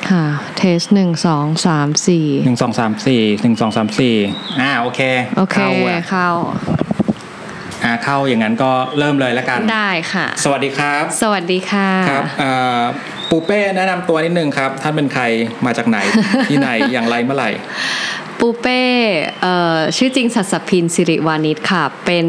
ค่ะเทส1 2 3 4 โอเคเข้าเข้าอย่างนั้นก็เริ่มเลยแล้วกันได้ค่ะสวัสดีครับสวัสดีค่ะครับปูเป้แนะนำตัวนิดนึงครับท่านเป็นใครมาจากไหน ที่ไหนอย่างไรเมื่อไหร่ปูเป้ชื่อจริงศัสพินสิริวานิชค่ะ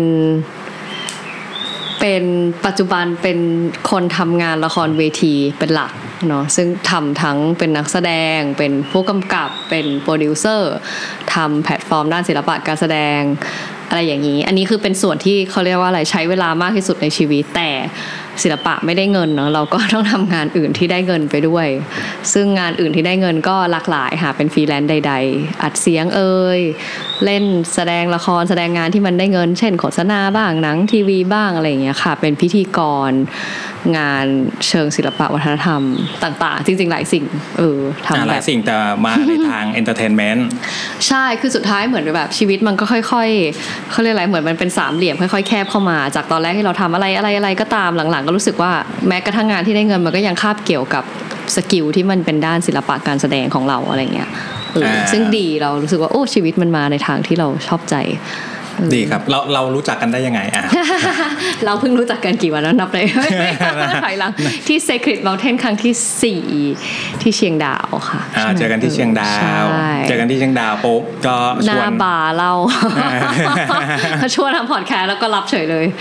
เป็นปัจจุบันเป็นคนทำงานละครเวทีเป็นหลักเนาะซึ่งทำทั้งเป็นนักแสดงเป็นผู้กำกับเป็นโปรดิวเซอร์ทำแพลตฟอร์มด้านศิลปะการแสดงอะไรอย่างนี้อันนี้คือเป็นส่วนที่เขาเรียกว่าอะไรใช้เวลามากที่สุดในชีวิตแต่ศิลปะไม่ได้เงินเนาะเราก็ต้องทำงานอื่นที่ได้เงินไปด้วยซึ่งงานอื่นที่ได้เงินก็หลากหลายค่ะเป็นฟรีแลนซ์ใดๆอัดเสียงเล่นแสดงละครแสดงงานที่มันได้เงินเช่นโฆษณาบ้างหนังทีวีบ้างอะไรอย่างเงี้ยค่ะเป็นพิธีกรงานเชิงศิลปะวัฒนธรรมต่างๆจริงๆหลายสิ่งทำหลายสิ่งแต่มาในทางเอนเตอร์เทนเมนต์ใช่คือสุดท้ายเหมือนแบบชีวิตมันก็ค่อยๆเขาเรียกอะไรเหมือนมันเป็นสามเหลี่ยมค่อยๆแคบเข้ามาจากตอนแรกที่เราทำอะไรก็ตามหลังๆก็รู้สึกว่าแม้กระทั่งงานที่ได้เงินมันก็ยังคาบเกี่ยวกับสกิลที่มันเป็นด้านศิลปะการแสดงของเราอะไรเงี้ยซึ่งดีเรารู้สึกว่าโอ้ชีวิตมันมาในทางที่เราชอบใจดีครับเรารู้จักกันได้ยังไงเราเพิ่งรู้จักกันกี่วันแล้วนับเลยถอยหลังที่ Secret Mountain ครั้งที่4ที่เชียงดาวค่ะเจอกันที่เชียงดาวปุ๊บก็ชวนหน้าบาร์เราชวนทำพอดแคสต์แล้วก็รับเฉยเลย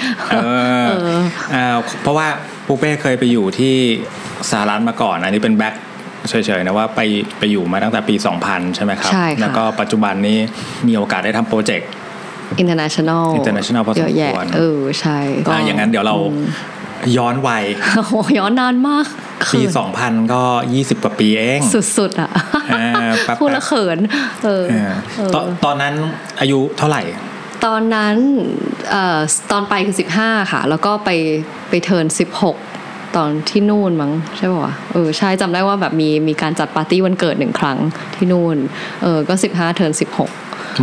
เพราะว่าปูเป้เคยไปอยู่ที่สหรัฐมาก่อนอันนี้เป็นแบ็คเฉยๆนะว่าไปอยู่มาตั้งแต่ปี 2000 ใช่ไหมครับแล้วก็ปัจจุบันนี้มีโอกาสได้ทำโปรเจกต์ international พอสมควรใช่ก็อย่างนั้นเดี๋ยวเราย้อนวัยย้อนนานมากปี 2000 ก็20 กว่าปีเองสุดๆพูดแล้วเขินตอนนั้นอายุเท่าไหร่ตอนนั้นตอนไปคือ15ค่ะแล้วก็ไปเทิร์น16ตอนที่นู่นมั้งใช่ป่ะใช่จำได้ว่าแบบมีการจัดปาร์ตี้วันเกิด1ครั้งที่นู่นก็15เทิร์น16 ม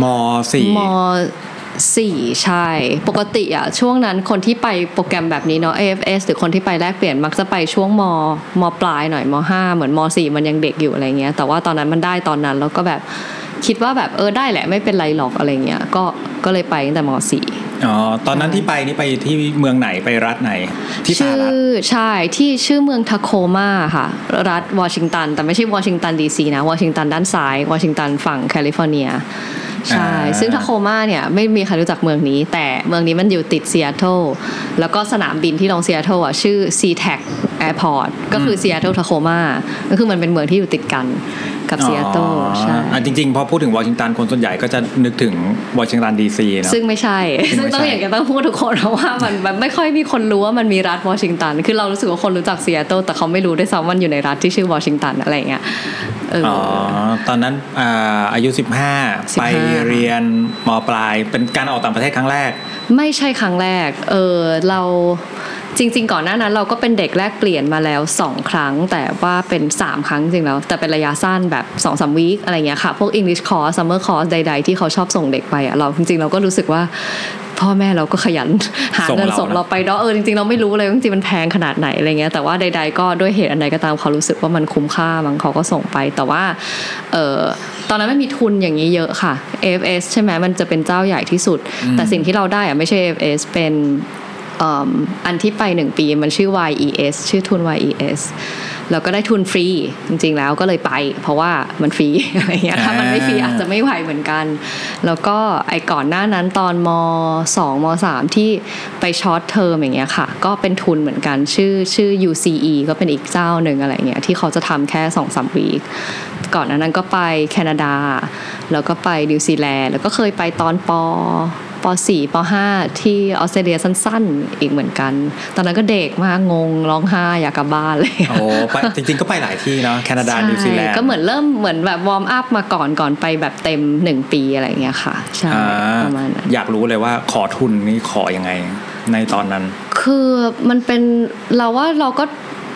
4ใช่ปกติอ่ะช่วงนั้นคนที่ไปโปรแกรมแบบนี้เนาะ AFS หรือคนที่ไปแลกเปลี่ยนมักจะไปช่วงมปลายหน่อยม5เหมือนม4มันยังเด็กอยู่อะไรเงี้ยแต่ว่าตอนนั้นมันได้ตอนนั้นแล้วก็แบบคิดว่าแบบได้แหละไม่เป็นไรหรอกอะไรเงี้ยก็เลยไปตั้งแต่ม4 ตอนนั้นที่ไปนี่ไปที่เมืองไหนไปรัฐไหนที่สหรัฐใช่ที่ชื่อเมืองทาโคมาค่ะรัฐวอชิงตันแต่ไม่ใช่วอชิงตันดีซีนะวอชิงตันด้านซ้ายวอชิงตันฝั่งแคลิฟอร์เนียใช่ซึ่งทาโคมาเนี่ยไม่มีใครรู้จักเมืองนี้แต่เมืองนี้มันอยู่ติดซีแอตเทิลแล้วก็สนามบินที่ลงซีแอตเทิลชื่อ SeaTac Airport ก็คือซีแอตเทิลทาโคมาก็คือมันเป็นเมืองที่อยู่ติดกันกับซีแอตเทิลใช่จริงๆพอพูดถึงวอชิงตันคนส่วนใหญ่ก็จะนึกถึงวอชิงตันดีซีนะซึ่งไม่ใช่ซึ่งต้องพูดทุกคนเพราะว่ามันไม่ค่อยมีคนรู้ว่ามันมีรัฐวอชิงตันคือเรารู้สึกว่าคนรู้จักซีแอตเทิลแต่เขาไม่รู้ด้วยซ้ำว่าอยู่ในรัฐที่ชื่อวอชิงตันอะไรเงี้ยตอนนั้นอายุ15ไปเรียนม.ปลายเป็นการออกต่างประเทศครั้งแรกไม่ใช่ครั้งแรกเราจริงๆก่อนหน้านั้นเราก็เป็นเด็กแลกเปลี่ยนมาแล้ว2ครั้งแต่ว่าเป็น3ครั้งจริงแล้วแต่เป็นระยะสั้นแบบ 2-3 วีคอะไรเงี้ยค่ะพวก English course Summer course ใดๆที่เขาชอบส่งเด็กไปเราจริงๆเราก็รู้สึกว่าพ่อแม่เราก็ขยันหาเงินส่งเราไปเนาะจริงๆเราไม่รู้เลยจริงๆมันแพงขนาดไหนอะไรเงี้ยแต่ว่าใดๆก็ด้วยเหตุอันใดก็ตามเขารู้สึกว่ามันคุ้มค่ามั้งเขาก็ส่งไปแต่ว่าตอนนั้นไม่มีทุนอย่างนี้เยอะค่ะ AFS ใช่ไหมมันจะเป็นเจ้าใหญ่ที่สุดแต่สิ่งที่เราได้ไม่ใช่ AFS เป็นอันที่ไป1ปีมันชื่อ YES ชื่อทุน YES แล้วก็ได้ทุนฟรีจริงๆแล้วก็เลยไปเพราะว่ามันฟรีอะไรเงี้ยถ้ามันไม่ฟรีอาจจะไม่ไหวเหมือนกันแล้วก็ก่อนหน้านั้นตอนม2ม3ที่ไปช็อตเทอมอย่างเงี้ยค่ะก็เป็นทุนเหมือนกันชื่อ UCE ก็เป็นอีกเจ้าหนึ่งอะไรเงี้ยที่เขาจะทำแค่ 2-3 วีคก่อนหน้านั้นก็ไปแคนาดาแล้วก็ไปนิวซีแลนด์แล้วก็เคยไปตอนป.4 ป.5 ที่ออสเตรเลียสั้นๆอีกเหมือนกันตอนนั้นก็เด็กมากงงร้องไห้อยากกลับบ้านเลยไปจริงๆก็ไปหลายที่เนาะแคนาดานิวซีแลนด์ก็เหมือนเริ่มเหมือนแบบวอร์มอัพมาก่อนไปแบบเต็ม1ปีอะไรเงี้ยค่ะใช่ประมาณนั้นอยากรู้เลยว่าขอทุนนี่ขอยังไงในตอนนั้นคือมันเป็นเราว่าเราก็คื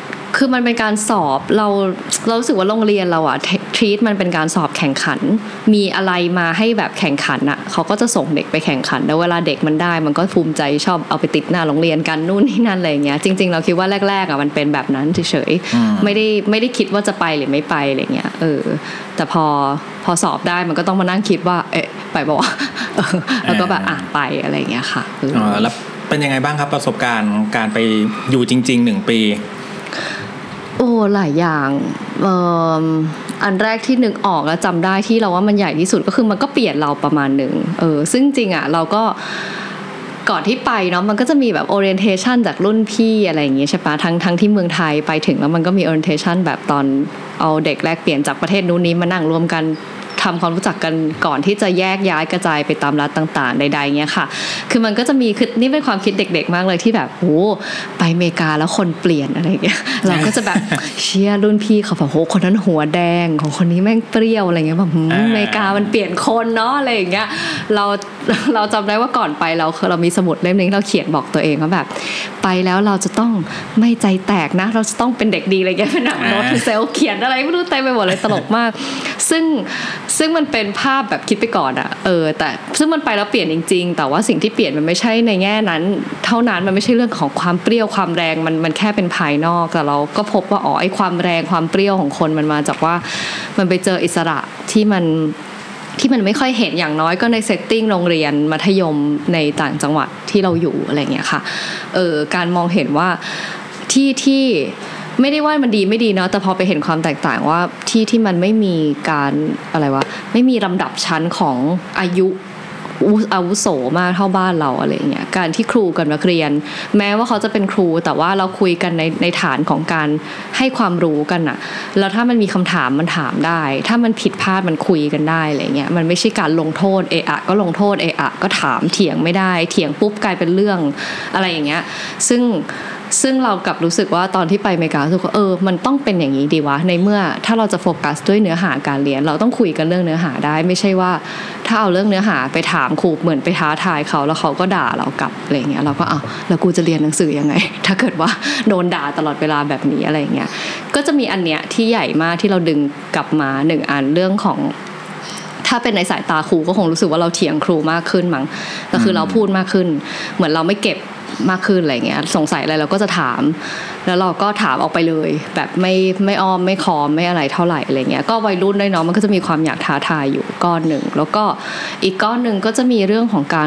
คือมันเป็นการสอบเรารู้สึกว่าโรงเรียนเราอะทีทมันเป็นการสอบแข่งขันมีอะไรมาให้แบบแข่งขันอะเขาก็จะส่งเด็กไปแข่งขันแล้วเวลาเด็กมันได้มันก็ภูมิใจชอบเอาไปติดหน้าโรงเรียนกันนู่นนี่นั่นอะไรอย่างเงี้ยจริงๆเราคิดว่าแรกๆอะมันเป็นแบบนั้นเฉยๆไม่ได้คิดว่าจะไปหรือไม่ไปอะไรเงี้ยแต่พอสอบได้มันก็ต้องมานั่งคิดว่าไปบอกว่าแล้วก็แบบไปอะไรเงี้ยค่ะแล้วเป็นยังไงบ้างครับประสบการณ์การไปอยู่จริงๆ1 ปีหลายอย่างอันแรกที่นึกออกแล้วจำได้ที่เราว่ามันใหญ่ที่สุดก็คือมันก็เปลี่ยนเราประมาณนึงซึ่งจริงอ่ะเราก็ก่อนที่ไปเนาะมันก็จะมีแบบ orientation จากรุ่นพี่อะไรอย่างเงี้ยใช่ปะทั้งที่เมืองไทยไปถึงแล้วมันก็มี orientation แบบตอนเอาเด็กแลกเปลี่ยนจากประเทศนู้นนี้มานั่งรวมกันทำความรู้จักกันก่อนที่จะแยกย้ายกระจายไปตามรัฐต่างๆใดๆเงี้ยค่ะคือมันก็จะมีคือนี่เป็นความคิดเด็กๆมากเลยที่แบบโอ้ไปอเมริกาแล้วคนเปลี่ยนอะไรเงี้ยเราก็จะแบบเชียร์รุ่นพี่เขาแบบโหคนนั้นหัวแดงของคนนี้แม่งเปรี้ยวอะไรเงี้ยแบบอเมริกามันเปลี่ยนคนเนาะอะไรอย่างเงี้ยเราจำได้ว่าก่อนไปเรามีสมุดเล่มนึงเราเขียนบอกตัวเองว่าแบบไปแล้วเราจะต้องไม่ใจแตกนะเราจะต้องเป็นเด็กดีอะไรเงี้ยเป็นแบบโน้ตทูเซลเขียนอะไรไม่รู้เต็มไปหมดเลยตลกมากซึ่งมันเป็นภาพแบบคิดไปก่อนอะแต่ซึ่งมันไปแล้วเปลี่ยนจริงๆแต่ว่าสิ่งที่เปลี่ยนมันไม่ใช่ในแง่นั้นเท่านั้นมันไม่ใช่เรื่องของความเปรี้ยวความแรงมันแค่เป็นภายนอกแต่เราก็พบว่าไอ้ความแรงความเปรี้ยวของคนมันมาจากว่ามันไปเจออิสระที่มันไม่ค่อยเห็นอย่างน้อยก็ในเซตติ้งโรงเรียนมัธยมในต่างจังหวัดที่เราอยู่อะไรเงี้ยค่ะการมองเห็นว่าที่ไม่ได้ว่ามันดีไม่ดีเนาะแต่พอไปเห็นความแตกต่างว่าที่มันไม่มีการอะไรวะไม่มีลำดับชั้นของอาวุโสมากเท่าบ้านเราอะไรเงี้ยการที่ครูกับนักเรียนแม้ว่าเขาจะเป็นครูแต่ว่าเราคุยกันในฐานของการให้ความรู้กันอะแล้วถ้ามันมีคำถามมันถามได้ถ้ามันผิดพลาดมันคุยกันได้อะไรเงี้ยมันไม่ใช่การลงโทษก็ลงโทษก็ถามเถียงไม่ได้เถียงปุ๊บกลายเป็นเรื่องอะไรอย่างเงี้ยซึ่งเรากลับรู้สึกว่าตอนที่ไปอเมริการู้สึกว่ามันต้องเป็นอย่างนี้ดีวะในเมื่อถ้าเราจะโฟกัสด้วยเนื้อหาการเรียนเราต้องคุยกันเรื่องเนื้อหาได้ไม่ใช่ว่าถ้าเอาเรื่องเนื้อหาไปถามครูเหมือนไปท้าทายเขาแล้วเขาก็ด่าเรากลับอะไรเงี้ยเราก็แล้วกูจะเรียนหนังสือยังไงถ้าเกิดว่าโดนด่าตลอดเวลาแบบนี้อะไรเงี้ยก็จะมีอันเนี้ยที่ใหญ่มากที่เราดึงกลับมา1อันเรื่องของถ้าเป็นในสายตาครูก็คงรู้สึกว่าเราเถียงครูมากขึ้นมั้งก็คือเราพูดมากขึ้นเหมือนเราไม่เก็บมากขึ้นอะไรเงี้ยสงสัยอะไรเราก็จะถามแล้วเราก็ถามออกไปเลยแบบไม่อ้อมไม่คอมไม่อะไรเท่าไหร่อะไรเงี้ยก็วัยรุ่นด้วยเนาะมันก็จะมีความอยากท้าทายอยู่ก้อนหนึ่งแล้วก็อีกก้อนหนึ่งก็จะมีเรื่องของการ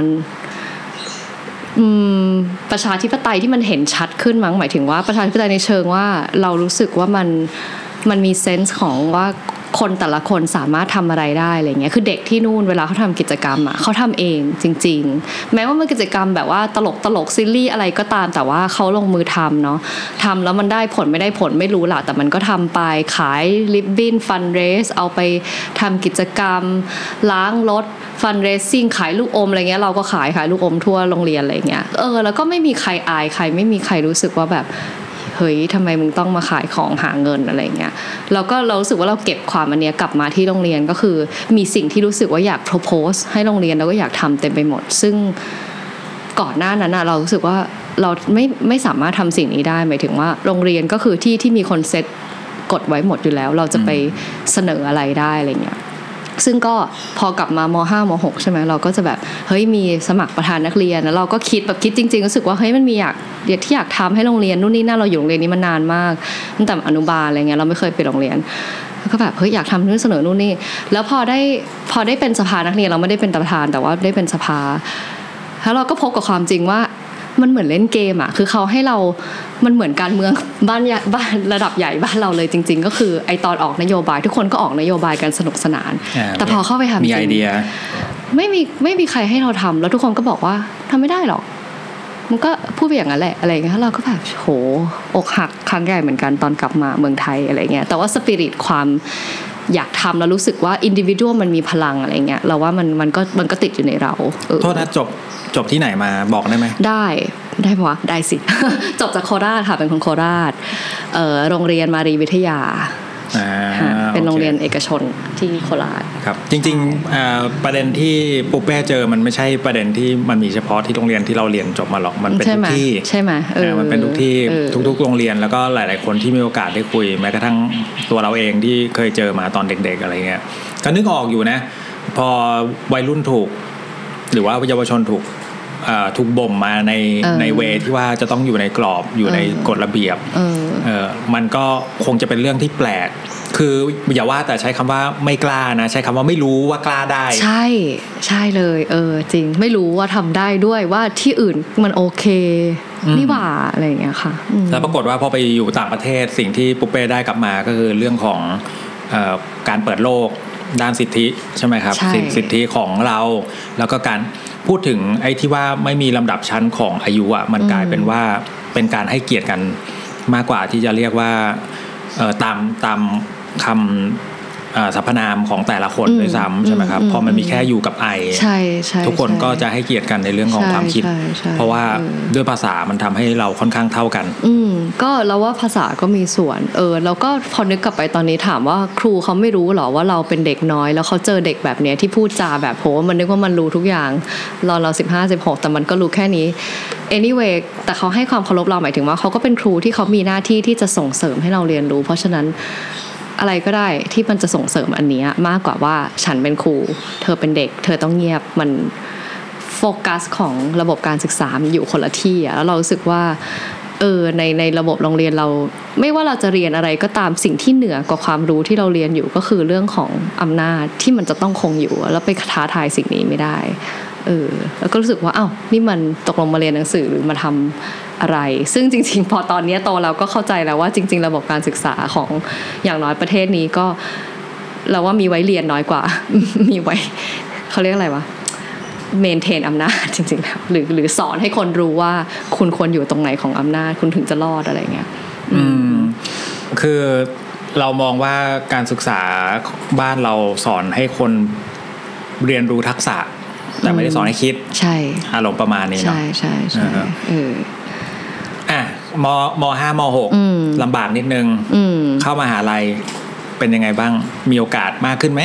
ประชาธิปไตยที่มันเห็นชัดขึ้นมั้งหมายถึงว่าประชาธิปไตยในเชิงว่าเรารู้สึกว่ามันมีเซนส์ของว่าคนแต่ละคนสามารถทำอะไรได้อะไรเงี้ยคือเด็กที่นู่นเวลาเขาทำกิจกรรมเขาทำเองจริงๆแม้ว่ามันกิจกรรมแบบว่าตลกซิลลี่อะไรก็ตามแต่ว่าเขาลงมือทำเนาะทำแล้วมันได้ผลไม่ได้ผลไม่รู้ล่ะแต่มันก็ทำไปขายริบบิ้นฟันเรสเอาไปทำกิจกรรมล้างรถฟันเรซซิ่งขายลูกอมอะไรเงี้ยเราก็ขายลูกอมทั่วโรงเรียนอะไรเงี้ยแล้วก็ไม่มีใครอายใครไม่มีใครรู้สึกว่าแบบเฮ้ยทำไมมึงต้องมาขายของหาเงินอะไรเงี้ยเรารู้สึกว่าเราเก็บความอันเนี้ยกลับมาที่โรงเรียนก็คือมีสิ่งที่รู้สึกว่าอยาก propose ให้โรงเรียนแล้วก็อยากทำเต็มไปหมดซึ่งก่อนหน้านั้นเรารู้สึกว่าเราไม่สามารถทำสิ่งนี้ได้หมายถึงว่าโรงเรียนก็คือที่มีคนเซ็ตกฎไว้หมดอยู่แล้วเราจะไปเสนออะไรได้อะไรเงี้ยซึ่งก็พอกลับมาม.5 ม.6 ใช่ไหมเราก็จะแบบเฮ้ยมีสมัครประธานนักเรียนแล้วเราก็คิดจริงๆรู้สึกว่าเฮ้ยมันมีที่อยากทำให้โรงเรียนนู่นนี่นั่นเราอยู่โรงเรียนนี้มานานมากตั้งแต่อนุบาลอะไรเงี้ยเราไม่เคยไปโรงเรียนแล้วก็แบบเฮ้ยอยากทำนู่นเสนอนู่นนี่แล้วพอได้เป็นสภานักเรียนเราไม่ได้เป็นประธานแต่ว่าได้เป็นสภาแล้วเราก็พบกับความจริงว่ามันเหมือนเล่นเกมคือเขาให้เรามันเหมือนการเมืองบ้านระดับใหญ่บ้านเราเลยจริงๆก็คือไอตอนออกนโยบายทุกคนก็ออกนโยบายกันสนุกสนานแต่พอเข้าไปทำจริงมีไอเดียไม่มีใครให้เราทำแล้วทุกคนก็บอกว่าทำไม่ได้หรอกมันก็พูดไปอย่างนั้นแหละอะไรเงี้ยเราก็แบบโหอกหักครั้งใหญ่เหมือนกันตอนกลับมาเมืองไทยอะไรเงี้ยแต่ว่าสปิริตความอยากทำแล้วรู้สึกว่าอินดิวิวดัลมันมีพลังอะไรเงี้ยเราว่ามันก็ติดอยู่ในเราโทษนะจบที่ไหนมาบอกได้ไหมได้ปะวะได้สิ จบจากโคราชค่ะเป็นคนโคราชโรงเรียนมารีวิทยาเป็นโรงเรียนเอกชนที่โคราชครับจริงๆประเด็นที่ปุ๊บแม่เจอมันไม่ใช่ประเด็นที่มันมีเฉพาะที่โรงเรียนที่เราเรียนจบมาหรอกมันเป็นทุกที่ใช่ไหมมันเป็นทุกที่ทุกๆโรงเรียนแล้วก็หลายๆคนที่มีโอกาสได้คุยแม้กระทั่งตัวเราเองที่เคยเจอมาตอนเด็กๆอะไรเงี้ยก็นึกออกอยู่นะพอวัยรุ่นถูกหรือว่าเยาวชนถูกบ่มมาในเวที่ว่าจะต้องอยู่ในกรอบอยู่ในกฎระเบียบมันก็คงจะเป็นเรื่องที่แปลกคืออย่าว่าแต่ใช้คำว่าไม่กล้านะใช้คำว่าไม่รู้ว่ากล้าได้ใช่เลยจริงไม่รู้ว่าทำได้ด้วยว่าที่อื่นมันโอเคนี่หว่าอะไรอย่างเงี้ยค่ะแล้วปรากฏว่าพอไปอยู่ต่างประเทศสิ่งที่ปุ๊บเป้ได้กลับมาก็คือเรื่องของการเปิดโลกด้านสิทธิใช่ไหมครับสิทธิของเราแล้วก็การพูดถึงไอ้ที่ว่าไม่มีลำดับชั้นของอายุอ่ะมันกลายเป็นว่าเป็นการให้เกียรติกันมากกว่าที่จะเรียกว่าตามคำสรรพนามของแต่ละคนด้วยซ้ำใช่ไหมครับพอมันมีแค่อยู่กับไอทุกคนก็จะให้เกียรติกันในเรื่องของความคิดเพราะว่าด้วยภาษามันทำให้เราค่อนข้างเท่ากันก็เราว่าภาษาก็มีส่วนแล้วก็พอนึกกลับไปตอนนี้ถามว่าครูเขาไม่รู้หรอว่าเราเป็นเด็กน้อยแล้วเขาเจอเด็กแบบเนี้ยที่พูดจาแบบโหมันนึกว่ามันรู้ทุกอย่างเรา15-16แต่มันก็รู้แค่นี้ anyway แต่เขาให้ความเคารพเราหมายถึงว่าเขาก็เป็นครูที่เขามีหน้าที่ที่จะส่งเสริมให้เราเรียนรู้เพราะฉะนั้นอะไรก็ได้ที่มันจะส่งเสริมอันนี้มากกว่าว่าฉันเป็นครูเธอเป็นเด็กเธอต้องเงียบมันโฟกัสของระบบการศึกษาอยู่คนละที่แล้วเรารู้สึกว่าในระบบโรงเรียนเราไม่ว่าเราจะเรียนอะไรก็ตามสิ่งที่เหนือกว่าความรู้ที่เราเรียนอยู่ก็คือเรื่องของอำนาจที่มันจะต้องคงอยู่แล้วไปท้าทายสิ่งนี้ไม่ได้แล้วก็รู้สึกว่าอ้าวนี่มันตกลงมาเรียนหนังสือหรือมาทำอะไรซึ่งจริงๆพอตอนนี้โตเราก็เข้าใจแล้วว่าจริงๆระบบการศึกษาของอย่างน้อยประเทศนี้ก็เราว่ามีไว้เรียนน้อยกว่า มีไว้เขาเรียกอะไรวะเมนเทนอำนาจจริงๆแล้วหรือสอนให้คนรู้ว่าคุณควรอยู่ตรงไหนของอำนาจคุณถึงจะรอดอะไรเงี้ยคือเรามองว่าการศึกษาบ้านเราสอนให้คนเรียนรู้ทักษะแต่ไม่ได้สอนให้คิดใช่อารมณ์ประมาณนี้เนาะใช่ม5ม6ลำบากนิดนึงเข้ามหาลัยเป็นยังไงบ้างมีโอกาสมากขึ้นไหม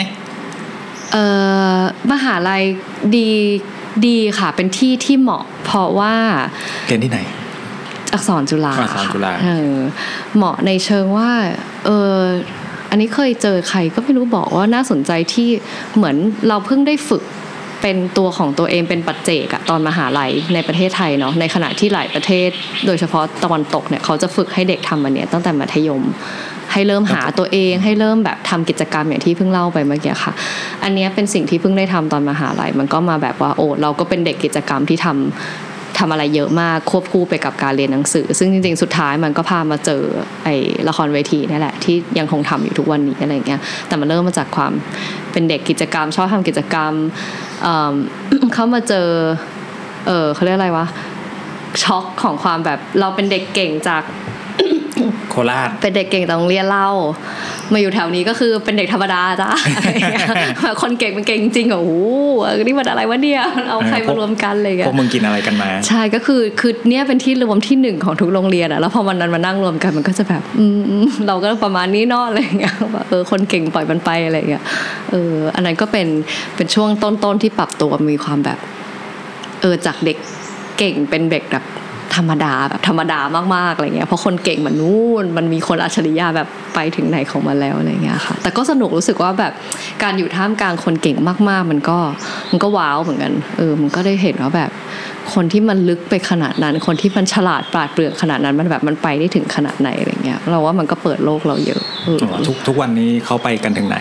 มหาลัยดีค่ะเป็นที่ที่เหมาะเพราะว่าเรียนที่ไหนอักษรจุฬาเหมาะในเชิงว่าอันนี้เคยเจอใครก็ไม่รู้บอกว่าน่าสนใจที่เหมือนเราเพิ่งได้ฝึกเป็นตัวของตัวเองเป็นปัจเจกตอนมหาลัยในประเทศไทยเนาะในขณะที่หลายประเทศโดยเฉพาะตะวันตกเนี่ยเขาจะฝึกให้เด็กทำอันเนี้ยตั้งแต่มัธยมให้เริ่มหาตัวเองให้เริ่มแบบทำกิจกรรมอย่างที่เพิ่งเล่าไปเมื่อกี้ค่ะอันนี้เป็นสิ่งที่เพิ่งได้ทำตอนมหาลัยมันก็มาแบบว่าเราก็เป็นเด็กกิจกรรมที่ทำอะไรเยอะมากควบคู่ไปกับการเรียนหนังสือซึ่งจริงๆสุดท้ายมันก็พามาเจอไอ้ละครเวทีนี่แหละที่ยังคงทำอยู่ทุกวันนี้อะไรเงี้ยแต่มันเริ่มมาจากความเป็นเด็กกิจกรรมชอบทำกิจกรรมเข้ามาเจอเขาเรียกอะไรวะช็อกของความแบบเราเป็นเด็กเก่งจากโคราชเป็นเด็กเก่งจากโรงเรียนเรามาอยู่แถวนี้ก็คือเป็นเด็กธรรมดาจ้ะ คนเก่งมันเก่งจริงโอ้โหนี่มันอะไรวะเนี่ยเอาใครมารวมกันเลยพวกมึงกินอะไรกันมาใช่ก็คือเนี่ยเป็นที่รวมที่หนึ่งของทุกโรงเรียนแล้วพอวันนั้นมานั่งรวมกันมันก็จะแบบเราก็ประมาณนี้เนาะอะไรเงี้ยแบบคนเก่งปล่อยมันไปอะไรเงี้ยอันนั้นก็เป็นช่วงต้นๆที่ปรับตัวมีความแบบจากเด็กเก่งเป็นเด็กแบบธรรมดาแบบธรรมดามากๆอะไรเงี้ยเพราะคนเก่งมันนู่นมันมีคนอัจฉริยะแบบไปถึงไหนของมันแล้วอะไรเงี้ยค่ะแต่ก็สนุกรู้สึกว่าแบบการอยู่ท่ามกลางคนเก่งมากๆมันก็ว้าวเหมือนกันมันก็ได้เห็นว่าแบบคนที่มันลึกไปขนาดนั้นคนที่มันฉลาดปราดเปรื่องขนาดนั้นมันแบบมันไปได้ถึงขนาดไหนอะไรเงี้ยเราว่ามันก็เปิดโลกเราเยอะทุกวันนี้เขาไปกันถึงไหน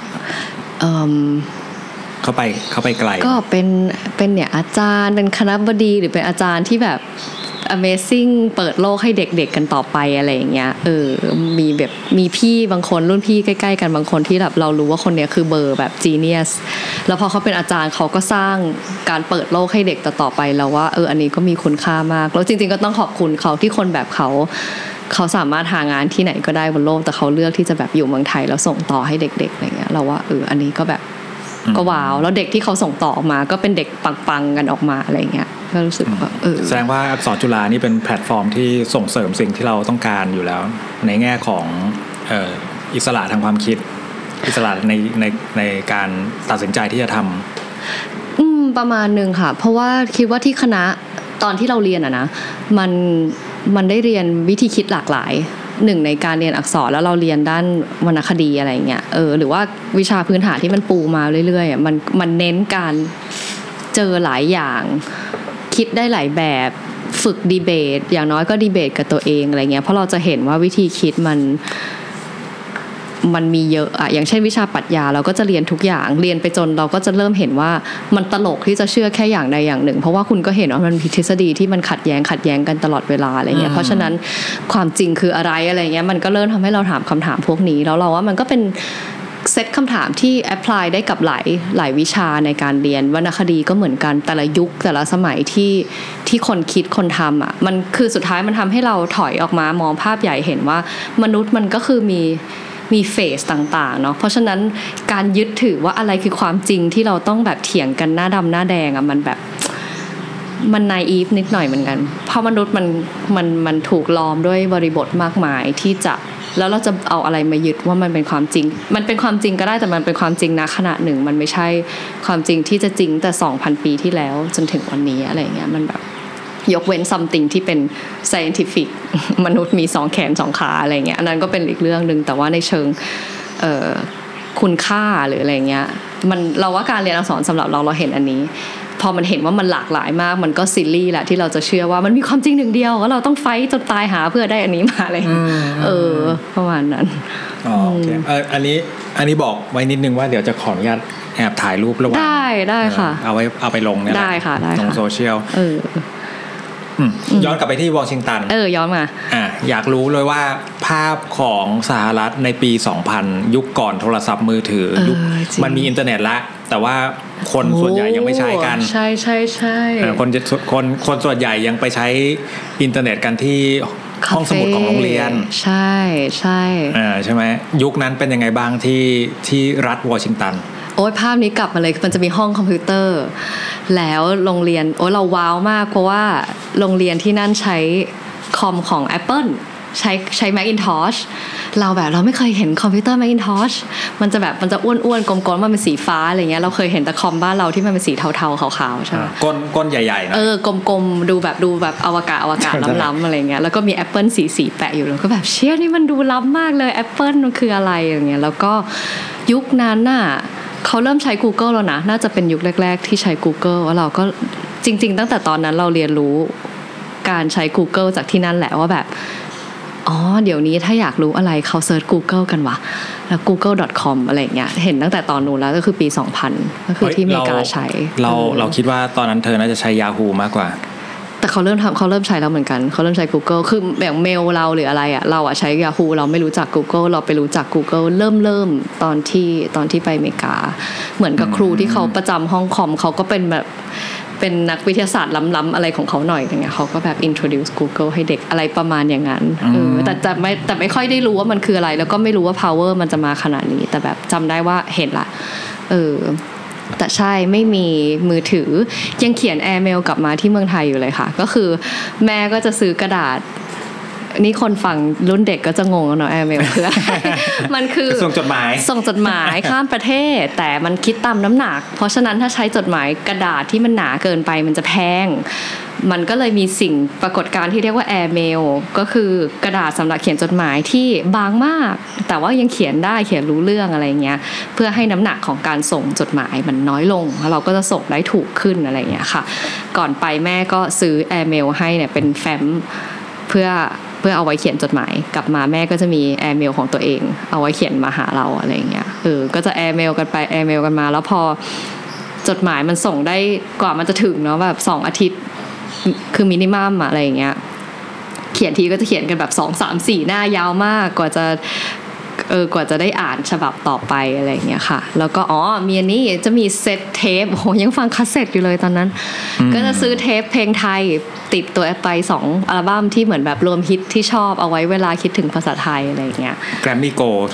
เขาไปไกลก็เป็นเนี่ยอาจารย์เป็นคณบดีหรือเป็นอาจารย์ที่แบบ Amazing เปิดโลกให้เด็กๆกันต่อไปอะไรอย่างเงี้ยมีแบบมีพี่บางคนรุ่นพี่ใกล้ๆกันบางคนที่แบบเรารู้ว่าคนเนี้ยคือเบอร์แบบ Genius แล้วพอเขาเป็นอาจารย์เขาก็สร้างการเปิดโลกให้เด็กต่อๆไปแล้วว่าอันนี้ก็มีคุณค่ามากแล้วจริงๆก็ต้องขอบคุณเขาที่คนแบบเขาสามารถหางานที่ไหนก็ได้บนโลกแต่เขาเลือกที่จะแบบอยู่เมืองไทยแล้วส่งต่อให้เด็กๆอะไรเงี้ยเราว่าอันนี้ก็แบบก็ว้าวแล้วเด็กที่เขาส่งต่อออกมาก็เป็นเด็กปังๆกันออกมาอะไรเงี้ยก็รู้สึกว่าแสดงว่าอักษรจุฬานี่เป็นแพลตฟอร์มที่ส่งเสริมสิ่งที่เราต้องการอยู่แล้วในแง่ของอิสระทางความคิดอิสระในการตัดสินใจที่จะทำประมาณนึงค่ะเพราะว่าคิดว่าที่คณะตอนที่เราเรียนนะมันได้เรียนวิธีคิดหลากหลายหนึ่งในการเรียนอักษรแล้วเราเรียนด้านวรรณคดีอะไรเงี้ยหรือว่าวิชาพื้นฐานที่มันปูมาเรื่อยๆมันเน้นการเจอหลายอย่างคิดได้หลายแบบฝึกดีเบตอย่างน้อยก็ดีเบตกับตัวเองอะไรเงี้ยเพราะเราจะเห็นว่าวิธีคิดมันมีเยอะอะอย่างเช่นวิชาปรัชญาเราก็จะเรียนทุกอย่างเรียนไปจนเราก็จะเริ่มเห็นว่ามันตลกที่จะเชื่อแค่อย่างใดอย่างหนึ่งเพราะว่าคุณก็เห็นว่ามันมีทฤษฎีที่มันขัดแย้งกันตลอดเวลาอะไรเงี้ยเพราะฉะนั้นความจริงคืออะไรอะไรเงี้ยมันก็เริ่มทำให้เราถามคำถามพวกนี้แล้วเราว่ามันก็เป็นเซตคำถามที่แอพพลายได้กับหลายวิชาในการเรียนวรรณคดีก็เหมือนกันแต่ละยุคแต่ละสมัยที่คนคิดคนทำอ่ะมันคือสุดท้ายมันทำให้เราถอยออกมามองภาพใหญ่เห็นว่ามนุษย์มันก็คือมีเฟสต่างๆเนาะเพราะฉะนั้นการยึดถือว่าอะไรคือความจริงที่เราต้องแบบเถียงกันหน้าดำหน้าแดงอ่ะมันแบบมันนายอีฟนิดหน่อยเหมือนกันเพราะมนุษย์มันถูกล้อมด้วยบริบทมากมายที่จะแล้วเราจะเอาอะไรมายึดว่ามันเป็นความจริงมันเป็นความจริงก็ได้แต่มันเป็นความจริงณขณะหนึ่งมันไม่ใช่ความจริงที่จะจริงแต่ 2,000 ปีที่แล้วจนถึงวันนี้อะไรเงี้ยมันแบบยกเว้น something ที่เป็น scientific มนุษย์มี2แขน2ขาอะไรเงี้ยอันนั้นก็เป็นอีกเรื่องนึงแต่ว่าในเชิงคุณค่าหรืออะไรเงี้ยมันเราว่าการเรียนอักษรสำหรับเราเห็นอันนี้พอมันเห็นว่ามันหลากหลายมากมันก็ซิลลี่แหละที่เราจะเชื่อว่ามันมีความจริงหนึ่งเดียวแล้วเราต้องไฟท์จนตายหาเพื่อได้อันนี้มาเลยประมาณนั้นโอเคอันนี้บอกไว้นิดนึงว่าเดี๋ยวจะขออนุญาตแอบถ่ายรูประหว่างได้ค่ะเอาไปลงเนี่ยได้ค่ะลงโซเชียลย้อนกลับไปที่วอชิงตันย้อนมาอยากรู้เลยว่าภาพของสหรัฐในปี 2000 ยุคก่อนโทรศัพท์มือถือยุคมันมีอินเทอร์เน็ตละแต่ว่าคนส่วนใหญ่ยังไม่ใช้กันใช่คนส่วนใหญ่ยังไปใช้อินเทอร์เน็ตกันที่ห้องสมุดของโรงเรียนใช่ใช่ไหมยุคนั้นเป็นยังไงบ้างที่รัฐวอชิงตันภาพนี้กลับมาเลยมันจะมีห้องคอมพิวเตอร์แล้วโรงเรียนเราว้าวมากเพราะว่าโรงเรียนที่นั่นใช้คอมของ Apple ใช้ Macintosh เราไม่เคยเห็นคอมพิวเตอร์ Macintosh มันจะอ้วนๆกลมๆมันเป็นสีฟ้าอะไรเงี้ยเราเคยเห็นแต่คอมบ้านเราที่มันเป็นสีเทาๆขาวๆใช่มั้ยก้นใหญ่ๆนะกลมๆดูแบบอวกาศล้ำๆอะไรเงี้ยแล้วก็มี Apple สีแปะอยู่แล้วก็แบบเชี่ยนี่มันดูล้ำมากเลย Apple มันคืออะไรอย่างเงี้ยแล้วก็ยุคนั้นน่ะเขาเริ่มใช้ Google แล้วนะน่าจะเป็นยุคแรกๆที่ใช้ Google แล้วเราก็จริงๆตั้งแต่ตอนนั้นเราเรียนรู้การใช้ Google จากที่นั่นแหละว่าแบบเดี๋ยวนี้ถ้าอยากรู้อะไรเขาเซิร์ช Google กันวะแล้ว google.com อะไรอย่างเงี้ยเห็นตั้งแต่ตอนนู้นแล้วก็คือปี 2000 ก็คือที่อเมริกาใช้เราคิดว่าตอนนั้นเธอน่าจะใช้ Yahoo มากกว่าแต่เขาเริ่มใช้แล้วเหมือนกันเขาเริ่มใช้ Google คืออย่างเมลเราหรืออะไรอ่ะเราใช้ Yahoo เราไม่รู้จัก Google เราไปรู้จัก Google เริ่มตอนที่ไปอเมริกาเหมือนกับครูที่เขาประจำห้องคอมเขาก็เป็นแบบเป็นนักวิทยาศาสตร์ล้ำๆอะไรของเขาหน่อยอย่างเงี้ยเขาก็แบบ introduce Google ให้เด็กอะไรประมาณอย่างนั้นแต่ไม่ค่อยได้รู้ว่ามันคืออะไรแล้วก็ไม่รู้ว่า power มันจะมาขนาดนี้แต่แบบจำได้ว่าเห็นละแต่ใช่ไม่มีมือถือยังเขียนแอร์เมลกลับมาที่เมืองไทยอยู่เลยค่ะก็คือแม่ก็จะซื้อกระดาษนี่คนฟังรุ่นเด็กก็จะงงเนาะแอร์เมลคือมันคือส่งจดหมายข้ามประเทศแต่มันคิดตามน้ำหนักเพราะฉะนั้นถ้าใช้จดหมายกระดาษที่มันหนาเกินไปมันจะแพงมันก็เลยมีสิ่งปรากฏการณ์ที่เรียกว่าแอร์เมลก็คือกระดาษสำหรับเขียนจดหมายที่บางมากแต่ว่ายังเขียนรู้เรื่องอะไรเงี้ยเพื่อให้น้ำหนักของการส่งจดหมายมันน้อยลงแล้วเราก็จะส่งได้ถูกขึ้นอะไรเงี้ยค่ะก่อนไปแม่ก็ซื้อแอร์เมลให้เนี่ยเป็นแฟ้มเพื่อเอาไว้เขียนจดหมายกลับมาแม่ก็จะมีแอร์เมลของตัวเองเอาไว้เขียนมาหาเราอะไรเงี้ยก็จะแอร์เมลกันไปแอร์เมลกันมาแล้วพอจดหมายมันส่งได้กว่ามันจะถึงเนาะแบบ2อาทิตย์คือมินิมัมอะไรอย่างเงี้ยเขียนทีก็จะเขียนกันแบบ2 3 4หน้ายาวมากกว่าจะได้อ่านฉบับต่อไปอะไรอย่างเงี้ยค่ะแล้วก็มีอันนี้จะมีเซตเทปยังฟังคาสเซ็ตอยู่เลยตอนนั้นก็จะซื้อเทปเพลงไทยติดตัวไป2อัลบั้มที่เหมือนแบบรวมฮิตที่ชอบเอาไว้เวลาคิดถึงภาษาไทยอะไรอย่างเงี้ย Grammy Gold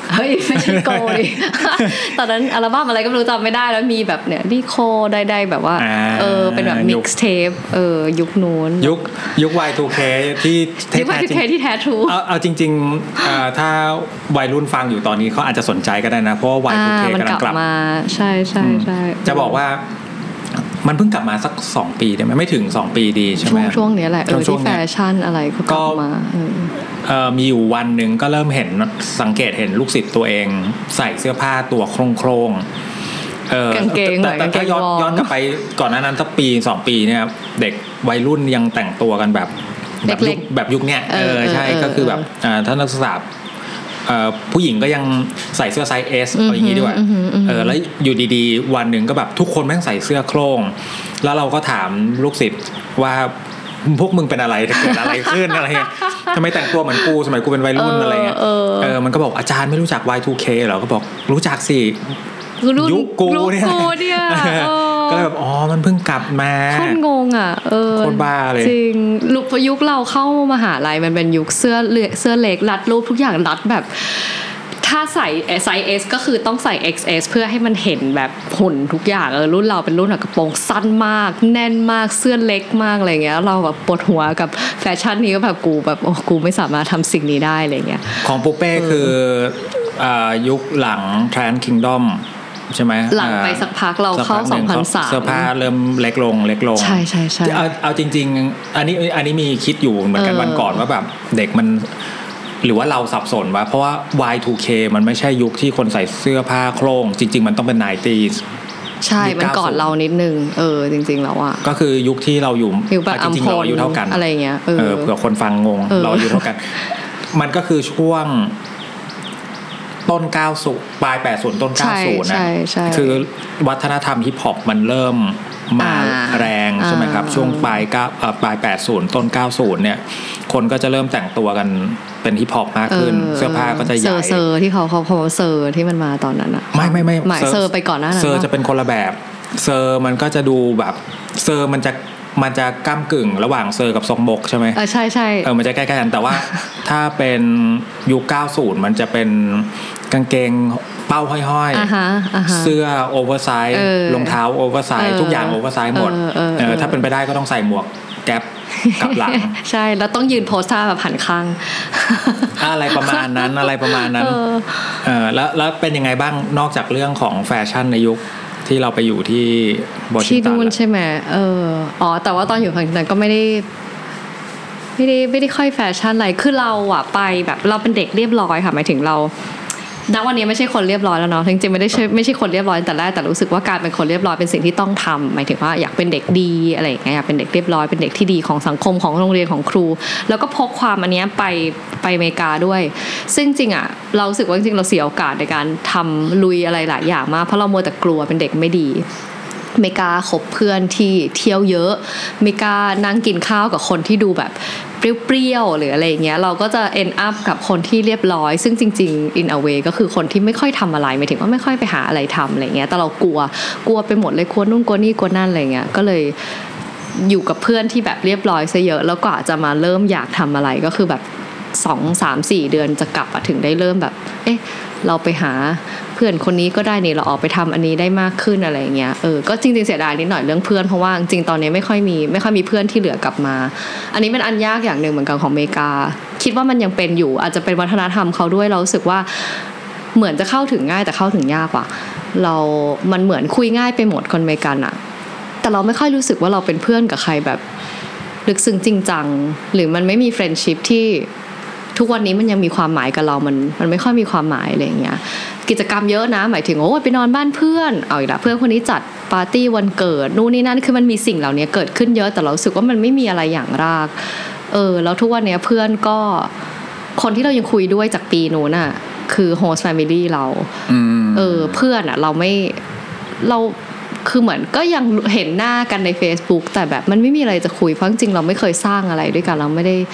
เฮ้ยไม่ใช่โกดิ ตอนนั้นอัลบั้มอะไรก็ไม่รู้จำไม่ได้แล้วมีแบบเนี่ยดีโคได้แบบว่าเป็นแบบมิกซ์เทปยุคนู้นยุค Y2K ที่ยุค Y2K ที่แท้ทรูเอาจริงๆถ้าวัยรุ่นฟังอยู่ตอนนี้เขาอาจจะสนใจก็ได้นะเพราะว่า Y2K กำลังกลับมาใช่จะบอกว่ามันเพิ่งกลับมาสัก2ปีได้ไหมไม่ถึง2ปีดีใช่ไหมช่วงนี้แหละที่แฟชั่นอะไรก็กลับมามีอยู่วันหนึ่งก็เริ่มเห็นสังเกตเห็นลูกศิษย์ตัวเองใส่เสื้อผ้าตัวโครงกางเกงแต่ก็ย้อนกลับไปก่อนหน้านั้นสักปี2ปีเนี่ยเด็กวัยรุ่นยังแต่งตัวกันแบบยุคเนี้ยใช่ก็คือแบบถ้านักศึกษาผู้หญิงก็ยังใส่เสื้อไซส์ S อะไรอย่างงี้ดีกว่าแล้วอยู่ดีๆวันหนึ่งก็แบบทุกคนแม่งใส่เสื้อโครงแล้วเราก็ถามลูกศิษย์ว่าพวกมึงเป็นอะไรเกิดอะไรขึ้นอะไรเงี้ยทำไมแต่งตัวเหมือนกูสมัยกูเป็นวัยรุ่นอะไรเงี้ยมันก็บอกอาจารย์ไม่รู้จัก Y2K เหรอก็บอกรู้จักสิยุคกูเนี่ยก็เลยแบบอ๋อมันเพิ่งกลับมาโคตรงงอ่ะโคตรบ้าเลยจริงยุคเราเข้ามหาลัยมันเป็นยุคเสื้อเล็กรัดรูปทุกอย่างรัดแบบถ้าใส่ไซส์ S ก็คือต้องใส่ XS เพื่อให้มันเห็นแบบหุ่นทุกอย่างรุ่นเราเป็นรุ่นกระโปรงสั้นมากแน่นมากเสื้อเล็กมากอะไรเงี้ยเราแบบปวดหัวกับแฟชั่นนี้ก็แบบกูไม่สามารถทำสิ่งนี้ได้อะไรเงี้ยของปูเป้คือยุคหลัง Trans Kingdomใช่ไหมหลังไปสักพักเราเข้า2003 เสื้อผ้าเริ่มเล็กลงใช่เอาจริงๆอันนี้มีคิดอยู่เหมือนกันวันก่อนว่าแบบเด็กมันหรือว่าเราสับสนวะเพราะว่า Y2K มันไม่ใช่ยุคที่คนใส่เสื้อผ้าโครงจริงๆมันต้องเป็น 90s ใช่มันก่อนเรานิดนึงจริงๆแล้วอ่ะก็คือยุคที่เราอยู่จริงๆเราอายุเท่ากันอะไรเงี้ยเผื่อคนฟังงงเราอายุเท่ากันมันก็คือช่วงต้น90ปลาย80ต้น90นะคือวัฒนธรรมฮิปฮอปมันเริ่มมาแรงใช่ไหมครับช่วงปลาย80ต้น90เนี่ยคนก็จะเริ่มแต่งตัวกันเป็นฮิปฮอปมากขึ้นเสื้อผ้าก็จะใหญ่เซอร์ที่เขาเซอร์ที่มันมาตอนนั้นอะไม่เซอร์ไปก่อนหน้านั้นเซอร์จะเป็นคนละแบบเซอร์มันก็จะดูแบบเซอร์มันจะก้ำกึ่งระหว่างเซอร์กับทรงบกใช่ไหมใช่มันจะใกล้ๆกันแต่ว่าถ้าเป็นยุค90มันจะเป็นกางเกงเป้าห้อยๆเสื้อโอเวอร์ไซส์รองเท้าโอเวอร์ไซส์ทุกอย่างโอเวอร์ไซส์หมดถ้าเป็นไปได้ก็ต้องใส่หมวกแก๊ปกับหลังใช่แล้วต้องยืนโพสท่าแบบหันข้างอะไรประมาณนั้นแล้วเป็นยังไงบ้างนอกจากเรื่องของแฟชั่นในยุคที่เราไปอยู่ที่บอชิงตันที่นู่นใช่ไหมแต่ว่าตอนอยู่ฝั่งนั้นก็ไม่ได้ค่อยแฟชั่นอะไรคือเราอะไปแบบเราเป็นเด็กเรียบร้อยค่ะหมายถึงเราณวันนี้ไม่ใช่คนเรียบร้อยแล้วเนาะจริงๆไม่ใช่คนเรียบร้อยแต่แรกแต่รู้สึกว่าการเป็นคนเรียบร้อยเป็นสิ่งที่ต้องทำหมายถึงว่าอยากเป็นเด็กดีอะไรอย่างเงี้ยอยากเป็นเด็กเรียบร้อยเป็นเด็กที่ดีของสังคมของโรงเรียนของครูแล้วก็พกความอันนี้ไปอเมริกาด้วยซึ่งจริงอะเรารู้สึกว่าจริงๆเราเสียโอกาสในการทำลุยอะไรหลายอย่างมากเพราะเรามัวแต่กลัวเป็นเด็กไม่ดีไม่กล้าคบเพื่อนที่เที่ยวเยอะไม่กล้านั่งกินข้าวกับคนที่ดูแบบเปรี้ยวๆหรืออะไรอย่างเงี้ยเราก็จะ end up กับคนที่เรียบร้อยซึ่งจริงๆ in a way ก็คือคนที่ไม่ค่อยทำอะไรหมายถึงว่าไม่ค่อยไปหาอะไรทำอะไรเงี้ยแต่เรากลัวไปหมดเลยกลัวนู่นกลัวนี่กลัวนั่นอะไรเงี้ยก็เลยอยู่กับเพื่อนที่แบบเรียบร้อยซะเยอะแล้วก็อาจจะมาเริ่มอยากทำอะไรก็คือแบบ2 3 4เดือนจะกลับถึงได้เริ่มแบบเราไปหาเพื่อนคนนี้ก็ได้นี่เราออกไปทำอันนี้ได้มากขึ้นอะไรเงี้ยก็จริงๆเสียดายนิดหน่อยเรื่องเพื่อนเพราะว่าจริงๆตอนนี้ไม่ค่อยมีเพื่อนที่เหลือกลับมาอันนี้เป็นอันยากอย่างนึงเหมือนกันของอเมริกาคิดว่ามันยังเป็นอยู่อาจจะเป็นวัฒนธรรมเขาด้วยเรารู้สึกว่าเหมือนจะเข้าถึงง่ายแต่เข้าถึงยากว่ะมันเหมือนคุยง่ายไปหมดคนอเมริกันอะแต่เราไม่ค่อยรู้สึกว่าเราเป็นเพื่อนกับใครแบบลึกซึ้งจริงจังหรือมันไม่มีเฟรนด์ชิพที่ทุกวันนี้มันยังมีความหมายกับเรามันไม่ค่อยมีความหมายอะไรอย่างเงี้ยกิจกรรมเยอะนะหมายถึงไปนอนบ้านเพื่อนเอาอีกแล้วเพื่อนคนนี้จัดปาร์ตี้วันเกิดนู่นนี่นั่นคือมันมีสิ่งเหล่านี้เกิดขึ้นเยอะแต่เรารู้สึกว่ามันไม่มีอะไรอย่างรากแล้วทุกวันนี้เพื่อนก็คนที่เรายังคุยด้วยจากปีนู้นน่ะคือโฮสต์แฟมิลี่เราเพื่อนอ่ะเราคือเหมือนก็ยังเห็นหน้ากันใน Facebook แต่แบบมันไม่มีอะไรจะคุยเพราะจริงๆเราไม่เคยสร้างอะไรด้วยกันเราไม่ได้ท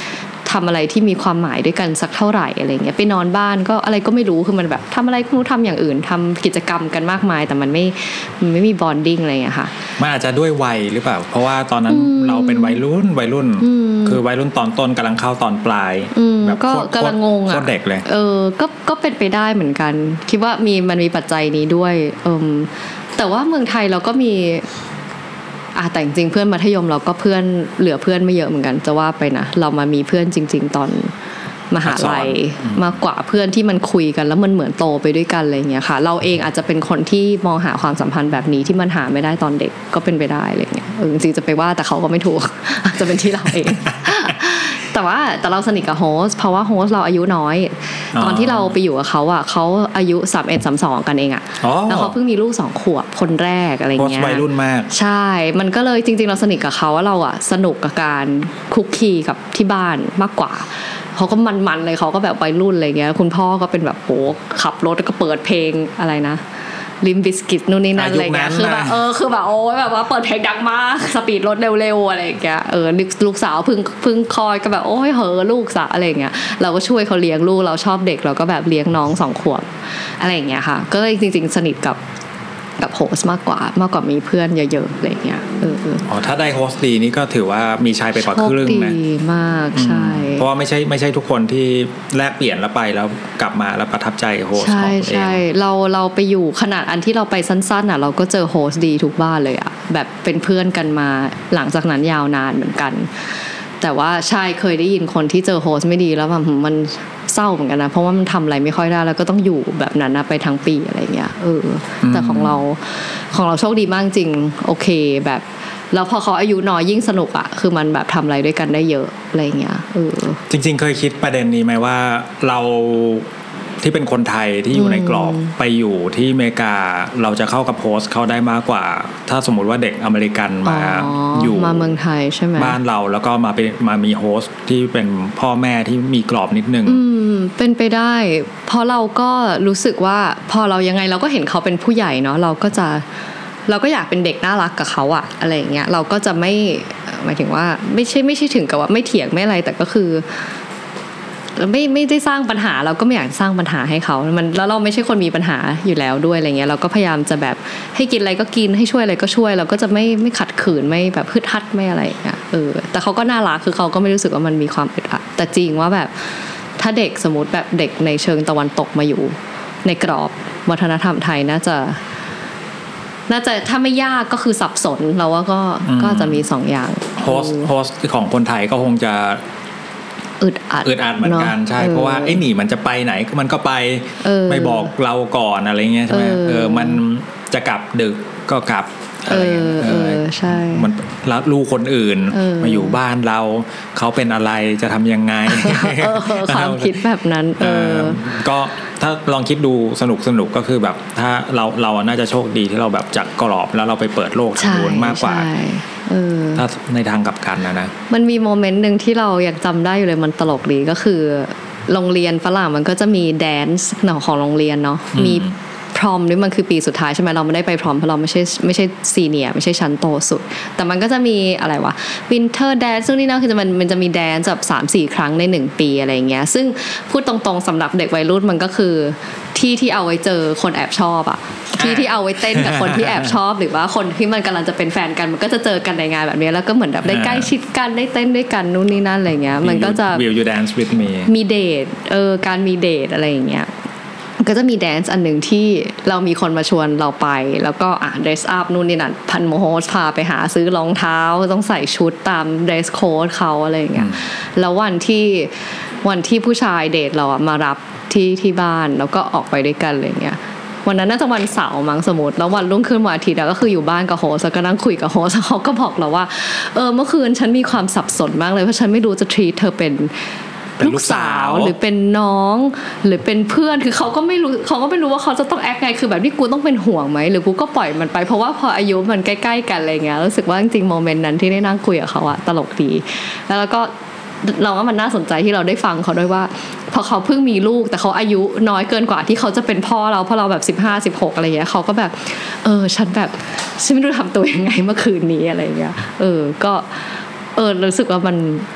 ทำอะไรที่มีความหมายด้วยกันสักเท่าไหร่อะไรเงี้ยไปนอนบ้านก็อะไรก็ไม่รู้คือมันแบบทำอะไรก็รู้ทำอย่างอื่นทำกิจกรรมกันมากมายแต่มันไม่มีบอนดิ้งอะไรเงี้ยค่ะมันอาจจะด้วยวัยหรือเปล่าเพราะว่าตอนนั้นเราเป็นวัยรุ่นคือวัยรุ่นตอนต้นกำลังเข้าตอนปลายแบบก็กำลังงงอ่ะเด็กเลยก็เป็นไปได้เหมือนกันคิดว่ามันมีปัจจัยนี้ด้วยแต่ว่าเมืองไทยเราก็มีแต่จริงๆเพื่อนมัธยมเราก็เหลือเพื่อนไม่เยอะเหมือนกันจะว่าไปนะเรามามีเพื่อนจริงๆตอนมหาลัยมากกว่าเพื่อนที่มันคุยกันแล้วมันเหมือนโตไปด้วยกันอะไรอย่างเงี้ยค่ะเราเองอาจจะเป็นคนที่มองหาความสัมพันธ์แบบนี้ที่มันหาไม่ได้ตอนเด็กก็เป็นไปได้อะไรเงี้ยจริงๆจะไปว่าแต่เขาก็ไม่ถูก อาจจะเป็นที่เราเอง แต่เราสนิทกับโฮสเพราะว่าโฮสเราอายุน้อยตอนที่เราไปอยู่กับเขาอ่ะเขาอายุ31-32กันเองอ่ะแล้วเขาเพิ่งมีลูก2 ขวบคนแรกอะไรเงี้ยวัยรุ่นมากใช่มันก็เลยจริงๆเราสนิทกับเขาว่าเราอ่ะสนุกกับการคุกคีกับที่บ้านมากกว่าเขาก็มันๆเลยเขาก็แบบวัยรุ่นอะไรเงี้ยคุณพ่อก็เป็นแบบโหขับรถก็เปิดเพลงอะไรนะลิมบิสกิตนู่นนี่นั่นอะไรเงี้ยคือแบบคือแบบโอ้ยแบบว่าเปิดเพลงดังมากสปีดรถเร็วๆอะไรอย่างเงี้ยลูกสาวเพิ่งคอยก็แบบโอ้ยเหอะลูกสาวอะไรเงี้ยเราก็ช่วยเขาเลี้ยงลูกเราชอบเด็กเราก็แบบเลี้ยงน้อง2 ขวบอะไรอย่างเงี้ยค่ะก็เลยจริงๆสนิทกับโฮสมากกว่ามีเพื่อนเยอะๆอะไรเงี้ยถ้าได้โฮสดีนี่ก็ถือว่ามีชัยไปกว่าครึ่งนะดีมากใช่เพราะว่าไม่ใช่ทุกคนที่แลกเปลี่ยนแล้วไปแล้วกลับมาแล้วประทับใจโฮสของตัวเองใช่เราไปอยู่ขนาดอันที่เราไปสั้นๆอ่ะเราก็เจอโฮสดีทุกบ้านเลยอ่ะแบบเป็นเพื่อนกันมาหลังจากนั้นยาวนานเหมือนกันแต่ว่าใช่เคยได้ยินคนที่เจอโฮสไม่ดีแล้วมันเศร้าเหมือนกันนะเพราะว่ามันทำอะไรไม่ค่อยได้แล้วก็ต้องอยู่แบบนั้นนะไปทั้งปีอะไรเงี้ยแต่ของเราโชคดีมากจริงโอเคแบบแล้วพอเขาอายุน้อยยิ่งสนุกอ่ะคือมันแบบทำอะไรด้วยกันได้เยอะอะไรเงี้ยจริงๆเคยคิดประเด็นนี้ไหมว่าเราที่เป็นคนไทยที่อยู่ในกรอบไปอยู่ที่อเมริกาเราจะเข้ากับโฮสต์เขาได้มากกว่าถ้าสมมุติว่าเด็กอเมริกันมาอยู่มาเมืองไทยใช่ไหมบ้านเราแล้วก็มามีโฮสต์ที่เป็นพ่อแม่ที่มีกรอบนิดนึงเป็นไปได้เพราะเราก็รู้สึกว่าพอเรายังไงเราก็เห็นเขาเป็นผู้ใหญ่เนาะเราก็อยากเป็นเด็กน่ารักกับเขาอะอะไรอย่างเงี้ยเราก็จะไม่หมายถึงว่าไม่ใช่ถึงกับว่าไม่เถียงไม่อะไรแต่ก็คือไม่ได้สร้างปัญหาเราก็ไม่อยากสร้างปัญหาให้เขาแล้วเราไม่ใช่คนมีปัญหาอยู่แล้วด้วยอะไรเงี้ยเราก็พยายามจะแบบให้กินอะไรก็กินให้ช่วยอะไรก็ช่วยเราก็จะไม่ขัดขืนไม่แบบฮึดฮัดไม่อะไรอย่างเงี้ยแต่เขาก็น่ารักคือเขาก็ไม่รู้สึกว่ามันมีความอึดอัดแต่จริงว่าแบบถ้าเด็กสมมติแบบเด็กในเชิงตะวันตกมาอยู่ในกรอบวัฒนธรรมไทยน่าจะถ้าไม่ยากก็คือสับสนเราว่าก็จะมี2 อย่างโฮสของคนไทยก็คงจะอึดอัดเหมือนกันใช่เพราะว่าไอ้หนีมันจะไปไหนมันก็ไปไม่บอกเราก่อนอะไรเงี้ยใช่ไหมมันจะกลับดึกก็กลับอะไรเงี้ยใช่มันรับลูกคนอื่นมาอยู่บ้านเราเขาเป็นอะไรจะทำยังไงความคิดแบบนั้นก็ถ้าลองคิดดูสนุกก็คือแบบถ้าเราน่าจะโชคดีที่เราแบบจากกรอบแล้วเราไปเปิดโลกทางนู้นมากกว่าถ้าในทางกลับกันนะมันมีโมเมนต์นึงที่เราอยากจำได้อยู่เลยมันตลกดีก็คือโรงเรียนฝรั่งมันก็จะมีแดนซ์ของโรงเรียนเนาะมีพรอมนี่มันคือปีสุดท้ายใช่ไหมเราไม่ได้ไปพรอมเพราะเราไม่ใช่ซีเนียร์ไม่ใช่ชั้นโตสุดแต่มันก็จะมีอะไรวะวินเทอร์แดนซ์ซึ่งนี่นะคือมันจะมีแดนซ์แบบ 3-4 ครั้งใน1 ปีอะไรอย่างเงี้ยซึ่งพูดตรงๆสำหรับเด็กวัยรุ่นมันก็คือที่เอาไว้เจอคนแอบชอบอะที่เอาไว้เต้นกับคนที่แอบชอบหรือว่าคนที่มันกำลังจะเป็นแฟนกันมันก็จะเจอกันในงานแบบนี้แล้วก็เหมือนแบบได้ใกล้ชิดกันได้เต้นด้วยกันนู่นนี่นั่นอะไรเงี้ยมันก็จะ Will you dance with me มีเดทการมีเดทอะไรอย่างเงี้ยก็จะมีแดนซ์อันหนึ่งที่เรามีคนมาชวนเราไปแล้วก็dress up นู่นนี่นั่นพันโมโฮสพาไปหาซื้อรองเท้าต้องใส่ชุดตาม dress code เขาอะไรอย่างเงี้ยแล้ววันที่ผู้ชายเดทเรามารับที่บ้านแล้วก็ออกไปด้วยกันอะไรอย่างเงี้ยวันนั้นน่าจะวันเสาร์มั้งสมมติแล้ววันรุ่งขึ้นวันอาทิตย์ก็คืออยู่บ้านกับโฮสแล้วก็นั่งคุยกับโฮสเขาก็บอกเราว่าเมื่อคืนฉันมีความสับสนมากเลยเพราะฉันไม่รู้จะ treat เธอเป็นลูกสาวหรือเป็นน้องหรือเป็นเพื่อนคือเขาก็ไม่รู้ว่าเขาจะต้องแอคไงคือแบบนี่กูต้องเป็นห่วงไหมหรือกูก็ปล่อยมันไปเพราะว่าพออายุมันใกล้ๆกันอะไรเงี้ยรู้สึกว่าจริงๆโมเมนต์นั้นที่ได้นั่งคุยกับเขาอะตลกดีแล้วก็เราว่ามันน่าสนใจที่เราได้ฟังเขาด้วยว่าพอเขาเพิ่งมีลูกแต่เขาอายุน้อยเกินกว่าที่เขาจะเป็นพ่อเราเพราะเราแบบ15-16อะไรเงี้ยเขาก็แบบฉันไม่รู้ทำตัวยังไงเมื่อคืนนี้อะไรเงี้ยก็รู้สึกว่า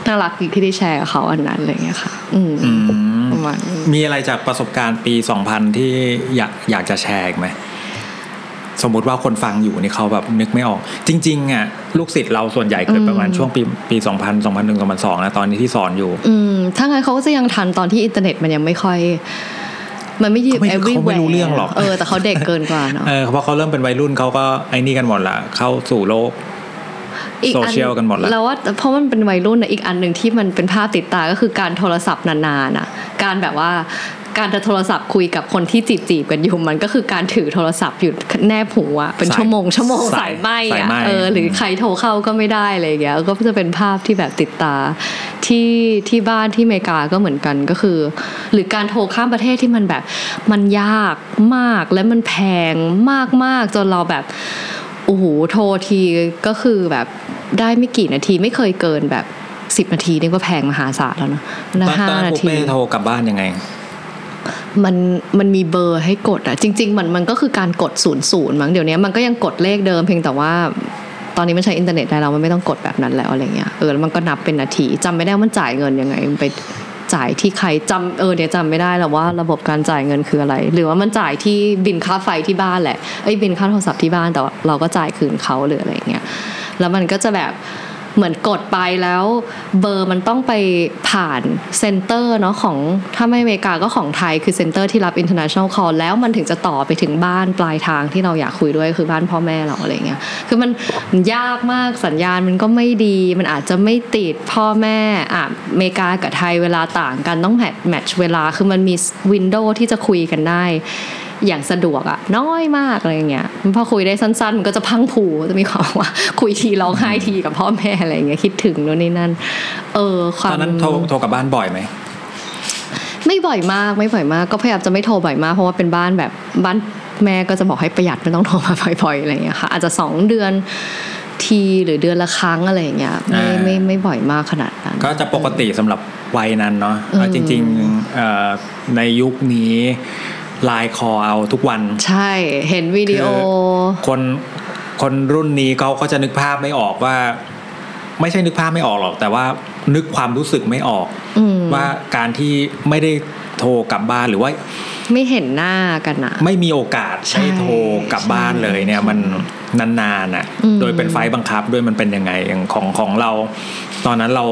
น่ารักที่ได้แชร์กับเขาอันนั้นอะไรเงี้ยค่ะประมาณมีอะไรจากประสบการณ์ปี 2000 ที่อยากจะแชร์ไหมสมมุติว่าคนฟังอยู่นี่เขาแบบนึกไม่ออกจริงๆอ่ะลูกศิษย์เราส่วนใหญ่เกิดประมาณช่วงปี 2000 2001 2002นะตอนนี้ที่สอนอยู่ถ้างั้นเขาก็จะยังทันตอนที่อินเทอร์เน็ตมันยังไม่ค่อยมันไม่ยืม everywhere เขาไม่รู้เรื่องหรอกแต่เขาเด็กเกินกว่าเนาะเพราะเขาเริ่มเป็นวัยรุ่นเขาก็ไอ้นี่กันหมดละเข้าสู่โลกโซเชียลกันหมดแล้วแล้วว่าเพราะมันเป็นวัยรุ่นนะอีกอันนึงที่มันเป็นภาพติดตาก็คือการโทรศัพท์นานๆน่ะการแบบว่าการจะโทรศัพท์คุยกับคนที่จีบกันอยู่มันก็คือการถือโทรศัพท์อยู่แนบหูอ่ะเป็นชั่วโมงสายไหมอ่ะหรือใครโทรเข้าก็ไม่ได้อะไรอย่างเงี้ยก็จะเป็นภาพที่แบบติดตาที่บ้านที่อเมริกาก็เหมือนกันก็คือหรือการโทรข้ามประเทศที่มันแบบมันยากมากและมันแพงมากๆจนเราแบบโอ้โหโทรทีก็คือแบบได้ไม่กี่นาทีไม่เคยเกินแบบ10นาทีนี่ก็แพงมหาศาลแล้วนะ 5 นาทีโทรกลับบ้านยังไงมันมีเบอร์ให้กดอ่ะจริงๆมันก็คือการกด00มั้งเดี๋ยวนี้มันก็ยังกดเลขเดิมเพียงแต่ว่าตอนนี้มันใช้อินเทอร์เน็ตได้แล้วมันไม่ต้องกดแบบนั้นแล้วอะไรเงี้ยแล้วมันก็นับเป็นนาทีจำไม่ได้ว่ามันจ่ายเงินยังไงมันไปจ่ายที่ใครจำเดี๋ยวจำไม่ได้แล้วว่าระบบการจ่ายเงินคืออะไรหรือว่ามันจ่ายที่บิลค่าไฟที่บ้านแหละบิลค่าโทรศัพท์ที่บ้านแต่เราก็จ่ายคืนเขาหรืออะไรเงี้ยแล้วมันก็จะแบบเหมือนกดไปแล้วเบอร์มันต้องไปผ่านเซ็นเตอร์เนาะของถ้าไม่อเมริกาก็ของไทยคือเซ็นเตอร์ที่รับ international call แล้วมันถึงจะต่อไปถึงบ้านปลายทางที่เราอยากคุยด้วยคือบ้านพ่อแม่เราอะไรเงี้ยคือมันยากมากสัญญาณมันก็ไม่ดีมันอาจจะไม่ติดพ่อแม่อเมริกากับไทยเวลาต่างกันต้องแมทช์เวลาคือมันมีวินโดว์ที่จะคุยกันได้อย่างสะดวกอะน้อยมากอะไรเงี้ยพอคุยได้สั้นๆมันก็จะพังผูจะมีความว่าคุยทีร้องไห้ทีกับพ่อแม่อะไรเงี้ยคิดถึงโน่นนี่นั่นตอนนั้นโทรกับบ้านบ่อยไหมไม่บ่อยมากก็พยายามจะไม่โทรบ่อยมากเพราะว่าเป็นบ้านแบบบ้านแม่ก็จะบอกให้ประหยัดไม่ต้องโทรมาบ่อยๆอะไรเงี้ยค่ะอาจจะ2เดือนทีหรือเดือนละครั้งอะไรเงี้ยไม่บ่อยมากขนาดนั้นก็จะปกติสำหรับวัยนั้นเนาะจริงๆในยุคนี้ไลน์คอลเอาทุกวันใช่เห็นวิดีโอคนรุ่นนี้เขาก็จะนึกภาพไม่ออกว่าไม่ใช่นึกภาพไม่ออกหรอกแต่ว่านึกความรู้สึกไม่ออกว่าการที่ไม่ได้โทรกลับบ้านหรือว่าไม่เห็นหน้ากันนะไม่มีโอกาสได้โทรกลับบ้านเลยเนี่ยมันนานๆน่ะโดยเป็นไฟล์บังคับด้วยมันเป็นยังไงอย่างของเราตอนนั้นเรา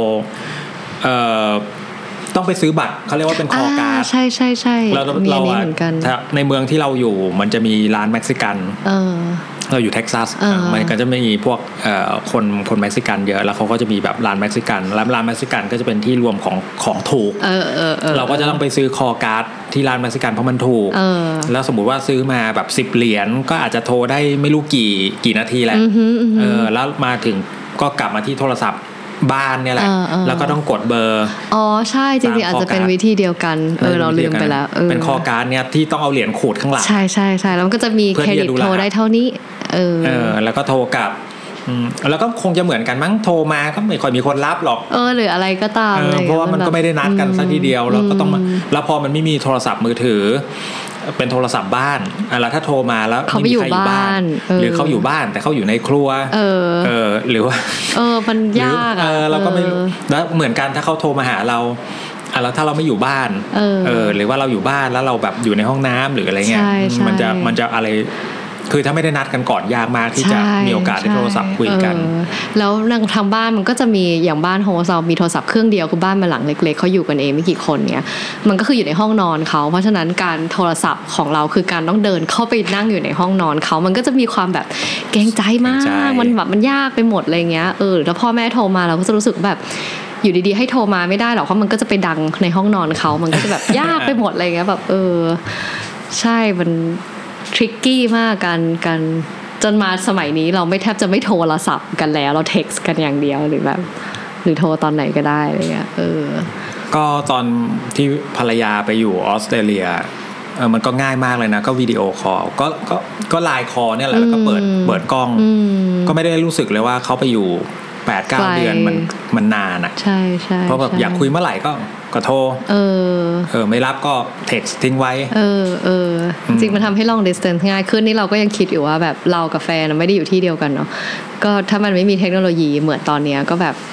ต้องไปซื้อบัตรเขาเรียกว่าเป็นคอการ์ดใช่ๆๆเราเหมือนกันในเมืองที่เราอยู่มันจะมีร้านเม็กซิกันเราอยู่เท็กซัสมันก็จะมีพวกคนเม็กซิกันเยอะแล้วเขาก็จะมีแบบร้านเม็กซิกันร้านเม็กซิกันก็จะเป็นที่รวมของถูกเราก็จะต้องไปซื้อคอการ์ดที่ร้านเม็กซิกันเพราะมันถูกแล้วสมมุติว่าซื้อมาแบบ10 เหรียญก็อาจจะโทรได้ไม่รู้กี่นาทีแหละแล้วมาถึงก็กลับมาที่โทรศัพท์บ้านเนี่ยแหละแล้วก็ต้องกดเบอร์ใช่จริงๆอาจจะเป็นวิธีเดียวกันเราลืมไปแล้วเป็นคอการ์ดเนี่ยที่ต้องเอาเหรียญขูดข้างหลังใช่ๆๆแล้วมันก็จะมีเครดิตโทรได้เท่านี้แล้วก็โทรกลับแล้วก็คงจะเหมือนกันมั้งโทรมาก็ไม่ค่อยมีคนรับหรอกหรืออะไรก็ตามเพราะว่ามันก็ไม่ได้นัดกันซะทีเดียวแล้วก็ต้องแล้วพอมันไม่มีโทรศัพท์มือถือเป็นโทรศัพท์บ้านแล้วถ้าโทรมาแล้วเขาไม่อยู่บ้านหรือเขาอยู่บ้านแต่เขาอยู่ในครัวหรือว่ามันยากเราก็ไม่รู้แล้วเหมือนกันถ้าเขาโทรมาหาเราแล้วถ้าเราไม่อยู่บ้านหรือว่าเราอยู่บ้านแล้วเราแบบอยู่ในห้องน้ำหรืออะไรเงี้ยมันจะอะไรคือถ้าไม่ได้นัดกันก่อนยากมากที่จะมีโอกาสได้โทรศัพท์คุยกันแล้วทางบ้านมันก็จะมีอย่างบ้านโฮสเรามีโทรศัพท์เครื่องเดียวคือบ้านมาหลังเล็กๆเขาอยู่กันเองไม่กี่คนเนี้ยมันก็คืออยู่ในห้องนอนเขาเพราะฉะนั้นการโทรศัพท์ของเราคือการต้องเดินเข้าไปนั่งอยู่ในห้องนอนเขามันก็จะมีความแบบเกรงใจมากมันแบบมันยากไปหมดอะไรเงี้ยแล้วพ่อแม่โทรมาเราก็จะรู้สึกแบบอยู่ดีๆให้โทรมาไม่ได้หรอกเพราะมันก็จะไปดังในห้องนอนเขามันก็จะแบบยากไปหมดอะไรเงี้ยแบบใช่มันทริกกี้มากกันจนมาสมัยนี้เราไม่แทบจะไม่โทรศัพท์กันแล้วเราเท็กซ์กันอย่างเดียวหรือโทรตอนไหนก็ได้อะไรเงี้ยก็ตอนที่ภรรยาไปอยู่ออสเตรเลียมันก็ง่ายมากเลยนะก็วิดีโอคอลก็ไลน์คอลเนี่ยแหละแล้วก็เปิดกล้องก็ไม่ได้รู้สึกเลยว่าเขาไปอยู่ 8-9 เดือนมันนานอ่ะใช่ๆเพราะแบบอยากคุยเมื่อไหร่ก็โทรไม่รับก็เท็กซ์ทิ้งไว้จริงมันทำให้ long distance ง่ายขึ้นนี่เราก็ยังคิดอยู่ว่าแบบเรากับแฟนไม่ได้อยู่ที่เดียวกันเนาะก็ถ้ามันไม่มีเทคโนโลยีเหมือนตอนนี้ก็แบบ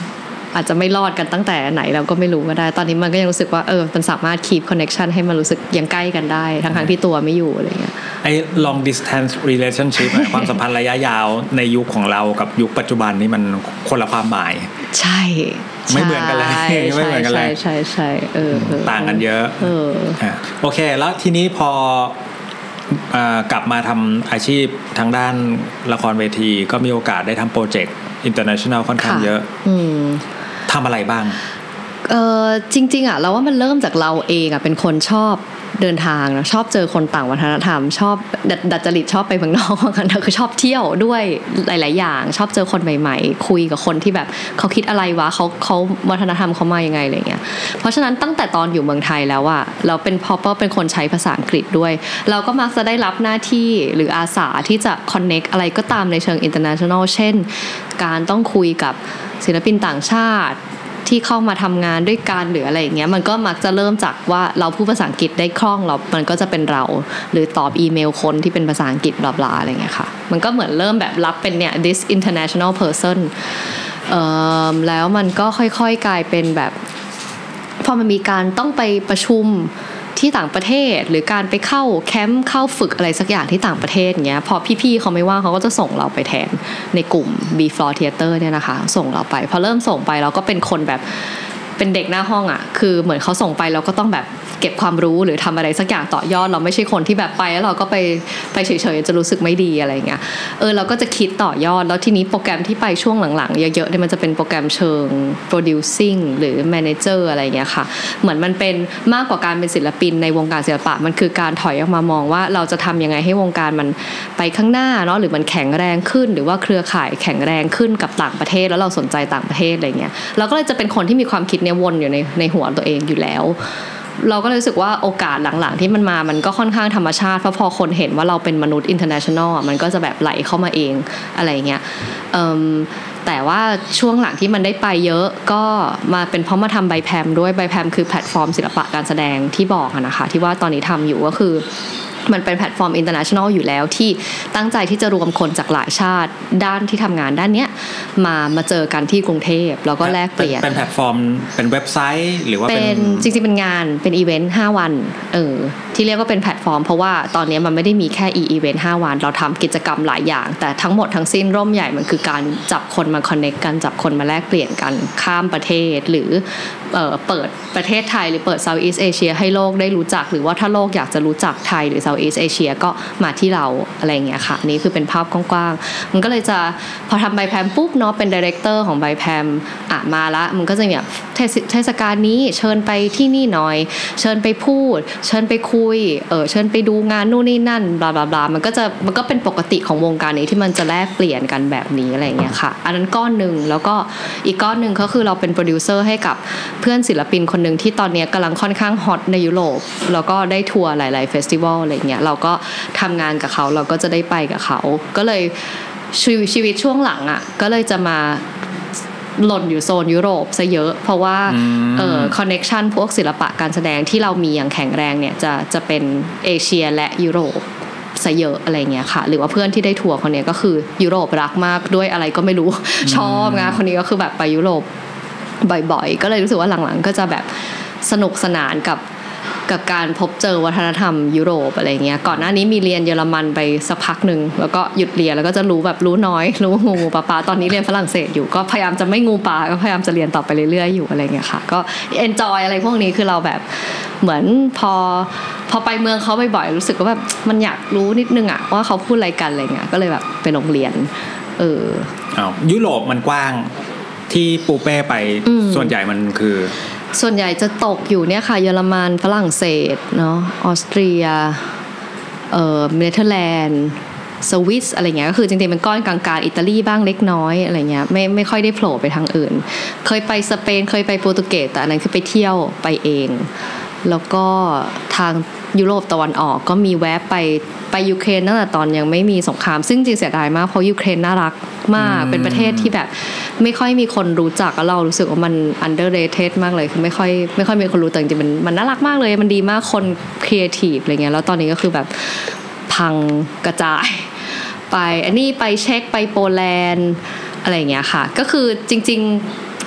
อาจจะไม่รอดกันตั้งแต่ไหนเราก็ไม่รู้ก็ได้ตอนนี้มันก็ยังรู้สึกว่ามันสามารถ keep connection ให้มันรู้สึกยังใกล้กันได้ทั้งที่ตัวไม่อยู่อะไรเงี้ยไอ้ long distance relationship ความสัมพันธ์ระยะยาวในยุคของเรากับยุคปัจจุบันนี่มันคนละความหมายใช่ไม่เหมือนกันเลยไม่เหมือนกันเลยใช่ต่างกันเยอะโอเคแล้วทีนี้พอกลับมาทำอาชีพทางด้านละครเวทีก็มีโอกาสได้ทำโปรเจกต์ international ค่อนข้างเยอะทำอะไรบ้างจริงๆเราว่ามันเริ่มจากเราเองเป็นคนชอบเดินทางนะชอบเจอคนต่างวัฒนธรรมชอบดัดจริตชอบไปเมืองนอกกันคือชอบเที่ยวด้วยหลายๆอย่างชอบเจอคนใหม่ๆคุยกับคนที่แบบเขาคิดอะไรวะเขาวัฒนธรรมเขามายังไงอะไรเงี้ยเพราะฉะนั้นตั้งแต่ตอนอยู่เมืองไทยแล้วเราเป็นพอเป็นคนใช้ภาษาอังกฤษด้วยเราก็มักจะได้รับหน้าที่หรืออาสาที่จะ connect อะไรก็ตามในเชิง international เช่นการต้องคุยกับศิลปินต่างชาติที่เข้ามาทำงานด้วยกันหรืออะไรอย่างเงี้ยมันก็มักจะเริ่มจากว่าเราพูดภาษาอังกฤษได้คล่องมันก็จะเป็นเราหรือตอบอีเมลคนที่เป็นภาษาอังกฤษบลาๆอะไรเงี้ยค่ะมันก็เหมือนเริ่มแบบรับเป็นเนี่ย this international person แล้วมันก็ค่อยๆกลายเป็นแบบพอมันมีการต้องไปประชุมที่ต่างประเทศหรือการไปเข้าแคมป์เข้าฝึกอะไรสักอย่างที่ต่างประเทศอย่างเงี้ยพอพี่ๆเขาไม่ว่างเขาก็จะส่งเราไปแทนในกลุ่ม B Floor Theater เนี่ยนะคะส่งเราไปพอเริ่มส่งไปเราก็เป็นคนแบบเป็นเด็กหน้าห้องคือเหมือนเขาส่งไปเราก็ต้องแบบเก็บความรู้หรือทำอะไรสักอย่างต่อยอดเราไม่ใช่คนที่แบบไปแล้วเราก็ไปเฉยๆจะรู้สึกไม่ดีอะไรเงี้ยเราก็จะคิดต่อยอดแล้วทีนี้โปรแกรมที่ไปช่วงหลังๆเยอะๆเนี่ยมันจะเป็นโปรแกรมเชิง producing หรือ manager อะไรเงี้ยค่ะเหมือนมันเป็นมากกว่าการเป็นศิลปินในวงการศิลปะมันคือการถอยออกมามองว่าเราจะทำยังไงให้วงการมันไปข้างหน้าเนาะหรือมันแข็งแรงขึ้นหรือว่าเครือข่ายแข็งแรงขึ้นกับต่างประเทศแล้วเราสนใจต่างประเทศอะไรเงี้ยเราก็เลยจะเป็นคนที่มีความคิดเนี่ยวนอยู่ในหัวตัวเองอยู่แล้วเราก็เลยรู้สึกว่าโอกาสหลังๆที่มันก็ค่อนข้างธรรมชาติเพราะพอคนเห็นว่าเราเป็นมนุษย์ international มันก็จะแบบไหลเข้ามาเองอะไรเงี้ยแต่ว่าช่วงหลังที่มันได้ไปเยอะก็มาเป็นเพราะมาทำใบแพมด้วยใบแพมคือแพลตฟอร์มศิลปะการแสดงที่บอกนะคะที่ว่าตอนนี้ทำอยู่ก็คือมันเป็นแพลตฟอร์ม international อยู่แล้วที่ตั้งใจที่จะรวมคนจากหลายชาติด้านที่ทำงานด้านเนี้ยมาเจอกันที่กรุงเทพแล้วก็แลกเปลี่ยนเป็นแพลตฟอร์มเป็นเว็บไซต์หรือว่าเป็นจริงๆเป็นงานเป็นอีเวนต์5วันที่เรียกว่าเป็นแพลตฟอร์มเพราะว่าตอนนี้มันไม่ได้มีแค่อีเวนต์5วันเราทำกิจกรรมหลายอย่างแต่ทั้งหมดทั้งสิ้นร่มใหญ่มันคือการจับคนมาคอนเนคกันจับคนมาแลกเปลี่ยนกันข้ามประเทศหรือเปิดประเทศไทยหรือเปิด Southeast Asia ให้โลกได้รู้จักหรือว่าถ้าโลกอยากจะรู้จักไทยหรือ Southeast Asia ก็มาที่เราอะไรอย่างเงี้ยค่ะนี่คือเป็นภาพกว้างๆมันก็เลยจะพอทำใบแพมปุ๊บเนาะเป็นไดเรคเตอร์ของใบแพมมาละมันก็จะแบบเทศกาลนี้เชิญไปที่นี่หน่อยเชิญไปพูดเชิญไปคุยเชิญไปดูงานนู่นนี่นั่นบลาบลาบลามันก็เป็นปกติของวงการนี้ที่มันจะแลกเปลี่ยนกันแบบนี้อะไรอย่างเงี้ยค่ะอันนั้นก้อนนึงแล้วก็อีกก้อนนึงก็คือเราเป็นโปรดิวเซอร์ให้กับเพื่อนศิลปินคนนึงที่ตอนนี้กำลังค่อนข้างฮอตในยุโรปแล้วก็ได้ทัวร์หลายๆเฟสติวัลอะไรเงี้ยเราก็ทำงานกับเขาเราก็จะได้ไปกับเขาก็เลยชีวิตช่วงหลังก็เลยจะมาหล่นอยู่โซนยุโรปซะเยอะเพราะว่าคอนเนคชั่นพวกศิลปะการแสดงที่เรามีอย่างแข็งแรงเนี่ยจะเป็นเอเชียและยุโรปซะเยอะอะไรเงี้ยค่ะหรือว่าเพื่อนที่ได้ทัวร์คนนี้ก็คือยุโรปรักมากด้วยอะไรก็ไม่รู้ชอบนะคนนี้ก็คือแบบไปยุโรปบ่อยๆก็เลยรู้สึกว่าหลังๆก็จะแบบสนุกสนานกับการพบเจอวัฒนธรรมยุโรปอะไรเงี้ยก่อนหน้านี้มีเรียนเยอรมันไปสักพักนึงแล้วก็หยุดเรียนแล้วก็จะรู้แบบรู้น้อยรู้งูปลาตอนนี้เรียนฝรั่งเศสอยู่ก็พยายามจะไม่งูปลาก็พยายามจะเรียนต่อไปเรื่อยๆอยู่อะไรเงี้ยค่ะก็เอนจอยอะไรพวกนี้คือเราแบบเหมือนพอไปเมืองเขาบ่อยๆรู้สึกว่าแบบมันอยากรู้นิดนึงว่าเขาพูดอะไรกันอะไรเงี้ยก็เลยแบบไปโรงเรียนยุโรปมันกว้างที่ปูเป้ไปส่วนใหญ่มันคือส่วนใหญ่จะตกอยู่เนี่ยค่ะเยอรมันฝรั่งเศสเนาะออสเตรียเนเธอร์แลนด์สวิสอะไรเงี้ยก็คือจริงๆเป็นก้อนกลางๆอิตาลีบ้างเล็กน้อยอะไรเงี้ยไม่ค่อยได้โผล่ไปทางอื่นเคยไปสเปนเคยไปโปรตุเกสแต่อันนั้นคือไปเที่ยวไปเองแล้วก็ทางยุโรปตะวันออกก็มีแวะไปยูเครนตั้งแต่ตอนยังไม่มีสงครามซึ่งจริงเสียดายมากเพราะยูเครนน่ารักมากเป็นประเทศที่แบบไม่ค่อยมีคนรู้จักแล้วเรารู้สึกว่ามัน underrated มากเลยคือไม่ค่อยมีคนรู้แต่จริงๆมันน่ารักมากเลยมันดีมากคนครีเอทีฟอะไรเงี้ยแล้วตอนนี้ก็คือแบบพังกระจายไปอันนี้ไปเช็กไปโปแลนด์อะไรเงี้ยค่ะก็คือจริงๆ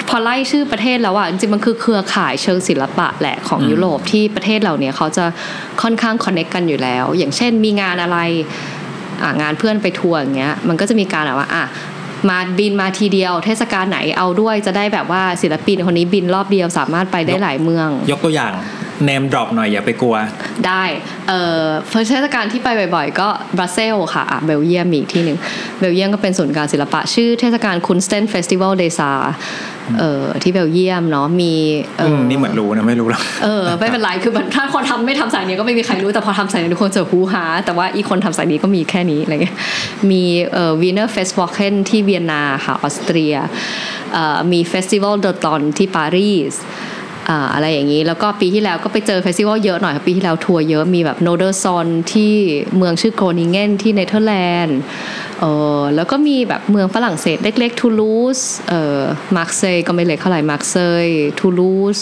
พอไล่ชื่อประเทศแล้วอ่ะจริงๆมันคือเครือข่ายเชิงศิลปะแหละของยุโรปที่ประเทศเราเนี่ยเขาจะค่อนข้างคอนเนคกันอยู่แล้วอย่างเช่นมีงานอะไรงานเพื่อนไปทัวร์อย่างเงี้ยมันก็จะมีการแบบว่ามาบินมาทีเดียวเทศกาลไหนเอาด้วยจะได้แบบว่าศิลปินคนนี้บินรอบเดียวสามารถไปได้หลายเมืองยกตัวอย่างเนมดรอปหน่อยอย่าไปกลัวได้เทศกาลที่ไปบ่อยๆก็บรัสเซลส์ค่ะเบลเยียมอีกที่นึงเบลเยียมก็เป็นศูนย์การศิลปะชื่อเทศกาลคุนสเตนเฟสติวัลเดซาที่เบลเยียมเนาะมีนี่เหมือนรู้นะไม่รู้หรอกไม่เป็นไรคือถ้าคนทำไม่ทำสายนี้ก็ไม่มีใครรู้แต่พอทำสายนี้ทุกคนจะฮู้ฮาแต่ว่าอีคนทำสายนี้ก็มีแค่นี้อะไรเงี้ยมีวีเนอร์เฟสวอลเคนที่เวียนนาค่ะออสเตรียมีเฟสติวัลเดอตอนที่ปารีสอะไรอย่างนี้แล้วก็ปีที่แล้วก็ไปเจอเฟสติวัลเยอะหน่อยปีที่แล้วทัวร์เยอะมีแบบโนเดอร์ซอนที่เมืองชื่อโกนิเงนที่เนเธอร์แลนด์แล้วก็มีแบบเมืองฝรั่งเศสเล็กๆทูลูสมาร์กเซย์ก็ไม่เล็กเท่าไหร่มาร์กเซย์ทูลูส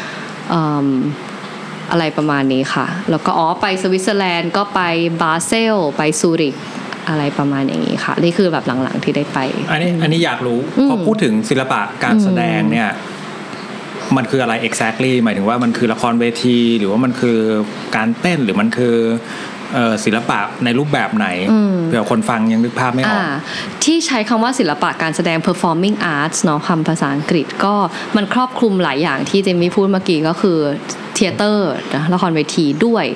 อะไรประมาณนี้ค่ะแล้วก็ไปสวิตเซอร์แลนด์ก็ไปบาเซลไปซูริกอะไรประมาณอย่างนี้ค่ะนี่คือแบบหลังๆที่ได้ไปอันนี้อยากรู้พอพูดถึงศิลปะการแสดงเนี่ยมันคืออะไร exactly หมายถึงว่ามันคือละครเวทีหรือว่ามันคือการเต้นหรือมันคือศิลปะในรูปแบบไหนเผื่อคนฟังยังนึกภาพไม่ออกที่ใช้คำว่าศิลปะการแสดง performing arts เนาะคำภาษาอังกฤษก็มันครอบคลุมหลายอย่างที่เจมี่พูดเมื่อกี้ก็คือเธียเตอร์ละครเวทีด้วย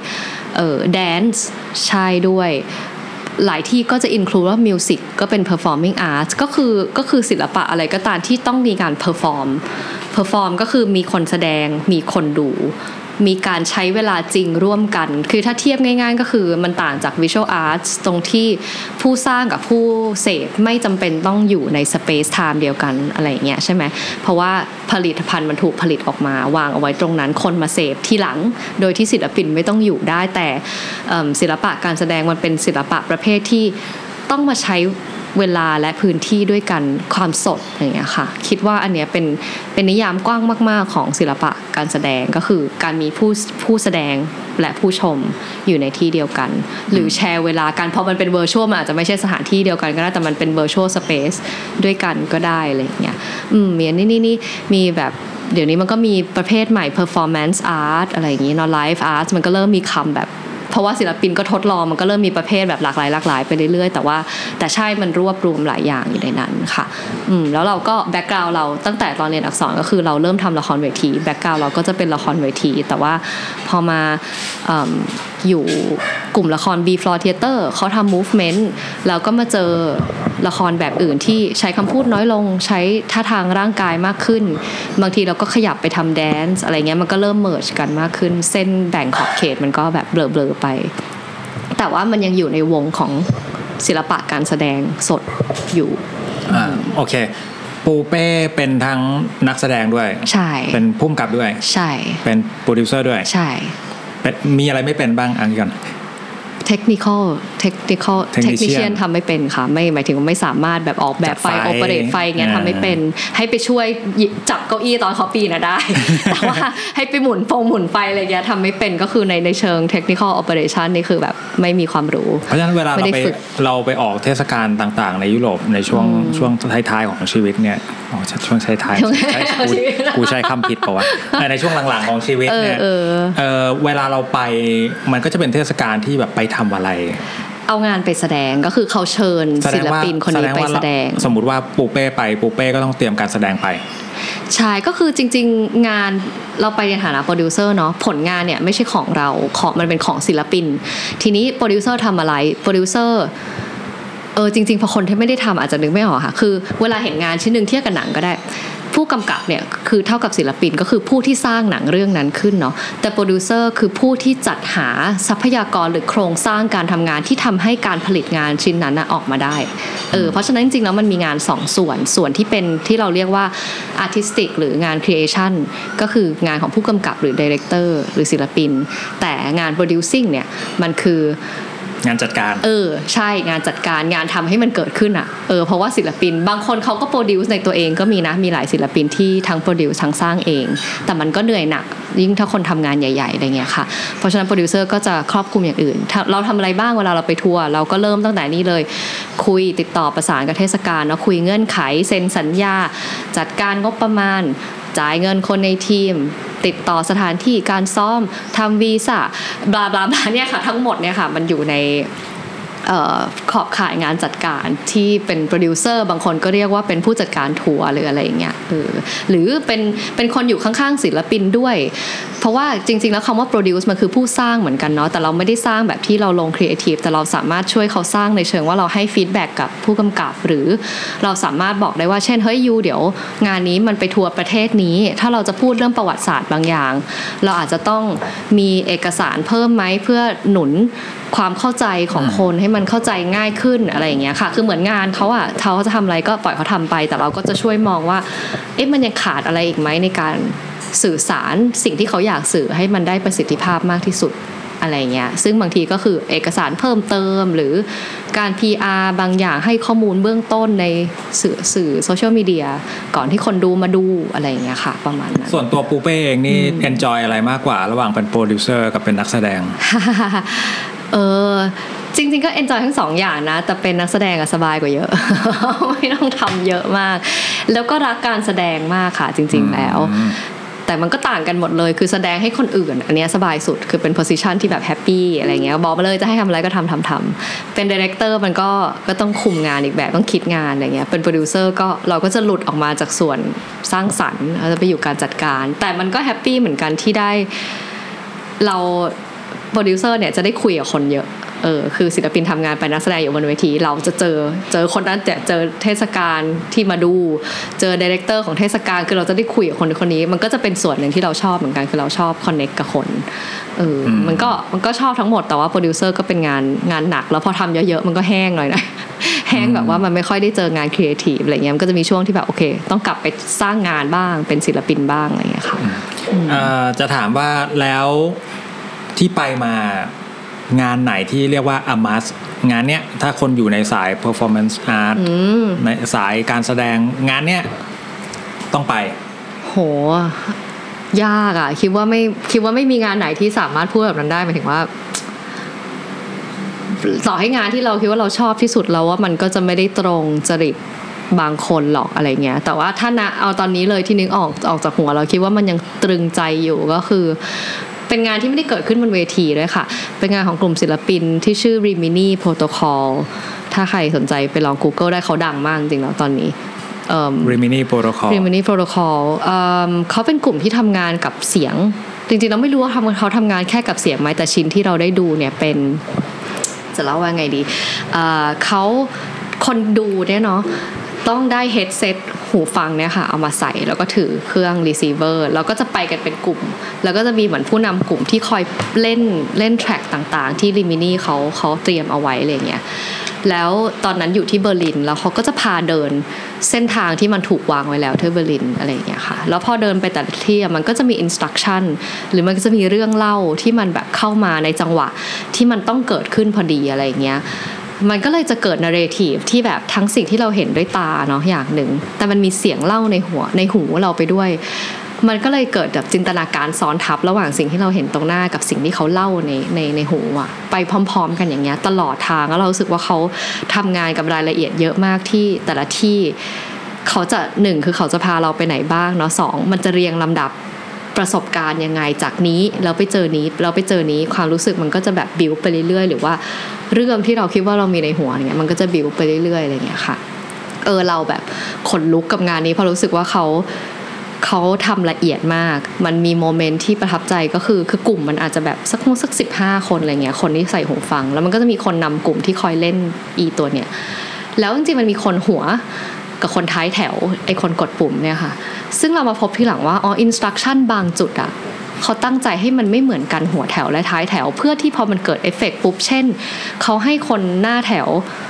dance ใช่ด้วยหลายที่ก็จะ include ว่า music ก็เป็น performing arts ก็คือศิลปะอะไรก็ตามที่ต้องมีการ perform ก็คือมีคนแสดงมีคนดูมีการใช้เวลาจริงร่วมกันคือถ้าเทียบง่ายๆก็คือมันต่างจาก visual arts ตรงที่ผู้สร้างกับผู้เสพไม่จำเป็นต้องอยู่ใน space time เดียวกันอะไรอย่างเงี้ยใช่ไหมเพราะว่าผลิตภัณฑ์มันถูกผลิตออกมาวางเอาไว้ตรงนั้นคนมาเสพที่หลังโดยที่ศิลปินไม่ต้องอยู่ได้แต่ศิลปะการแสดงมันเป็นศิลปะประเภทที่ต้องมาใช้เวลาและพื้นที่ด้วยกันความสดอย่างเงี้ยค่ะคิดว่าอันเนี้ยเป็นนิยามกว้างมากๆของศิลปะการแสดงก็คือการมีผู้แสดงและผู้ชมอยู่ในที่เดียวกันหรือแชร์เวลากันเพราะมันเป็นเวอร์ชวลมันอาจจะไม่ใช่สถานที่เดียวกันก็ได้แต่มันเป็นเวอร์ชวลสเปซด้วยกันก็ได้อะไรอย่างเงี้ยมีอันนี้มีแบบเดี๋ยวนี้มันก็มีประเภทใหม่ performance art อะไรอย่างงี้เนาะ live art มันก็เริ่มมีคำแบบเพราะว่าศิลปินก็ทดลองมันก็เริ่มมีประเภทแบบหลากหลายไปเรื่อยๆแต่ใช่มันรวบรวมหลายอย่างอยู่ในนั้นค่ะแล้วเราก็แบ็คกราวด์เราตั้งแต่ตอนเรียนอักษรก็คือเราเริ่มทำละครเวทีแบ็คกราวด์เราก็จะเป็นละครเวทีแต่ว่าพอมาอยู่กลุ่มละคร B Floor Theater เขาทำ movement แล้วก็มาเจอละครแบบอื่นที่ใช้คำพูดน้อยลงใช้ท่าทางร่างกายมากขึ้นบางทีเราก็ขยับไปทำแดนซ์อะไรเงี้ยมันก็เริ่มเมิร์จกันมากขึ้นเส้นแบ่งขอบเขตมันก็แบบเบลอๆไปแต่ว่ามันยังอยู่ในวงของศิลปะการแสดงสดอยู่โอเคปูเป้เป็นทั้งนักแสดงด้วยใช่เป็นผู้กำกับด้วยใช่เป็นโปรดิวเซอร์ด้วยใช่มีอะไรไม่เป็นบ้างอันก่อน technician ทำไม่เป็นค่ะไม่หมายถึงว่าไม่สามารถแบบออกแบบไฟ operate ไฟเงี้ยทำไม่เป็นให้ไปช่วยจับเก้าอี้ตอนเขาปีนได้ แต่ว่าให้ไปหมุนไฟอะไรเงี้ยทำไม่เป็นก็คือในเชิง technical operation นี่คือแบบไม่มีความรู้เพราะฉะนั้นเวลาเราไปออกเทศกาลต่างๆในยุโรปในช่วงท้ายๆของชีวิตเนี่ยช่วงท้ายๆกูใช้คำผิดป่าวะในช่วงหลังๆของชีวิตเนี่ยเวลาเราไปมันก็จะเป็นเทศกาลที่แบบไปทำอะไรเอางานไปแสดงก็คือเขาเชิญศิลปินคนนี้ไปแสดงสมมุติว่าปูเป้ก็ต้องเตรียมการแสดงไปใช่ก็คือจริงๆงานเราไปในฐานะโปรดิวเซอร์เนาะผลงานเนี่ยไม่ใช่ของเรามันเป็นของศิลปินทีนี้โปรดิวเซอร์ทำอะไรโปรดิวเซอร์จริงๆพอคนที่ไม่ได้ทำอาจจะนึกไม่ออกค่ะคือเวลาเห็นงานชิ้นนึงเทียบกับหนังก็ได้ผู้กำกับเนี่ยคือเท่ากับศิลปินก็คือผู้ที่สร้างหนังเรื่องนั้นขึ้นเนาะแต่โปรดิวเซอร์คือผู้ที่จัดหาทรัพยากรหรือโครงสร้างการทำงานที่ทำให้การผลิตงานชิ้นนั้นออกมาได้เพราะฉะนั้นจริงๆแล้วมันมีงาน2ส่วนที่เป็นที่เราเรียกว่า artistic หรืองาน creation ก็คืองานของผู้กำกับหรือ director หรือศิลปินแต่งาน producing เนี่ยมันคืองานจัดการใช่งานจัดการงานทำให้มันเกิดขึ้นอ่ะเพราะว่าศิลปินบางคนเขาก็โปรดิวซ์ในตัวเองก็มีนะมีหลายศิลปินที่ทั้งโปรดิวซ์ทั้งสร้างเองแต่มันก็เหนื่อยหนักยิ่งถ้าคนทำงานใหญ่ๆอะไรเงี้ยค่ะเพราะฉะนั้นโปรดิวเซอร์ก็จะครอบคลุมอย่างอื่นเราทำอะไรบ้างเวลาเราไปทัวร์เราก็เริ่มตั้งแต่นี้เลยคุยติดต่อประสานกับเทศกาลเนาะคุยเงื่อนไขเซ็นสัญญาจัดการงบประมาณจ่ายเงินคนในทีมติดต่อสถานที่การซ้อมทำวีซ่าบลาบลาเนี่ยค่ะทั้งหมดเนี่ยค่ะมันอยู่ในขอบข่ายงานจัดการที่เป็นโปรดิวเซอร์บางคนก็เรียกว่าเป็นผู้จัดการทัวร์หรืออะไรอย่างเงี้ยหรือเป็นคนอยู่ข้างๆศิลปินด้วยเพราะว่าจริงๆแล้วคำว่าโปรดิวซ์มันคือผู้สร้างเหมือนกันเนาะแต่เราไม่ได้สร้างแบบที่เราลงครีเอทีฟแต่เราสามารถช่วยเขาสร้างในเชิงว่าเราให้ฟีดแบ็กกับผู้กำกับหรือเราสามารถบอกได้ว่าเช่นเฮ้ยยูเดี๋ยวงานนี้มันไปทัวร์ประเทศนี้ถ้าเราจะพูดเรื่องประวัติศาสตร์บางอย่างเราอาจจะต้องมีเอกสารเพิ่มไหมเพื่อหนุนความเข้าใจของคนให้มันเข้าใจง่ายขึ้นอะไรอย่างเงี้ยค่ะคือเหมือนงานเขาอะเขาจะทำอะไรก็ปล่อยเขาทำไปแต่เราก็จะช่วยมองว่ามันยังขาดอะไรอีกไหมในการสื่อสารสิ่งที่เขาอยากสื่อให้มันได้ประสิทธิภาพมากที่สุดอะไรเงี้ยซึ่งบางทีก็คือเอกสารเพิ่มเติมหรือการ PR บางอย่างให้ข้อมูลเบื้องต้นในสื่อโซเชียลมีเดียก่อนที่คนดูมาดูอะไรอย่างเงี้ยค่ะประมาณนั้นส่วนตัวปูเป้เองนี่ enjoy อะไรมากกว่าระหว่างเป็นโปรดิวเซอร์กับเป็นนักแสดงจริงๆก็ enjoy ทั้งสองอย่างนะแต่เป็นนักแสดงสบายกว่าเยอะ ไม่ต้องทำเยอะมากแล้วก็รักการแสดงมากค่ะจริงๆแล้วแต่มันก็ต่างกันหมดเลยคือแสดงให้คนอื่นอันนี้สบายสุดคือเป็น position ที่แบบแฮปปี้อะไรเงี้ยบอกมาเลยจะให้ทำอะไรก็ทำเป็น director มันก็ต้องคุมงานอีกแบบต้องคิดงานอะไรเงี้ยเป็น producer ก็เราก็จะหลุดออกมาจากส่วนสร้างสรรค์เราจะไปอยู่การจัดการแต่มันก็แฮปปี้เหมือนกันที่ได้เราโปรดิวเซอร์เนี่ยจะได้คุยกับคนเยอะคือศิลปินทำงานไปนักแสดงอยู่บนเวทีเราจะเจอคนนั้นเจอเทศกาลที่มาดูเจอไดเรคเตอร์ของเทศกาลคือเราจะได้คุยกับคนนี้มันก็จะเป็นส่วนหนึ่งที่เราชอบเหมือนกันคือเราชอบคอนเนคกับคนมันก็ชอบทั้งหมดแต่ว่าโปรดิวเซอร์ก็เป็นงานหนักแล้วพอทำเยอะๆมันก็แห้งหน่อยนะ แห้งแบบว่ามันไม่ค่อยได้เจองานครีเอทีฟอะไรเงี้ยมันก็จะมีช่วงที่แบบโอเคต้องกลับไปสร้างงานบ้างเป็นศิลปินบ้างอะไรเงี้ยค่ะจะถามว่าแล้วที่ไปมางานไหนที่เรียกว่า a must งานเนี้ยถ้าคนอยู่ในสาย performance art ในสายการแสดงงานเนี้ยต้องไปโหยากอ่ะคิดว่าไม่มีงานไหนที่สามารถพูดแบบนั้นได้หมายถึงว่าต่อให้งานที่เราคิดว่าเราชอบที่สุดเราว่ามันก็จะไม่ได้ตรงจริตบางคนหรอกอะไรเงี้ยแต่ว่าถ้านะเอาตอนนี้เลยที่นึกออกจากหัวเราคิดว่ามันยังตรึงใจอยู่ก็คือเป็นงานที่ไม่ได้เกิดขึ้นบนเวทีด้วยค่ะเป็นงานของกลุ่มศิลปินที่ชื่อ Rimini Protocol ถ้าใครสนใจไปลอง Google ได้เขาดังมากจริงๆแล้วตอนนี้ Rimini Protocol เขาเป็นกลุ่มที่ทำงานกับเสียงจริงๆเราไม่รู้ว่าเขาทำงานแค่กับเสียงไหมแต่ชิ้นที่เราได้ดูเนี่ยเป็นจะเล่าว่าไงดีเขาคนดูเนี่ยเนาะต้องได้เฮดเซตหูฟังเนี่ยค่ะเอามาใส่แล้วก็ถือเครื่องรีเซิเวอร์แล้วก็จะไปกันเป็นกลุ่มแล้วก็จะมีเหมือนผู้นำกลุ่มที่คอยเล่นแทร็กต่างๆที่ริมินี่เขาเตรียมเอาไว้อะไรเงี้ยแล้วตอนนั้นอยู่ที่เบอร์ลินแล้วเขาก็จะพาเดินเส้นทางที่มันถูกวางไว้แล้วที่เบอร์ลินอะไรเงี้ยค่ะแล้วพอเดินไปแต่ละที่มันก็จะมีอินสตรัคชั่นหรือมันก็จะมีเรื่องเล่าที่มันแบบเข้ามาในจังหวะที่มันต้องเกิดขึ้นพอดีอะไรเงี้ยมันก็เลยจะเกิดนาร์เรทีฟที่แบบทั้งสิ่งที่เราเห็นด้วยตาเนาะอย่างหนึ่งแต่มันมีเสียงเล่าในหูเราไปด้วยมันก็เลยเกิดแบบจินตนาการซ้อนทับระหว่างสิ่งที่เราเห็นตรงหน้ากับสิ่งที่เขาเล่าในหูอะไปพร้อมๆกันอย่างเงี้ยตลอดทางแล้วเรารู้สึกว่าเขาทำงานกับรายละเอียดเยอะมากที่แต่ละที่เขาจะ1คือเขาจะพาเราไปไหนบ้างเนาะ2มันจะเรียงลำดับประสบการณ์ยังไงจากนี้เราไปเจอนี้ความรู้สึกมันก็จะแบบบิวไปเรื่อยๆหรือว่าเรื่องที่เราคิดว่าเรามีในหัวเนี่ยมันก็จะบิวไปเรื่อยๆอะไรเงี้ยค่ะเราแบบขนลุกกับงานนี้เพราะรู้สึกว่าเขาทำละเอียดมากมันมีโมเมนต์ที่ประทับใจก็คือกลุ่มมันอาจจะแบบสัก15คนอะไรเงี้ยคนที่ใส่หูฟังแล้วมันก็จะมีคนนำกลุ่มที่คอยเล่นตัวเนี่ยแล้วจริงๆมันมีคนหัวกับคนท้ายแถวไอ้คนกดปุ่มเนี่ยค่ะซึ่งเรามาพบทีหลังว่าอินสตรัคชั่นบางจุดอะเขาตั้งใจให้มันไม่เหมือนกันหัวแถวและท้ายแถวเพื่อที่พอมันเกิดเอฟเฟกต์ปุ๊บเช่นเขาให้คนหน้าแถว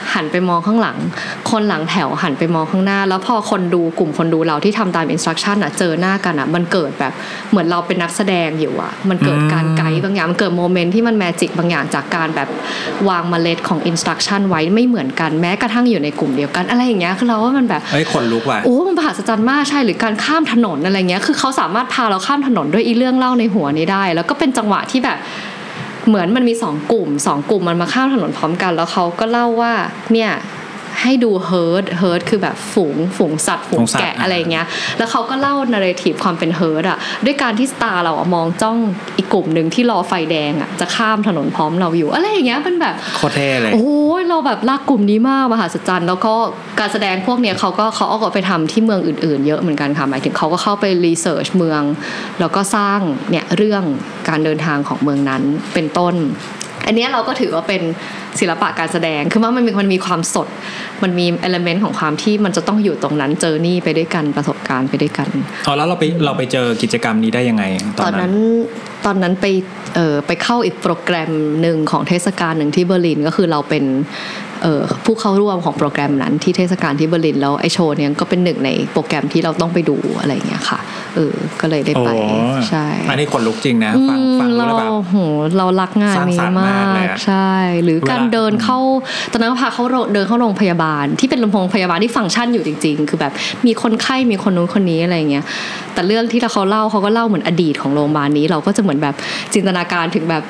หันไปมองข้างหลังคนหลังแถวหันไปมองข้างหน้าแล้วพอคนดูกลุ่มคนดูเราที่ทำตามอินสตรัคชั่นเจอหน้ากันมันเกิดแบบเหมือนเราเป็นนักแสดงอยู่มันเกิดการไกด์บางอย่างมันเกิดโมเมนต์ที่มันแมจิกบางอย่างจากการแบบวางเมล็ดของอินสตรัคชั่นไว้ไม่เหมือนกันแม้กระทั่งอยู่ในกลุ่มเดียวกันอะไรอย่างเงี้ยคือเราว่ามันแบบคนลุกว่ะโอ้มันมหัศจรรย์มากใช่หรือการข้ามถนนอะไรเงี้ยคือเขาสามารถพาเราข้ามถนนด้วยเรื่องเล่าในหัวนี้ได้แล้วก็เป็นจังหวะที่แบบเหมือนมันมี2 กลุ่มมันมาข้ามถนนพร้อมกันแล้วเขาก็เล่าว่าเนี่ยให้ดูเฮิร์ทคือแบบฝูงสัตว์ฝูงแกะอะไรเงี้ยแล้วเขาก็เล่านาร์เรทีฟความเป็นเฮิร์ทด้วยการที่สตาร์เรามองจ้องอีกกลุ่มนึงที่รอไฟแดงจะข้ามถนนพร้อมเราอยู่อะไรอย่างเงี้ยเป็นแบบโคตรเท่เลยโอ้ยเราแบบรักกลุ่มนี้มากมหัศจรรย์แล้วก็การแสดงพวกเนี้ยเขาเอาไปทำที่เมืองอื่นๆเยอะเหมือนกันค่ะหมายถึงเขาก็เข้าไปรีเสิร์ชเมืองแล้วก็สร้างเนี่ยเรื่องการเดินทางของเมืองนั้นเป็นต้นอันนี้เราก็ถือว่าเป็นศิลปะการแสดงคือว่ามันมีความสดมันมีเอลิเมนต์ของความที่มันจะต้องอยู่ตรงนั้นเจอนี่ไปด้วยกันประสบการณ์ไปด้วยกันแล้วเราไปเจอกิจกรรมนี้ได้ยังไงตอนนั้นไปเข้าอีกโปรแกรมนึงของเทศกาลนึงที่เบอร์ลินก็คือเราเป็นผู้เข้าร่วมของโปรแกรมนั้นที่เทศกาลที่เบอร์ลินแล้วไอโชว์เนี้ยก็เป็นหนึ่งในโปรแกรมที่เราต้องไปดูอะไรอย่างเงี้ยค่ะก็เลยได้ไปใช่อันนี้ขนลุกจริงนะฟังแล้วแบบโหเรารักงานนี้มากใช่หรือการเดินเข้าตอนนั้นก็พาเขาเดินเข้าโรงพยาบาลที่เป็นโรงพยาบาลที่ฟังก์ชันอยู่จริงๆคือแบบมีคนไข้มีคนนู้นคนนี้อะไรเงี้ยแต่เรื่องที่เขาเล่าเหมือนอดีตของโรงพยาบาลนี้เราก็จะเหมือนแบบจินตนาการถึงแบบ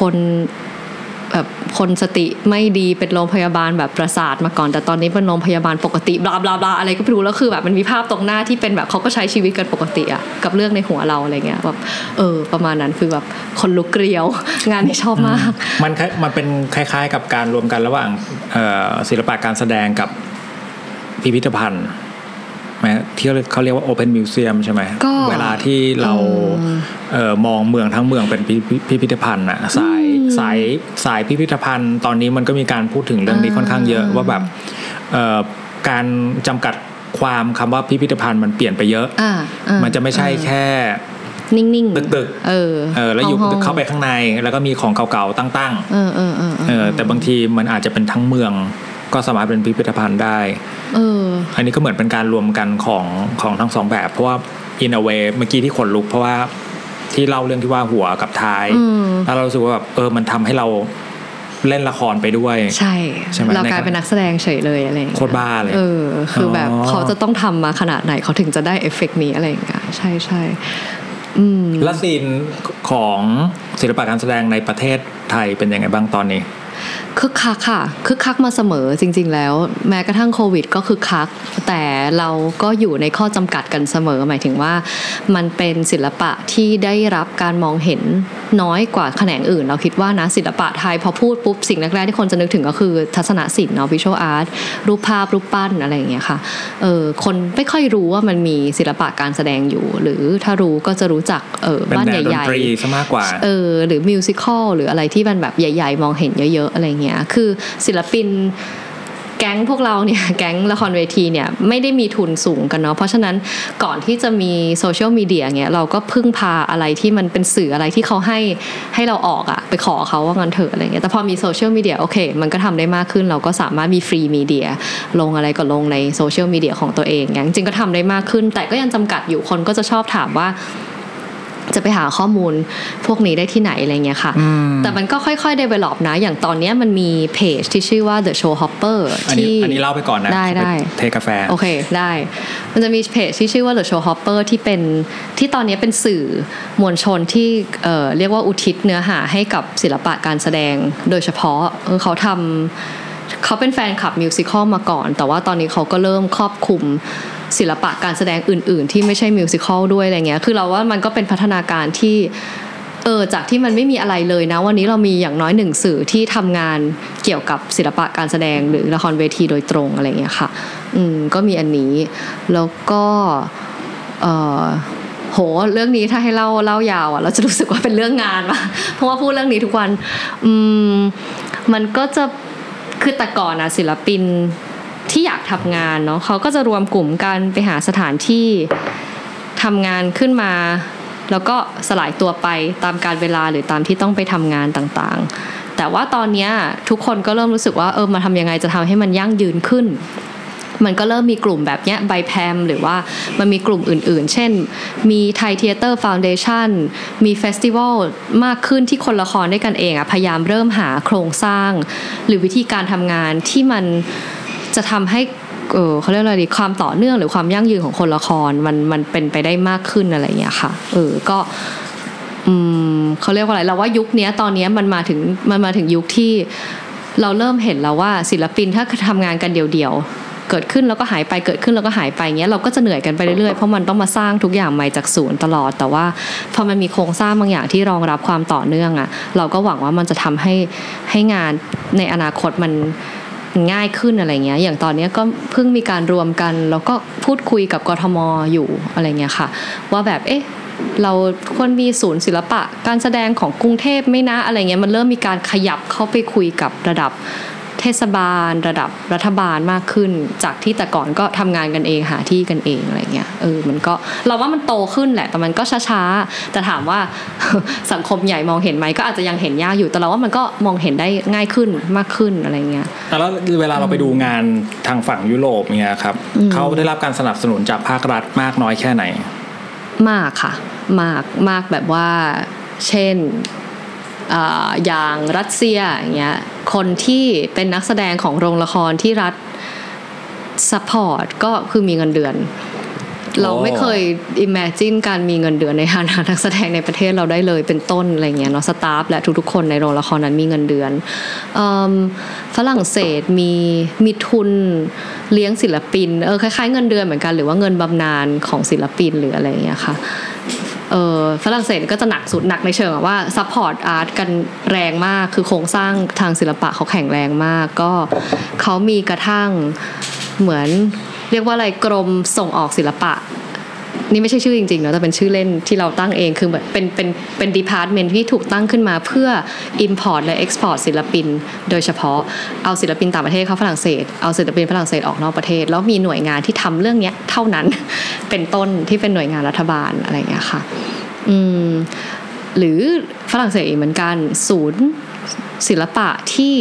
คนสติไม่ดีเป็นโรงพยาบาลแบบประสาทมาก่อนแต่ตอนนี้เป็นโรงพยาบาลปกติบลาบลาบลาอะไรก็ไม่รู้แล้วคือแบบมันมีภาพตรงหน้าที่เป็นแบบเขาก็ใช้ชีวิตกันปกติกับเรื่องในหัวเราอะไรเงี้ยแบบประมาณนั้นคือแบบคนลุกเกลียวงานที่ชอบมากมันเป็นคล้ายๆกับการรวมกันระหว่างศิลปะการแสดงกับพิพิธภัณฑ์ที่เขาเรียกว่า Open Museum ใช่ไหมเวลาที่เรามองเมืองทั้งเมืองเป็นพิพิธภัณฑ์สายพิพิธภัณฑ์ตอนนี้มันก็มีการพูดถึงเรื่องนี้ค่อนข้างเยอะว่าแบบการจำกัดความคำว่าพิพิธภัณฑ์มันเปลี่ยนไปเยอะมันจะไม่ใช่แค่นิ่งๆตึกแล้วอยู่เข้าไปข้างในแล้วก็มีของเก่าๆตั้งๆแต่บางทีมันอาจจะเป็นทั้งเมืองก็สามารถเป็นพิพิธภัณฑ์ได้อันนี้ก็เหมือนเป็นการรวมกันของทั้ง2แบบเพราะว่า in a way เมื่อกี้ที่ขนลุกเพราะว่าที่เล่าเรื่องที่ว่าหัวกับท้ายแล้วเรารู้สึกว่าแบบมันทำให้เราเล่นละครไปด้วยใช่เรากลายเป็นนักแสดงเฉยเลยอะไรโคตรบ้าเลยคือแบบเขาจะต้องทำมาขนาดไหนเขาถึงจะได้เอฟเฟกต์นี้อะไรอย่างเงี้ยใช่แล้วซีนของศิลปะการแสดงในประเทศไทยเป็นยังไงบ้างตอนนี้คึกคักค่ะคึกคักมาเสมอจริงๆแล้วแม้กระทั่งโควิดก็คึกคักแต่เราก็อยู่ในข้อจำกัดกันเสมอหมายถึงว่ามันเป็นศิลปะที่ได้รับการมองเห็นน้อยกว่าแขนงอื่นเราคิดว่านะศิลปะไทยพอพูดปุ๊บสิ่งแรกๆที่คนจะนึกถึงก็คือทัศนศิลป์เนาะ visual art รูปภาพรูปปั้นอะไรอย่างเงี้ยค่ะคนไม่ค่อยรู้ว่ามันมีศิลปะการแสดงอยู่หรือถ้ารู้ก็จะรู้จักบ้านใหญ่ๆเป็นแนวดนตรีซะมากกว่าหรือมิวสิคอลหรืออะไรที่มันแบบใหญ่ๆมองเห็นเยอะๆอะไรเงี้ยคือศิลปินแก๊งพวกเราเนี่ยแก๊งละครเวทีเนี่ยไม่ได้มีทุนสูงกันเนาะเพราะฉะนั้นก่อนที่จะมีโซเชียลมีเดียเงี้ยเราก็พึ่งพาอะไรที่มันเป็นสื่ออะไรที่เขาให้เราออกไปขอเขาว่างั้นเถอะอะไรเงี้ยแต่พอมีโซเชียลมีเดียโอเคมันก็ทำได้มากขึ้นเราก็สามารถมีฟรีมีเดียลงอะไรก็ลงในโซเชียลมีเดียของตัวเองอย่างจริงก็ทำได้มากขึ้นแต่ก็ยังจำกัดอยู่คนก็จะชอบถามว่าจะไปหาข้อมูลพวกนี้ได้ที่ไหนอะไรเงี้ยค่ะแต่มันก็ค่อยๆ develop นะอย่างตอนนี้มันมีเพจที่ชื่อว่า The Show Hopper ที่อันนี้เล่าไปก่อนนะได้เทกาแฟโอเคได้มันจะมีเพจที่ชื่อว่า The Show Hopper ที่ตอนนี้เป็นสื่อมวลชนที่เรียกว่าอุทิศเนื้อหาให้กับศิลปะการแสดงโดยเฉพาะเขาเป็นแฟนคลับมิวสิคอลมาก่อนแต่ว่าตอนนี้เขาก็เริ่มครอบคลุมศิลปะการแสดงอื่นๆที่ไม่ใช่มิวสิคอลด้วยอะไรเงี้ยคือเราว่ามันก็เป็นพัฒนาการที่จากที่มันไม่มีอะไรเลยนะวันนี้เรามีอย่างน้อย1สื่อที่ทำงานเกี่ยวกับศิลปะการแสดงหรือละครเวทีโดยตรงอะไรเงี้ยค่ะก็มีอันนี้แล้วก็โหเรื่องนี้ถ้าให้เล่ายาวเราจะรู้สึกว่าเป็นเรื่องงานว่ะเพราะว่าพูดเรื่องนี้ทุกวันมันก็จะคือแต่ก่อนนะศิลปินที่อยากทำงานเนาะเขาก็จะรวมกลุ่มกันไปหาสถานที่ทำงานขึ้นมาแล้วก็สลายตัวไปตามกาลเวลาหรือตามที่ต้องไปทำงานต่างๆแต่ว่าตอนนี้ทุกคนก็เริ่มรู้สึกว่ามาทำยังไงจะทำให้มันยั่งยืนขึ้นมันก็เริ่มมีกลุ่มแบบเนี้ยไบแพมหรือว่ามันมีกลุ่มอื่นๆเช่นมีไทยเธียเตอร์ฟาวเดชั่นมีเฟสติวัลมากขึ้นที่คนละครด้วยกันเองพยายามเริ่มหาโครงสร้างหรือวิธีการทำงานที่มันจะทำให้เขาเรียกอะไรดีความต่อเนื่องหรือความยั่งยืนของคนละครมันเป็นไปได้มากขึ้นอะไรอย่างเงี้ยค่ะก็เขาเรียกว่าอะไรเราว่ายุคนี้ตอนนี้มันมาถึงยุคที่เราเริ่มเห็นแล้วว่าศิลปินถ้าทำงานกันเดี่ยวๆเกิดขึ้นแล้วก็หายไปเกิดขึ้นแล้วก็หายไปเงี้ยเราก็จะเหนื่อยกันไปเรื่อยๆเพราะมันต้องมาสร้างทุกอย่างใหม่จากศูนย์ตลอดแต่ว่าพอมันมีโครงสร้างบางอย่างที่รองรับความต่อเนื่องเราก็หวังว่ามันจะทำให้งานในอนาคตมันง่ายขึ้นอะไรเงี้ยอย่างตอนนี้ก็เพิ่งมีการรวมกันแล้วก็พูดคุยกับกทมอยู่อะไรเงี้ยค่ะว่าแบบเราควรมีศูนย์ศิลปะการแสดงของกรุงเทพไหมนะอะไรเงี้ยมันเริ่มมีการขยับเข้าไปคุยกับระดับเทศบาลระดับรัฐบาลมากขึ้นจากที่แต่ก่อนก็ทำงานกันเองหาที่กันเองอะไรเงี้ยมันก็เราว่ามันโตขึ้นแหละแต่มันก็ช้าๆแต่ถามว่า สังคมใหญ่มองเห็นไหมก็อาจจะยังเห็นยากอยู่แต่เราว่ามันก็มองเห็นได้ง่ายขึ้นมากขึ้นอะไรเงี้ยแล้วเวลาเราไปดูงานทางฝั่งยุโรปเนี่ยครับเขาได้รับการสนับสนุนจากภาครัฐมากน้อยแค่ไหนมากค่ะมากแบบว่าเช่นอย่างรัสเซียอย่างเงี้ยคนที่เป็นนักแสดงของโรงละครที่รัฐซัพพอร์ตก็คือมีเงินเดือนเราไม่เคย imagine การมีเงินเดือนในฐานะนักแสดงในประเทศเราได้เลยเป็นต้นอะไรเงี้ยเนาะสตาฟและทุกๆคนในโรงละครนั้นมีเงินเดือนฝรั่งเศสมีทุนเลี้ยงศิลปินคล้ายๆเงินเดือนเหมือนกันหรือว่าเงินบำนาญของศิลปินหรืออะไรเงี้ยค่ะฝรั่งเศสก็จะหนักสุดหนักในเชิงว่าซัพพอร์ตอาร์ตกันแรงมากคือโครงสร้างทางศิลปะเขาแข็งแรงมากก็เขามีกระทั่งเหมือนเรียกว่าอะไรกรมส่งออกศิลปะนี่ไม่ใช่ชื่อจริงๆเนาะแต่เป็นชื่อเล่นที่เราตั้งเองคือแบบเป็นดีพาร์ตเมนต์ที่ถูกตั้งขึ้นมาเพื่อ import และ export ศิลปินโดยเฉพาะเอาศิลปินต่างประเทศเข้าฝรั่งเศสเอาศิลปินฝรั่งเศสออกนอกประเทศแล้วมีหน่วยงานที่ทำเรื่องนี้เท่านั้น เป็นต้นที่เป็นหน่วยงานรัฐบาลอะไรอย่างเงี้ยค่ะหรือฝรั่งเศสอีกเหมือนกันศูนย์ศิลปะที่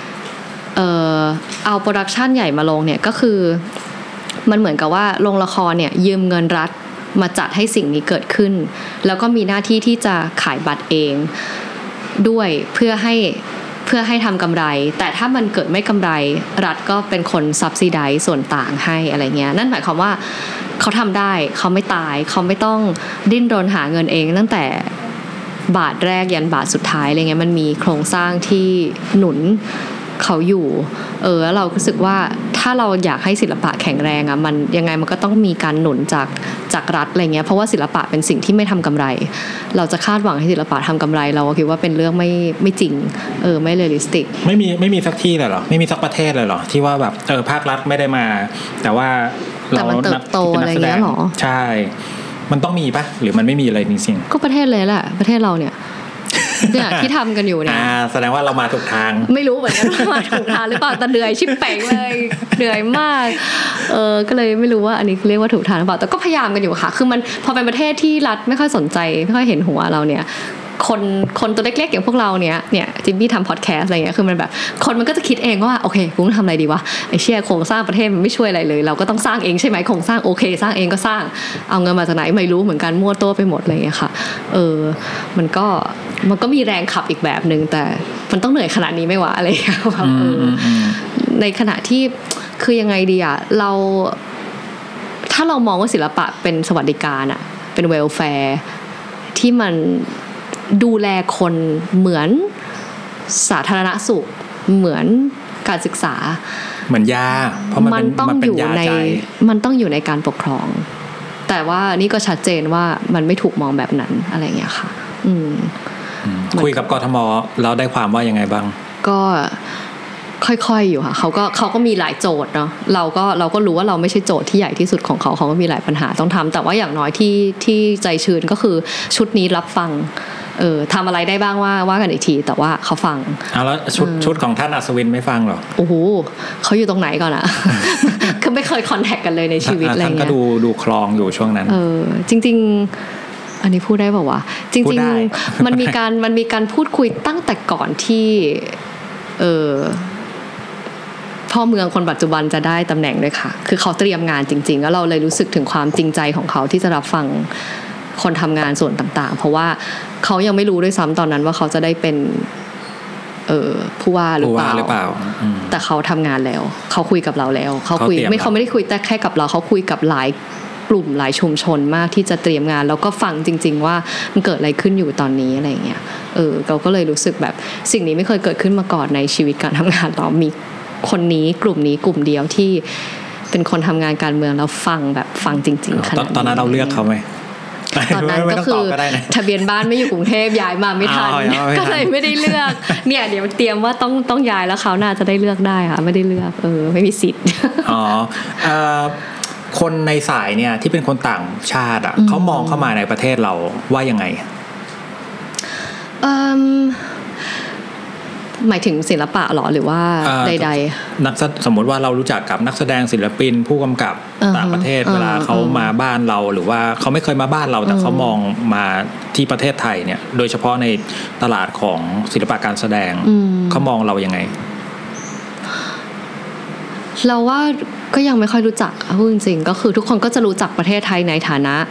เอาโปรดักชันใหญ่มาลงเนี่ยก็คือมันเหมือนกับว่าโรงละครเนี่ยยืมเงินรัฐมาจัดให้สิ่งนี้เกิดขึ้นแล้วก็มีหน้าที่ที่จะขายบัตรเองด้วยเพื่อให้ทำกำไรแต่ถ้ามันเกิดไม่กำไรรัฐก็เป็นคนซับซิไดซ์ส่วนต่างให้อะไรเงี้ยนั่นหมายความว่าเขาทำได้เขาไม่ตายเขาไม่ต้องดิ้นรนหาเงินเองตั้งแต่บาทแรกยันบาทสุดท้ายอะไรเงี้ยมันมีโครงสร้างที่หนุนเขาอยู่แล้วเรารู้สึกว่าถ้าเราอยากให้ศิลปะแข็งแรงมันยังไงมันก็ต้องมีการหนุนจากรัฐอะไรเงี้ยเพราะว่าศิลปะเป็นสิ่งที่ไม่ทำกำไรเราจะคาดหวังให้ศิลปะทำกำไรเราคิดว่าเป็นเรื่องไม่จริงไม่เรียลลิสติกไม่มีสักที่เลยเหรอไม่มีสักประเทศเลยเหรอที่ว่าแบบภาครัฐไม่ได้มาแต่ว่าเราเติบโตอะไรเงี้ยหรอใช่มันต้องมีปะหรือมันไม่มีอะไรจริงๆก็ประเทศเลยแหละประเทศเราเนี่ยที่ทำกันอยู่เนี่ยแสดงว่าเรามาถูกทางไม่รู้เหมือนกันว่ามาถูกทางหรือเปล่าแต่เหนื่อยชิบเป๋งเลยเหนื่อยมากก็เลยไม่รู้ว่าอันนี้เรียกว่าถูกทางหรือเปล่าแต่ก็พยายามกันอยู่ค่ะคือมันพอเป็นประเทศที่รัฐไม่ค่อยสนใจไม่ค่อยเห็นหัวเราเนี่ยคนตัวเล็กๆอย่างพวกเราเนี่ยจิมมี่ทำพอดแคสต์อะไรเงี้ยคือมันแบบคนมันก็จะคิดเองว่าโอเคกูต้องทำอะไรดีวะไอ้เชี่ยโครงสร้างประเทศมันไม่ช่วยอะไรเลยเราก็ต้องสร้างเองใช่ไหมโครงสร้างโอเคสร้างเองก็สร้างเอาเงินมาจากไหนไม่รู้เหมือนกันมั่วตัวไปหมดอะไรเงี้ยค่ะมันก็มีแรงขับอีกแบบนึงแต่มันต้องเหนื่อยขนาดนี้ไหมวะอะไรเงี้ยแบบในขณะที่คือยังไงดีอะถ้าเรามองว่าศิลปะเป็นสวัสดิการอะเป็นเวลแฟร์ที่มันดูแลคนเหมือนสาธารณสุขเหมือนการศึกษาเหมือนยาเพราะมันต้องอยู่ในการปกครองแต่ว่านี่ก็ชัดเจนว่ามันไม่ถูกมองแบบนั้นอะไรอย่างเงี้ยค่ะคุยกับกทมแล้วได้ความว่ายังไงบ้างก็ค่อยๆอยู่ค่ะเขาก็มีหลายโจทย์เนาะเราก็รู้ว่าเราไม่ใช่โจทย์ที่ใหญ่ที่สุดของเขาก็มีหลายปัญหาต้องทำแต่ว่าอย่างน้อยที่ใจชื้นก็คือชุดนี้รับฟังทำอะไรได้บ้างว่ากันอีกทีแต่ว่าเขาฟังแล้วชุดของท่านอัศวินไม่ฟังหรอโอ้โหเขาอยู่ตรงไหนก่อนอะ คือไม่เคยคอนแทคกันเลยในชีวิตอะไรเงี้ยท่านก็ดูคลองอยู่ช่วงนั้นจริงอันนี้พูดได้ป่าวะจริงๆมันมีการพูดคุยตั้งแต่ก่อนที่พ่อเมืองคนปัจจุบันจะได้ตำแหน่งด้วยค่ะคือเขาเตรียมงานจริงๆแล้วเราเลยรู้สึกถึงความจริงใจของเขาที่จะรับฟังคนทำงานส่วนต่างๆเพราะว่าเขายังไม่รู้ด้วยซ้ำตอนนั้นว่าเขาจะได้เป็นผู้ว่าหรือเปล่าแต่เขาทำงานแล้วเขาคุยกับเราแล้วเขาไม่ได้คุยแต่แค่กับเราเขาคุยกับหลายกลุ่มหลายชุมชนมากที่จะเตรียมงานแล้วก็ฟังจริงๆว่ามันเกิดอะไรขึ้นอยู่ตอนนี้อะไรอย่างเงี้ยเราก็เลยรู้สึกแบบสิ่งนี้ไม่เคยเกิดขึ้นมาก่อนในชีวิตการทำงานเรามีคนนี้กลุ่มนี้กลุ่มเดียวที่เป็นคนทำงานการเมืองแล้วฟังจริงๆขนาดนี้ตอนนั้นเราเลือกเขาไหมตอนนั้นก็คือทะเบียนบ้านไม่อยู่กรุงเทพย้ายมาไม่ทันก็เลยไม่ได้เลือกเนี่ยเดี๋ยวเตรียมว่าต้องย้ายแล้วเขาน่าจะได้เลือกได้ค่ะไม่ได้เลือกไม่มีสิทธิ์คนในสายเนี่ยที่เป็นคนต่างชาติเขามองเข้ามาในประเทศเราว่ายังไงหมายถึงศิลปะหรอหรือว่าใดๆสมมติว่าเรารู้จักกับนักแสดงศิลปินผู้กำกับต่างประเทศเวลาเขามาบ้านเราหรือว่าเขาไม่เคยมาบ้านเราแต่เขามองมาที่ประเทศไทยเนี่ยโดยเฉพาะในตลาดของศิลปะการแสดงเขามองเรายังไงเราว่าก็ยังไม่ค่อยรู้จักพูดจริงๆก็คือทุกคนก็จะรู้จักประเทศไทยในฐานะ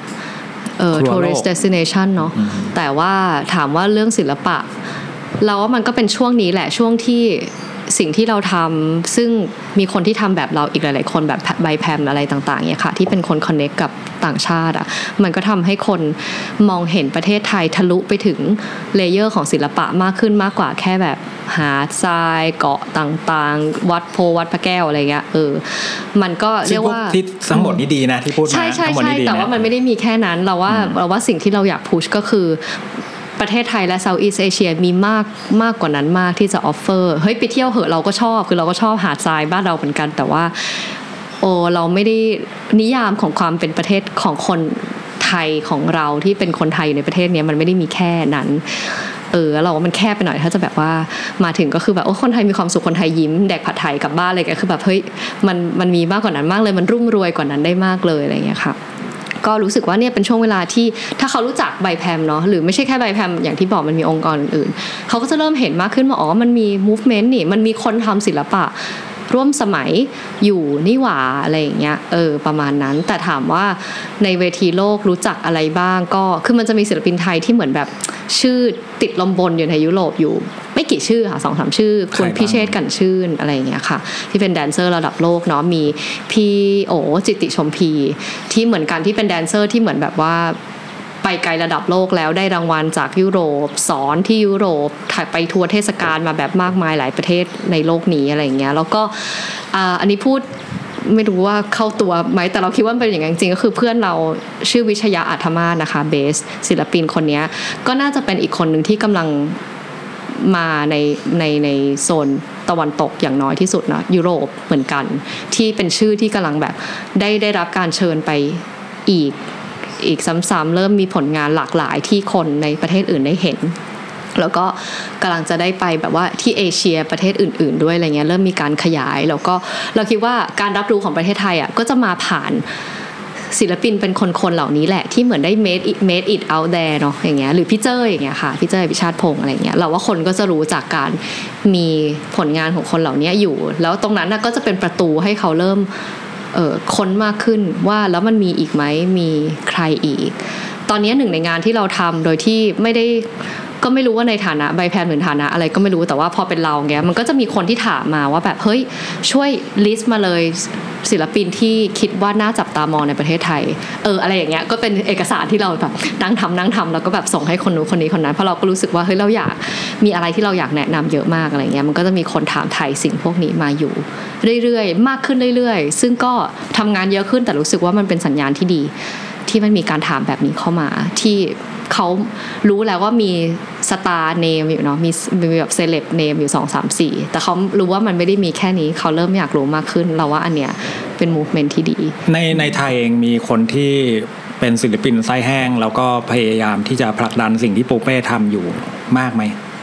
tourist destination เนาะแต่ว่าถามว่าเรื่องศิลปะเราว่ามันก็เป็นช่วงนี้แหละช่วงที่สิ่งที่เราทำซึ่งมีคนที่ทำแบบเราอีกหลายๆคนแบบใบแพมอะไรต่างๆเนี่ยค่ะที่เป็นคนคอนเนคกับต่างชาติมันก็ทำให้คนมองเห็นประเทศไทยทะลุไปถึงเลเยอร์ของศิลปะมากขึ้นมากกว่าแค่แบบหาดทรายเกาะต่างๆวัดพระแก้วอะไรเงี้ยมันก็เรียกว่าที่ทั้งหมดนี้ดีนะที่พูดมาทั้งหมดนี้ดีนะแต่ว่ามันไม่ได้มีแค่นั้นเราว่าสิ่งที่เราอยากพุชก็คือประเทศไทยและ Southeast Asia มีมากกว่านั้นมากที่จะออฟเฟอร์เฮ้ยไปเที่ยวเหอะเราก็ชอบคือเราก็ชอบหาดทรายบ้านเราเหมือนกันแต่ว่าเราไม่ได้นิยามของความเป็นประเทศของคนไทยของเราที่เป็นคนไทยอยู่ในประเทศนี้มันไม่ได้มีแค่นั้นเราว่ามันแคบไปหน่อยถ้าจะแบบว่ามาถึงก็คือแบบคนไทยมีความสุขคนไทยยิ้มแดกผัดไทยกลับบ้านอะไรกันคือแบบเฮ้ยมันมีมากกว่านั้นมากเลยมันรุ่มรวยกว่านั้นได้มากเลยอะไรอย่างเงี้ยค่ะก็รู้สึกว่าเนี่ยเป็นช่วงเวลาที่ถ้าเขารู้จักใบแพมเนาะหรือไม่ใช่แค่ใบแพมอย่างที่บอกมันมีองค์กรอื่นๆเขาก็จะเริ่มเห็นมากขึ้นว่ามันมี movement นี่มันมีคนทำศิลปะร่วมสมัยอยู่นี่หว่าอะไรอย่างเงี้ยประมาณนั้นแต่ถามว่าในเวทีโลกรู้จักอะไรบ้างก็คือมันจะมีศิลปินไทยที่เหมือนแบบชื่อติดลมบนอยู่ในยุโรปอยู่ไม่กี่ชื่อค่ะ 2-3 ชื่อคุณพิเชษฐ์กันชื่นอะไรอย่างเงี้ยค่ะที่เป็นแดนเซอร์ระดับโลกเนาะมีพี่จิตติชมพีที่เหมือนกันที่เป็นแดนเซอร์ที่เหมือนแบบว่าไปไกลระดับโลกแล้วได้รางวัลจากยุโรปสอนที่ยุโรปไปทัวร์เทศกาลมาแบบมากมายหลายประเทศในโลกนี้อะไรอย่างเงี้ยแล้วก็อันนี้พูดไม่รู้ว่าเข้าตัวไหมแต่เราคิดว่าเป็นอย่างนั้นจริงก็คือเพื่อนเราชื่อวิชยาอัธมาศนะคะเบสศิลปินคนนี้ก็น่าจะเป็นอีกคนหนึ่งที่กำลังมาในโซนตะวันตกอย่างน้อยที่สุดนะยุโรปเหมือนกันที่เป็นชื่อที่กำลังแบบได้รับการเชิญไปอีกซ้ำๆเริ่มมีผลงานหลากหลายที่คนในประเทศอื่นได้เห็นแล้วก็กำลังจะได้ไปแบบว่าที่เอเชียประเทศอื่นๆด้วยอะไรเงี้ยเริ่มมีการขยายแล้วก็เราคิดว่าการรับรู้ของประเทศไทยก็จะมาผ่านศิลปินเป็นคนๆเหล่านี้แหละที่เหมือนได้ made it out there เนาะอย่างเงี้ยหรือพี่เจ้ยอย่างเงี้ยค่ะพี่เจ้ยพิชาติพงษ์อะไรเงี้ยเราว่าคนก็จะรู้จากการมีผลงานของคนเหล่านี้อยู่แล้วตรงนั้นก็จะเป็นประตูให้เขาเริ่มค้นมากขึ้นว่าแล้วมันมีอีกไหมมีใครอีกตอนนี้หนึ่งในงานที่เราทำโดยที่ก็ไม่รู้ว่าในฐานะใบแพนหรือฐานะอะไรก็ไม่รู้แต่ว่าพอเป็นเราเงี้ยมันก็จะมีคนที่ถามมาว่าแบบเฮ้ยช่วยลิสต์มาเลยศิลปินที่คิดว่าน่าจับตามองในประเทศไทยอะไรอย่างเงี้ยก็เป็นเอกสารที่เราแบบนั่งทำแล้วก็แบบส่งให้คนนู้นคนนี้คนนั้นเพราะเราก็รู้สึกว่าเฮ้ยเราอยากมีอะไรที่เราอยากแนะนำเยอะมากอะไรเงี้ยมันก็จะมีคนถามไทยสิ่งพวกนี้มาอยู่เรื่อยๆมากขึ้นเรื่อยๆซึ่งก็ทำงานเยอะขึ้นแต่รู้สึกว่ามันเป็นสัญญาณที่ดีที่มันมีการถามแบบนี้เข้ามาที่เขารู้แล้วว่ามีสตาร์เนมอยู่เนาะมีแบบเซเลบเนมอยู่2 3 4แต่เขารู้ว่ามันไม่ได้มีแค่นี้เขาเริ่มอยากรู้มากขึ้นเราว่าอันเนี้ยเป็นมูฟเมนท์ที่ดีในไทยเองมีคนที่เป็นศิลปินไส้แห้งแล้วก็พยายามที่จะผลักดันสิ่งที่ปูเป้ทำอยู่มากไหม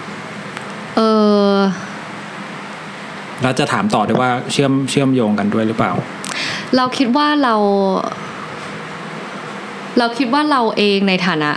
แล้วจะถามต่อด้วยว่าเชื่อมโยงกันด้วยหรือเปล่าเราคิดว่าเราเองในฐานะ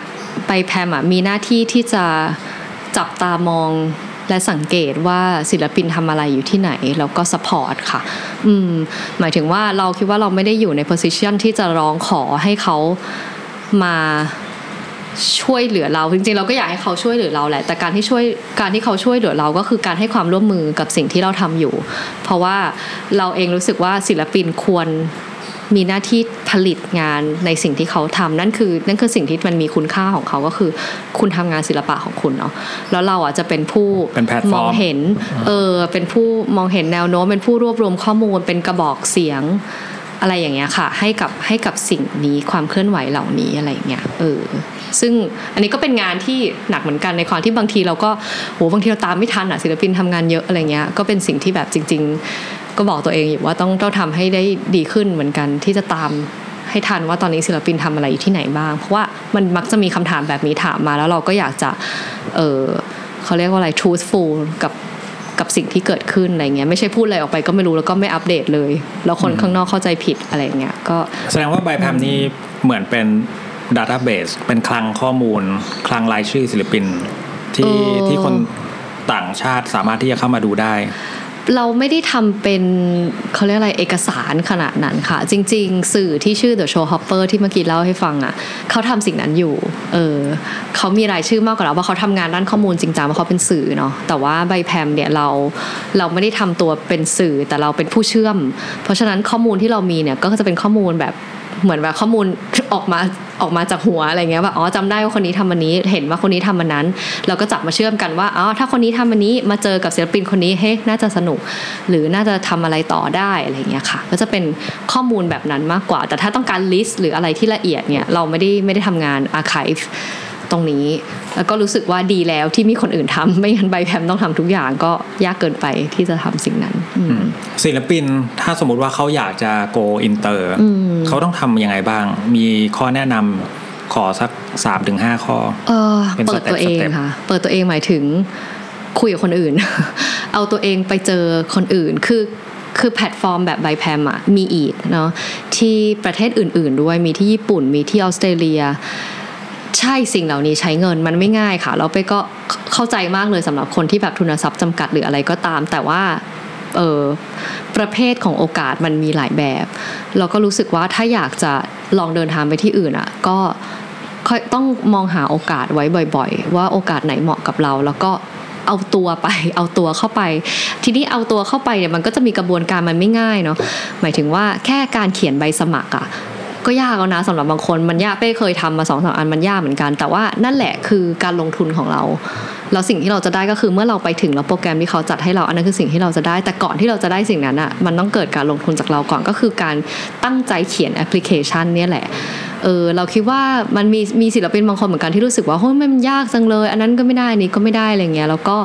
ใบแพมมีหน้าที่ที่จะจับตามองและสังเกตว่าศิลปินทำอะไรอยู่ที่ไหนแล้วก็ซัพพอร์ตค่ะหมายถึงว่าเราคิดว่าเราไม่ได้อยู่ในโพสิชันที่จะร้องขอให้เขามาช่วยเหลือเราจริงๆเราก็อยากให้เขาช่วยเหลือเราแหละแต่การที่เขาช่วยเหลือเราก็คือการให้ความร่วมมือกับสิ่งที่เราทำอยู่เพราะว่าเราเองรู้สึกว่าศิลปินควรมีหน้าที่ผลิตงานในสิ่งที่เขาทำนั่นคือสิ่งที่มันมีคุณค่าของเขาก็คือคุณทำงานศิลปะของคุณเนาะแล้วเราจะเป็นผู้มองเห็นเป็นผู้มองเห็นแนวโน้มเป็นผู้รวบรวมข้อมูลเป็นกระบอกเสียงอะไรอย่างเงี้ยค่ะให้กับสิ่งนี้ความเคลื่อนไหวเหล่านี้อะไรอย่างเงี้ยซึ่งอันนี้ก็เป็นงานที่หนักเหมือนกันในความที่บางทีเราก็บางทีเราตามไม่ทันศิลปินทำงานเยอะอะไรเงี้ยก็เป็นสิ่งที่แบบจริงๆก็บอกตัวเองอยู่ว่าต้องทำให้ได้ดีขึ้นเหมือนกันที่จะตามให้ทันว่าตอนนี้ศิลปินทำอะไรอยู่ที่ไหนบ้างเพราะว่ามันมักจะมีคำถามแบบนี้ถามมาแล้วเราก็อยากจะเขาเรียกว่าอะไร truthful กับสิ่งที่เกิดขึ้นอะไรเงี้ยไม่ใช่พูดอะไรออกไปก็ไม่รู้แล้วก็ไม่อัปเดตเลยแล้วคนข้างนอกเข้าใจผิดอะไรเงี้ยก็แสดงว่าใบแพมนี่เหมือนเป็นdatabase เป็นคลังข้อมูลคลังรายชื่อศิลปินที่คนต่างชาติสามารถที่จะเข้ามาดูได้เราไม่ได้ทำเป็นเขาเรียกอะไรเอกสารขนาดนั้นค่ะจริงๆสื่อที่ชื่อ The Show Hopper ที่เมื่อกี้เล่าให้ฟังเขาทำสิ่งนั้นอยู่เขามีรายชื่อมากกว่าเราว่าเขาทำงานด้านข้อมูลจริงจังเพราะเขาเป็นสื่อเนาะแต่ว่าใบแพมเนี่ยเราไม่ได้ทำตัวเป็นสื่อแต่เราเป็นผู้เชื่อมเพราะฉะนั้นข้อมูลที่เรามีเนี่ยก็จะเป็นข้อมูลแบบเหมือนแบบข้อมูลออกมาจากหัวอะไรเงี้ยว่าจำได้ว่าคนนี้ทำอันนี้เห็นว่าคนนี้ทำอันนั้นเราก็จับมาเชื่อมกันว่าถ้าคนนี้ทำอันนี้มาเจอกับศิลปินคนนี้น่าจะสนุกหรือน่าจะทำอะไรต่อได้อะไรเงี้ยค่ะก็จะเป็นข้อมูลแบบนั้นมากกว่าแต่ถ้าต้องการลิสต์หรืออะไรที่ละเอียดเนี่ยเราไม่ได้ทำงานอาร์ไคฟ์ตรงนี้แล้วก็รู้สึกว่าดีแล้วที่มีคนอื่นทำไม่งั้นใบแพมต้องทำทุกอย่างก็ยากเกินไปที่จะทำสิ่งนั้นศิลปินถ้าสมมติว่าเขาอยากจะ go inter เขาต้องทำยังไงบ้างมีข้อแนะนำขอสัก 3-5 ข้อเปิดตัวเองค่ะเปิดตัวเองหมายถึงคุยกับคนอื่น เอาตัวเองไปเจอคนอื่นคือแพลตฟอร์มแบบใบแพมมีอีกเนาะที่ประเทศอื่นๆด้วยมีที่ญี่ปุ่นมีที่ออสเตรเลียใช่สิ่งเหล่านี้ใช้เงินมันไม่ง่ายค่ะเราไปก็เข้าใจมากเลยสำหรับคนที่แบบทุนทรัพย์จำกัดหรืออะไรก็ตามแต่ว่าประเภทของโอกาสมันมีหลายแบบเราก็รู้สึกว่าถ้าอยากจะลองเดินทางไปที่อื่นก็ต้องมองหาโอกาสไว้บ่อยๆว่าโอกาสไหนเหมาะกับเราแล้วก็เอาตัวเข้าไปทีนี้เอาตัวเข้าไปเนี่ยมันก็จะมีกระบวนการมันไม่ง่ายเนาะหมายถึงว่าแค่การเขียนใบสมัครก็ยากแล้วนะสำหรับบางคนมันยากเป้เคยทำมา 2-3 อันมันยากเหมือนกันแต่ว่านั่นแหละคือการลงทุนของเราแล้วสิ่งที่เราจะได้ก็คือเมื่อเราไปถึงแล้วโปรแกรมที่เขาจัดให้เราอันนั้นคือสิ่งที่เราจะได้แต่ก่อนที่เราจะได้สิ่งนั้นมันต้องเกิดการลงทุนจากเราก่อนก็คือการตั้งใจเขียนแอปพลิเคชันเนี่ยแหละเราคิดว่ามันมีศิลปินบางคนเหมือนกันที่รู้สึกว่าโอ้ยมันยากจังเลยอันนั้นก็ไม่ได้นี่ก็ไม่ได้อะไรเงี้ยแล้วก็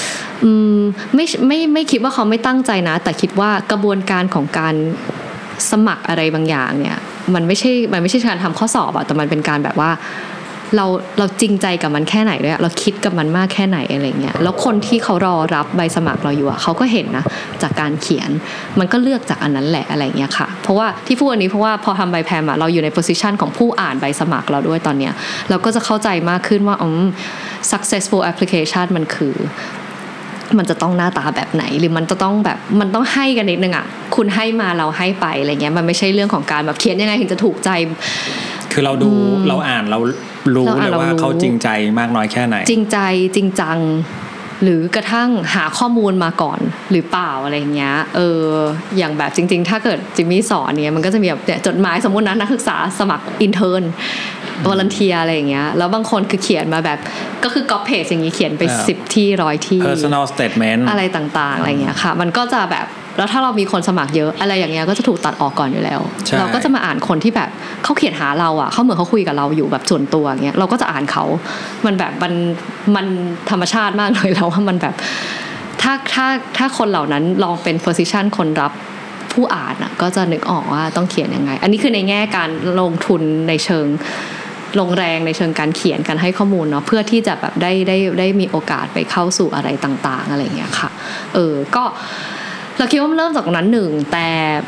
ไม่คิดว่าเขาไม่ตั้งใจนะแต่คิดว่ากระบวนการของการสมัครอะไรบางอย่างเนี่ยมันไม่ใช่การทำข้อสอบแต่มันเป็นการแบบว่าเราจริงใจกับมันแค่ไหนด้วยเราคิดกับมันมากแค่ไหนอะไรเงี้ยแล้วคนที่เขารอรับใบสมัครเราอยู่เขาก็เห็นนะจากการเขียนมันก็เลือกจากอันนั้นแหละอะไรเงี้ยค่ะเพราะว่าที่พูดอันนี้เพราะว่าพอทำใบแพมเราอยู่ในโพสิชันของผู้อ่านใบสมัครเราด้วยตอนเนี้ยเราก็จะเข้าใจมากขึ้นว่าsuccessful application มันจะต้องหน้าตาแบบไหนหรือมันจะต้องแบบมันต้องให้กันนิดนึงคุณให้มาเราให้ไปอะไรเงี้ยมันไม่ใช่เรื่องของการแบบเขียนยังไงถึงจะถูกใจคือเราดูเราอ่านเรารู้เลยว่าเขาจริงใจมากน้อยแค่ไหนจริงใจจริงจังหรือกระทั่งหาข้อมูลมาก่อนหรือเปล่าอะไรเงี้ยอย่างแบบจริงๆถ้าเกิดจิมมี่สอนเนี่ยมันก็จะมีแบบจดหมายสมมุตินะนักศึกษาสมัครอินเทิร์นวอลันเทียอะไรอย่างเงี้ยแล้วบางคนคือเขียนมาแบบก็คือก๊อปเพจอย่างงี้เขียนไป10ที่100ที่ personal statement อะไรต่างๆอะไรเงี้ยค่ะมันก็จะแบบแล้วถ้าเรามีคนสมัครเยอะอะไรอย่างเงี้ยก็จะถูกตัดออกก่อนอยู่แล้วเราก็จะมาอ่านคนที่แบบเขาเขียนหาเราเขาเหมือนเขาคุยกับเราอยู่แบบส่วนตัวอย่างเงี้ยเราก็จะอ่านเขามันแบบมันธรรมชาติมากเลยแล้วว่ามันแบบถ้าคนเหล่านั้นลองเป็น position คนรับผู้อ่านก็จะนึกออกว่าต้องเขียนยังไงอันนี้คือในแง่การลงทุนในเชิงลงแรงในเชิงการเขียนการให้ข้อมูลเนาะเพื่อที่จะแบบได้มีโอกาสไปเข้าสู่อะไรต่างๆอะไรอย่างเงี้ยค่ะก็เราคิดว่ามันเริ่มจากนั้นหนึ่งแต่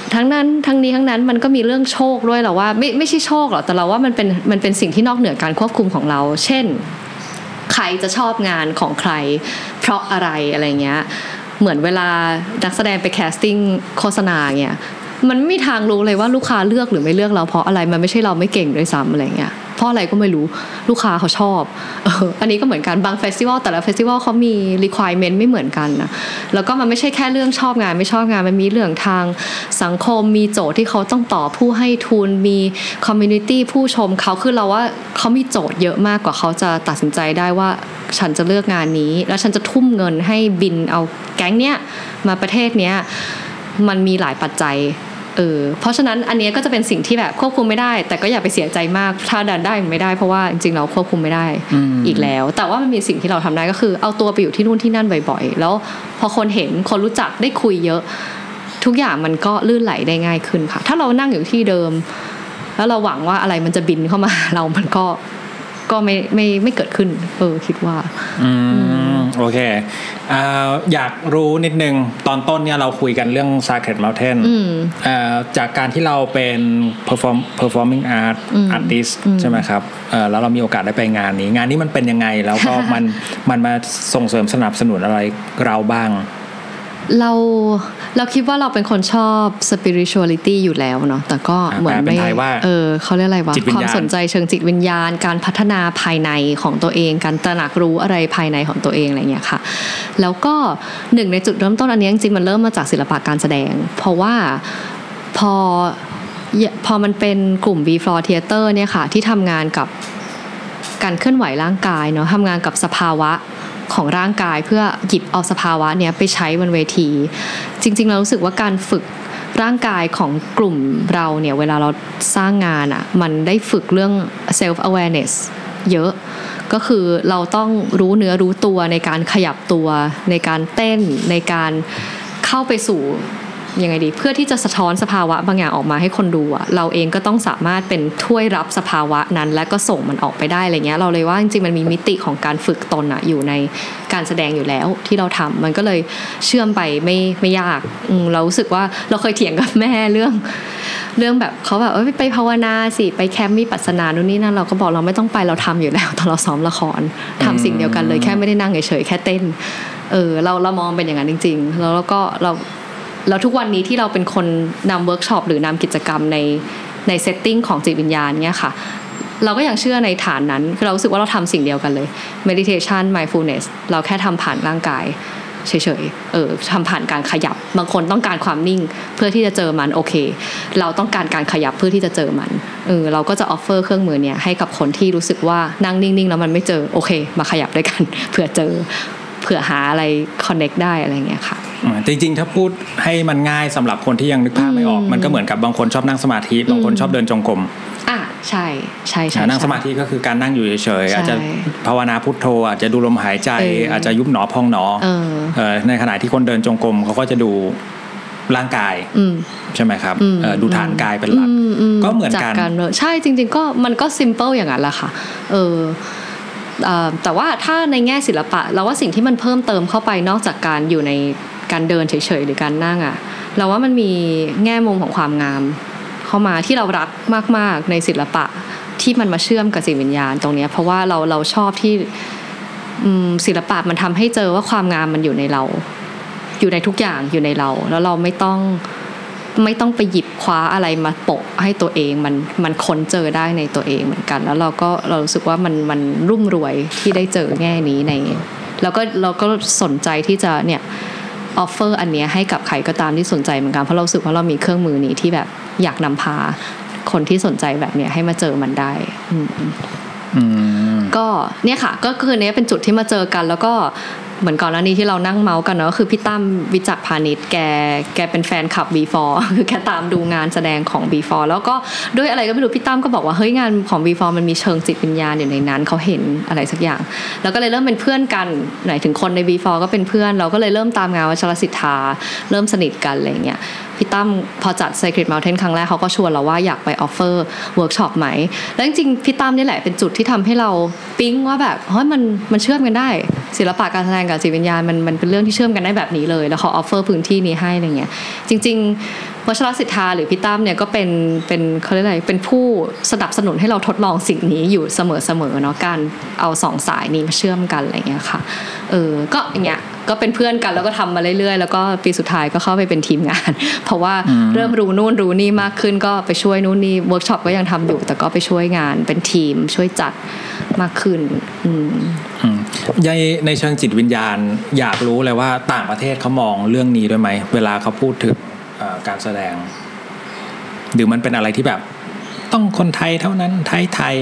ทั้งนั้นมันก็มีเรื่องโชคด้วยหรอว่าไม่ใช่โชคหรอกแต่เราว่ามันเป็นสิ่งที่นอกเหนือการควบคุมของเราเช่นใครจะชอบงานของใครเพราะอะไรเงี้ยเหมือนเวลานักแสดงไปแคสติ้งโฆษณาเงี้ยมันไม่มีทางรู้เลยว่าลูกค้าเลือกหรือไม่เลือกเราเพราะอะไรมันไม่ใช่เราไม่เก่งด้วยซ้ำอะไรเงี้ยเพราะอะไรก็ไม่รู้ลูกค้าเขาชอบอันนี้ก็เหมือนกันบางเฟสติวัลแต่ละเฟสติวัลเขามี requirement ไม่เหมือนกันนะแล้วก็มันไม่ใช่แค่เรื่องชอบงานไม่ชอบงานมันมีเรื่องทางสังคมมีโจทย์ที่เขาต้องต่อผู้ให้ทุนมี community ผู้ชมเขาคือเราว่าเขามีโจทย์เยอะมากกว่าเขาจะตัดสินใจได้ว่าฉันจะเลือกงานนี้แล้วฉันจะทุ่มเงินให้บินเอาแก๊งเนี้ยมาประเทศเนี้ยมันมีหลายปัจจัยเพราะฉะนั้นอันนี้ก็จะเป็นสิ่งที่แบบควบคุมไม่ได้แต่ก็อย่าไปเสียใจมากถ้าดันได้ไม่ได้เพราะว่าจริงๆเราควบคุมไม่ได้อีกแล้วแต่ว่ามันมีสิ่งที่เราทำได้ก็คือเอาตัวไปอยู่ที่นู่นที่นั่นบ่อยๆแล้วพอคนเห็นคนรู้จักได้คุยเยอะทุกอย่างมันก็ลื่นไหลได้ง่ายขึ้นค่ะถ้าเรานั่งอยู่ที่เดิมแล้วเราหวังว่าอะไรมันจะบินเข้ามาเรามันก็ไม่เกิดขึ้นคิดว่าโอเคอยากรู้นิดนึงตอนต้นเนี่ยเราคุยกันเรื่อง Sacred Mountain จากการที่เราเป็น performing artist ใช่ไหมครับแล้วเรามีโอกาสได้ไปงานนี้มันเป็นยังไงแล้วก็มันมาส่งเสริมสนับสนุนอะไรเราบ้างเราคิดว่าเราเป็นคนชอบ spirituality อยู่แล้วเนาะแต่ก็เหมือนไม่เขาเรียกอะไรวะความสนใจเชิงจิตวิญญาณการพัฒนาภายในของตัวเองการตระหนักรู้อะไรภายในของตัวเองอะไรเงี้ยค่ะแล้วก็หนึ่งในจุดเริ่มต้นอันนี้จริงๆมันเริ่มมาจากศิลปะการแสดงเพราะว่าพอมันเป็นกลุ่ม B-Floor Theater เนี่ยค่ะที่ทำงานกับการเคลื่อนไหวร่างกายเนาะทำงานกับสภาวะของร่างกายเพื่อหยิบเอาสภาวะเนี้ยไปใช้บนเวทีจริงๆเรารู้สึกว่าการฝึกร่างกายของกลุ่มเราเนี่ยเวลาเราสร้างงานอ่ะมันได้ฝึกเรื่อง self awareness เยอะก็คือเราต้องรู้เนื้อรู้ตัวในการขยับตัวในการเต้นในการเข้าไปสู่ยังไงดีเพื่อที่จะสะท้อนสภาวะบางอย่างออกมาให้คนดูอ่ะเราเองก็ต้องสามารถเป็นถ้วยรับสภาวะนั้นและก็ส่งมันออกไปได้อะไรเงี้ยเราเลยว่าจริงๆมันมีมิติของการฝึกตนอ่ะอยู่ในการแสดงอยู่แล้วที่เราทำมันก็เลยเชื่อมไปไม่ยากเรารู้สึกว่าเราเคยเถียงกับแม่เรื่องแบบเขาแบบไปภาวนาสิไปแคมป์วิปัสสนานู่นนี่นั่นเราก็บอกเราไม่ต้องไปเราทำอยู่แล้วตอนเราซ้อมละครทำสิ่งเดียวกันเลยแค่ไม่ได้นั่งเฉยๆแค่เต้นเรามองเป็นอย่างนั้นจริงๆแล้วทุกวันนี้ที่เราเป็นคนนำเวิร์กช็อปหรือนำกิจกรรมในเซตติ้งของจิตวิญญาณเนี่ยค่ะเราก็ยังเชื่อในฐานนั้นคือเรารู้สึกว่าเราทำสิ่งเดียวกันเลย meditation mindfulness เราแค่ทำผ่านร่างกายเฉยๆทำผ่านการขยับบางคนต้องการความนิ่งเพื่อที่จะเจอมันโอเคเราต้องการการขยับเพื่อที่จะเจอมันเราก็จะออฟเฟอร์เครื่องมือเนี่ยให้กับคนที่รู้สึกว่านั่งนิ่งๆแล้วมันไม่เจอโอเคมาขยับด้วยกันเผื่อเจอเผื่อหาอะไรคอนเนคได้อะไรเงี้ยค่ะจริงๆถ้าพูดให้มันง่ายสำหรับคนที่ยังนึกภาพไม่ออกมันก็เหมือนกับบางคนชอบนั่งสมาธิบางคนชอบเดินจงกรมใช่นั่งสมาธิก็คือการนั่งอยู่เฉยๆอาจจะภาวนาพุทโธอาจจะดูลมหายใจอาจจะยุบหนอพองหนอในขณะที่คนเดินจงกรมเขาก็จะดูร่างกายใช่ไหมครับดูฐานกายเป็นหลักก็เหมือนกันใช่จริงๆก็มันก็ซิมเปิลอย่างนั้นแหละค่ะแต่ว่าถ้าในแง่ศิลปะเราว่าสิ่งที่มันเพิ่มเติมเข้าไปนอกจากการอยู่ในการเดินเฉยๆหรือการนั่งเราว่ามันมีแง่มุมของความงามเข้ามาที่เรารักมากๆในศิลปะที่มันมาเชื่อมกับจิตวิญญาณตรงนี้เพราะว่าเราชอบที่ศิลปะมันทำให้เจอว่าความงามมันอยู่ในเราอยู่ในทุกอย่างอยู่ในเราแล้วเราไม่ต้องไปหยิบคว้าอะไรมาโปะให้ตัวเองมันค้นเจอได้ในตัวเองเหมือนกันแล้วเรารู้สึกว่ามันรุ่มรวยที่ได้เจอแง่นี้แล้วก็เราก็สนใจที่จะเนี่ยออฟเฟอร์อันเนี้ยให้กับใครก็ตามที่สนใจเหมือนกันเพราะเรารู้สึกว่าเรามีเครื่องมือนี้ที่แบบอยากนำพาคนที่สนใจแบบเนี้ยให้มาเจอมันได้ก็เนี่ยค่ะก็คือเนี้ยเป็นจุดที่มาเจอกันแล้วก็เหมือนก่อนหน้านี้ที่เรานั่งเมาส์กันเนาะคือพี่ตั้มวิจักรพานิชแกเป็นแฟนคลับ B4 คือแกตามดูงานแสดงของ B4 แล้วก็ด้วยอะไรก็ไม่รู้พี่ตั้มก็บอกว่าเฮ้ยงานของ B4 มันมีเชิงจิตวิญญาณอยู่ในนั้นเขาเห็นอะไรสักอย่างแล้วก็เลยเริ่มเป็นเพื่อนกันไหนถึงคนใน B4 ก็เป็นเพื่อนเราก็เลยเริ่มตามงานวัชรศิทธาเริ่มสนิทกันอะไรเงี้ยพี่ตั้มพอจัด Sacred Mountain ครั้งแรกเขาก็ชวนเราว่าอยากไปออฟเฟอร์เวิร์กช็อปไหมแล้วจริงๆพี่ตั้มนี่แหละเป็นจุดที่ทำให้เราปิ๊งว่าแบบเฮ้ยมันเชื่อมกันได้ศิลปะการแสดงกับจิตวิญญาณมันเป็นเรื่องที่เชื่อมกันได้แบบนี้เลยแล้วเขาออฟเฟอร์พื้นที่นี้ให้อะไรเงี้ยจริงๆวัชรศิทธาหรือพี่ตั้มเนี่ยก็เป็นเขาเรียกอะไรเป็นผู้สนับสนุนให้เราทดลองสิ่งนี้อยู่เสมอเนาะการเอาสองสายนี้มาเชื่อมกันอะไรเงี้ยค่ะก็อย่างเงี้ยก็เป็นเพื่อนกันแล้วก็ทำมาเรื่อยๆแล้วก็ปีสุดท้ายก็เข้าไปเป็นทีมงานเพราะว่าเริ่มรู้นู่นรู้นี่มากขึ้นก็ไปช่วยนู่นนี่เวิร์กช็อปก็ยังทำอยู่แต่ก็ไปช่วยงานเป็นทีมช่วยจัดมากขึ้นในเชิงจิตวิญญาณอยากรู้เลยว่าต่างประเทศเขามองเรื่องนี้ด้วยไหมเวลาเขาพูดถึงการแสดงหรือมันเป็นอะไรที่แบบต้องคนไทยเท่านั้นไทย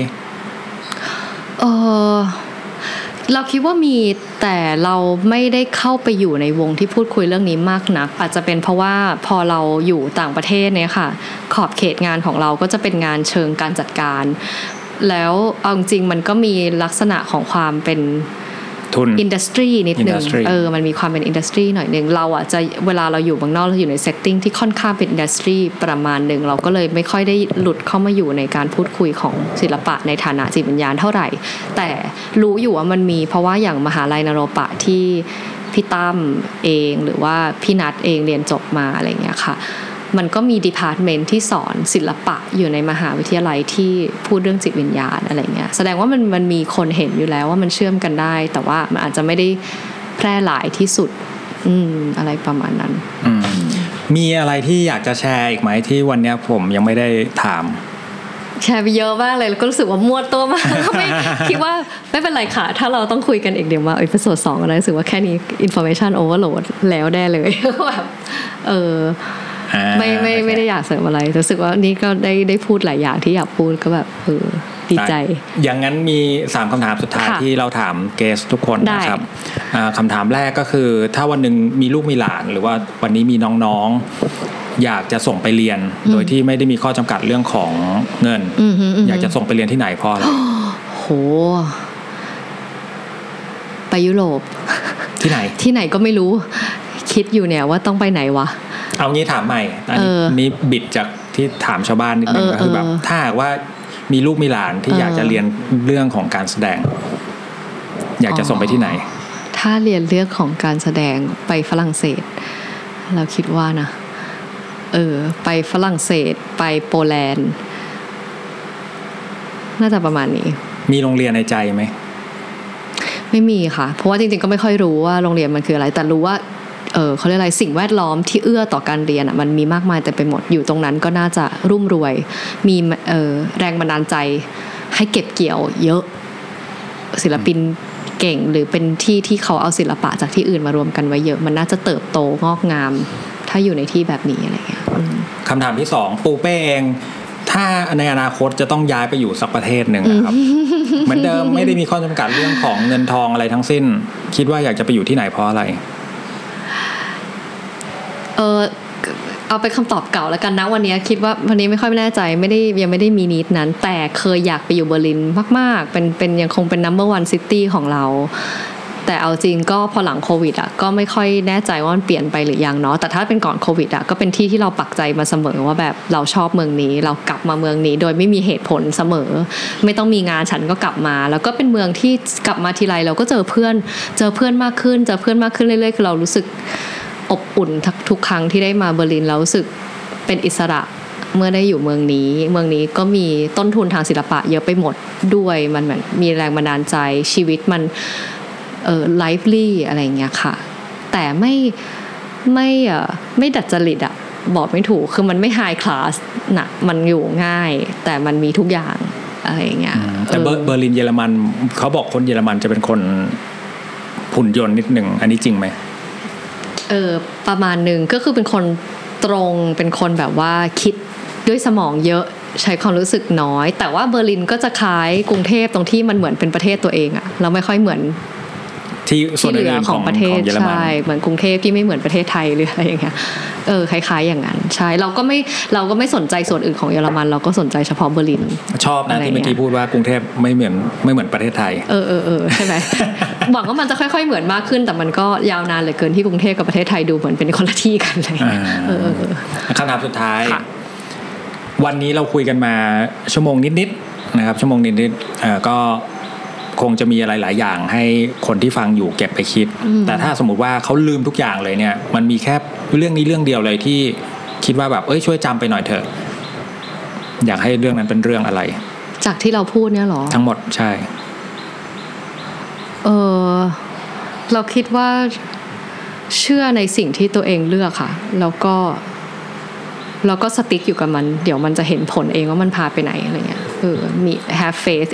เราคิดว่ามีแต่เราไม่ได้เข้าไปอยู่ในวงที่พูดคุยเรื่องนี้มากนักอาจจะเป็นเพราะว่าพอเราอยู่ต่างประเทศเนี่ยค่ะขอบเขตงานของเราก็จะเป็นงานเชิงการจัดการแล้วเอาจริงมันก็มีลักษณะของความเป็นทุนอินดัสทรีนิดนึงมันมีความเป็นอินดัสทรีหน่อยนึงเราอ่ะจะเวลาเราอยู่เมืองนอกเราอยู่ในเซตติ้งที่ค่อนข้างเป็นอินดัสทรีประมาณนึงเราก็เลยไม่ค่อยได้หลุดเข้ามาอยู่ในการพูดคุยของศิลปะในฐานะจิตวิญญาณเท่าไหร่แต่รู้อยู่ว่ามันมีเพราะว่าอย่างมหาลัยนโรปะที่พี่ตั้มเองหรือว่าพี่นัทเองเรียนจบมาอะไรอย่างเงี้ยค่ะมันก็มีดีพาร์ตเมนต์ที่สอนศิลปะอยู่ในมหาวิทยาลัยที่พูดเรื่องจิตวิญญาณอะไรเงี้ยแสดงว่ามันมีคนเห็นอยู่แล้วว่ามันเชื่อมกันได้แต่ว่ามันอาจจะไม่ได้แพร่หลายที่สุดอะไรประมาณนั้นมีอะไรที่อยากจะแชร์อีกไหมที่วันนี้ผมยังไม่ได้ถามแชร์ไปเยอะมากเลยแล้วก็รู้สึกว่ามั่วตัวมากก็ไม่คิดว่าไม่เป็นไรค่ะถ้าเราต้องคุยกันอีกเดี๋ยวมาอีพิโซด2นะรู้สึกว่าแค่นี้ information overload แล้วได้เลยแบบไม่ได้อยากเสริมอะไรรู้สึกว่านี่ก็ได้พูดหลายอย่างที่อยากพูดก็แบบดีใจอย่างนั้นมี3คำถามสุดท้ายที่เราถามเกสทุกคนนะครับคำถามแรกก็คือถ้าวันหนึ่งมีลูกมีหลานหรือว่าวันนี้มีน้องๆอยากจะส่งไปเรียนโดยที่ไม่ได้มีข้อจำกัดเรื่องของเงินอยากจะส่งไปเรียนที่ไหนเพราะอะไรโหไปยุโรปที่ไหนก็ไม่รู้คิดอยู่เนี่ยว่าต้องไปไหนวะเอางี้ถามใหม่อันนี้บิดจากที่ถามชาวบ้านนิดนึงก็คือแบบถ้าหากว่ามีลูกมีหลานที่อยากจะเรียนเรื่องของการแสดงอยากจะส่งไปที่ไหนถ้าเรียนเรื่องของการแสดงไปฝรั่งเศสเราคิดว่านะไปฝรั่งเศสไปโปแลนด์น่าจะประมาณนี้มีโรงเรียนในใจไหมไม่มีค่ะเพราะว่าจริงๆก็ไม่ค่อยรู้ว่าโรงเรียนมันคืออะไรแต่รู้ว่าเขาเรียกอะไรสิ่งแวดล้อมที่เอื้อต่อการเรียนอ่ะมันมีมากมายแต่ไปหมดอยู่ตรงนั้นก็น่าจะรุ่มรวยมีแรงบันดาลใจให้เก็บเกี่ยวเยอะศิลปินเก่งหรือเป็นที่เขาเอาศิลปะจากที่อื่นมารวมกันไว้เยอะมันน่าจะเติบโตงอกงามถ้าอยู่ในที่แบบนี้อะไรเงี้ยคำถามที่2ปูเป้เองถ้าในอนาคตจะต้องย้ายไปอยู่สักประเทศหนึ่งครับ เหมือนเดิมไม่ได้มีข้อจำกัดเรื่องของเงินทองอะไรทั้งสิ้นคิดว่าอยากจะไปอยู่ที่ไหนเพราะอะไรเอาไปคำตอบเก่าแล้วกันนะวันนี้คิดว่าวันนี้ไม่ค่อยแน่ใจยังไม่ได้มีนิดนั้นแต่เคยอยากไปอยู่เบอร์ลินมากๆเป็นยังคงเป็น number one city ของเราแต่เอาจริงก็พอหลังโควิดก็ไม่ค่อยแน่ใจว่ามันเปลี่ยนไปหรือยังเนาะแต่ถ้าเป็นก่อนโควิดก็เป็นที่เราปักใจมาเสมอว่าแบบเราชอบเมืองนี้เรากลับมาเมืองนี้โดยไม่มีเหตุผลเสมอไม่ต้องมีงานฉันก็กลับมาแล้วก็เป็นเมืองที่กลับมาทีไรเราก็เจอเพื่อนมากขึ้นเรื่อยๆคือเรารู้สึกอบอุ่นทุกครั้งที่ได้มาเบอร์ลินแล้วรู้สึกเป็นอิสระเมื่อได้อยู่เมืองนี้ก็มีต้นทุนทางศิลปะเยอะไปหมดด้วยมันเหมือนมีแรงบันดาลใจชีวิตมันไลฟ์ลี่อะไรอย่างเงี้ยค่ะแต่ไม่ดัดจริตบอกไม่ถูกคือมันไม่ไฮคลาสนะมันอยู่ง่ายแต่มันมีทุกอย่างอะไรอย่างเงี้ยแต่เบอร์ลินเยอรมันเขาบอกคนเยอรมันจะเป็นคนหุ่นยนต์นิดนึงอันนี้จริงไหมประมาณนึงก็คือเป็นคนตรงเป็นคนแบบว่าคิดด้วยสมองเยอะใช้ความรู้สึกน้อยแต่ว่าเบอร์ลินก็จะคล้ายกรุงเทพตรงที่มันเหมือนเป็นประเทศตัวเองเราไม่ค่อยเหมือนที่ส่วนอื่นของประเทศใช่เหมือนกรุงเทพที่ไม่เหมือนประเทศไทยหรืออะไรอย่างเงี้ยคล้ายๆอย่างนั้นใช่เราก็ไม่สนใจส่วนอื่นของเยอรมันเราก็สนใจเฉพาะเบอร์ลินชอบนะที่เมื่อกี้พูดว่ากรุงเทพไม่เหมือนประเทศไทยใช่ไหมหวังว่ามันจะค่อยๆเหมือนมากขึ้นแต่มันก็ยาวนานเหลือเกินที่กรุงเทพกับประเทศไทยดูเหมือนเป็นคนละที่กันเลยคำถามสุดท้ายวันนี้เราคุยกันมาชั่วโมงนิดๆนะครับชั่วโมงนิดๆก็คงจะมีอะไรหลายอย่างให้คนที่ฟังอยู่เก็บไปคิดแต่ถ้าสมมติว่าเขาลืมทุกอย่างเลยเนี่ยมันมีแค่เรื่องนี้เรื่องเดียวเลยที่คิดว่าแบบช่วยจำไปหน่อยเถอะอยากให้เรื่องนั้นเป็นเรื่องอะไรจากที่เราพูดเนี่ยหรอทั้งหมดใช่เราคิดว่าเชื่อในสิ่งที่ตัวเองเลือกค่ะแล้วก็สติ๊กอยู่กับมันเดี๋ยวมันจะเห็นผลเองว่ามันพาไปไหนอะไรเงี้ยมี have faith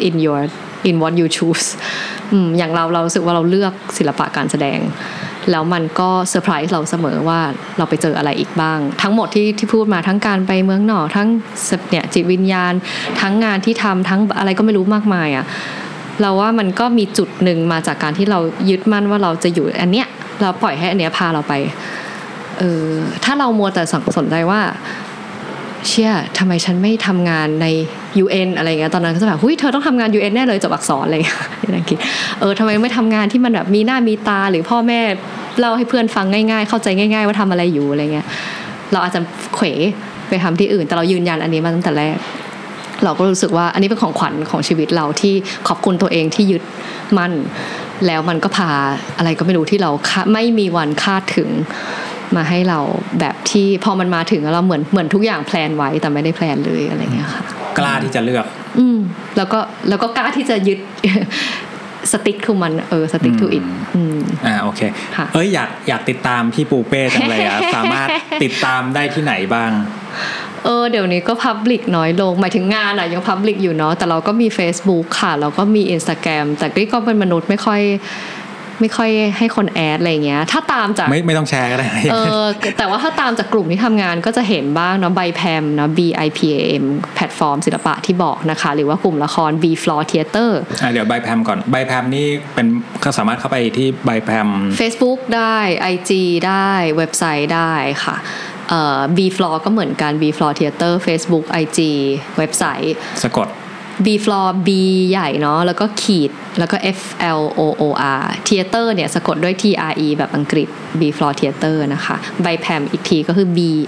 in what you choose อย่างเรารู้สึกว่าเราเลือกศิลปะการแสดงแล้วมันก็เซอร์ไพรส์เราเสมอว่าเราไปเจออะไรอีกบ้างทั้งหมดที่พูดมาทั้งการไปเมืองนอกทั้งเนี่ยจิตวิญญาณทั้งงานที่ทำทั้งอะไรก็ไม่รู้มากมายอ่ะเราว่ามันก็มีจุดหนึ่งมาจากการที่เรายึดมั่นว่าเราจะอยู่อันเนี้ยเราปล่อยให้อันเนี้ยพาเราไปถ้าเรามัวแต่สนใจว่าเชี่ยทำไมฉันไม่ทำงานใน UN อะไรเงี้ยตอนนั้นก็จะแบบเธอต้องทำงาน UN แน่เลยจบอักษรอะไรเงี้ยนั่งคิดทำไมไม่ทำงานที่มันแบบมีหน้ามีตาหรือพ่อแม่เล่าให้เพื่อนฟังง่ายๆเข้าใจง่ายๆว่าทำอะไรอยู่อะไรเงี้ยเราอาจจะเขวไปทำที่อื่นแต่เรายืนยันอันนี้มาตั้งแต่แรกเราก็รู้สึกว่าอันนี้เป็นของขวัญของชีวิตเราที่ขอบคุณตัวเองที่ยึดมั่นแล้วมันก็พาอะไรก็ไม่รู้ที่เราไม่มีวันคาดถึงมาให้เราแบบที่พอมันมาถึงแล้วเราเหมือนทุกอย่างแพลนไว้แต่ไม่ได้แพลนเลยอะไรเงี้ยค่ะกล้าที่จะเลือกแล้วก็กล้าที่จะยึดสติ๊กทูมันสติ๊กทูอิทโอเคอยากติดตามพี่ปูเป้จังเลยอ่ะสามารถติดตามได้ที่ไหนบ้างเดี๋ยวนี้ก็พับลิกน้อยลงหมายถึงงานอ่ะยังพับลิกอยู่เนาะแต่เราก็มี Facebook ค่ะเราก็มี Instagram แต่ก็เป็นมนุษย์ไม่ค่อยให้คนแอดอะไรเงี้ยถ้าตามจากไม่ต้องแชร์ก็ได้แต่ว่าถ้าตามจากกลุ่มที่ทำงานก็จะเห็นบ้างเนาะ BIPAM เนาะ BIPAM แพลตฟอร์มศิลปะที่บอกนะคะหรือว่ากลุ่มละคร B Floor Theater เดี๋ยว BIPAM ก่อน BIPAM นี่เป็นก็สามารถเข้าไปที่ BIPAM Facebook ได้ IG ได้เว็บไซต์ได้ค่ะB Floor ก็เหมือนกัน B Floor Theater Facebook IG เว็บไซต์สะกด B Floor B ใหญ่เนาะแล้วก็ขีดแล้วก็ FLOOR Theater เนี่ยสะกดด้วย TRE แบบอังกฤษ B Floor Theater นะคะ BIPAM อีกทีก็คือ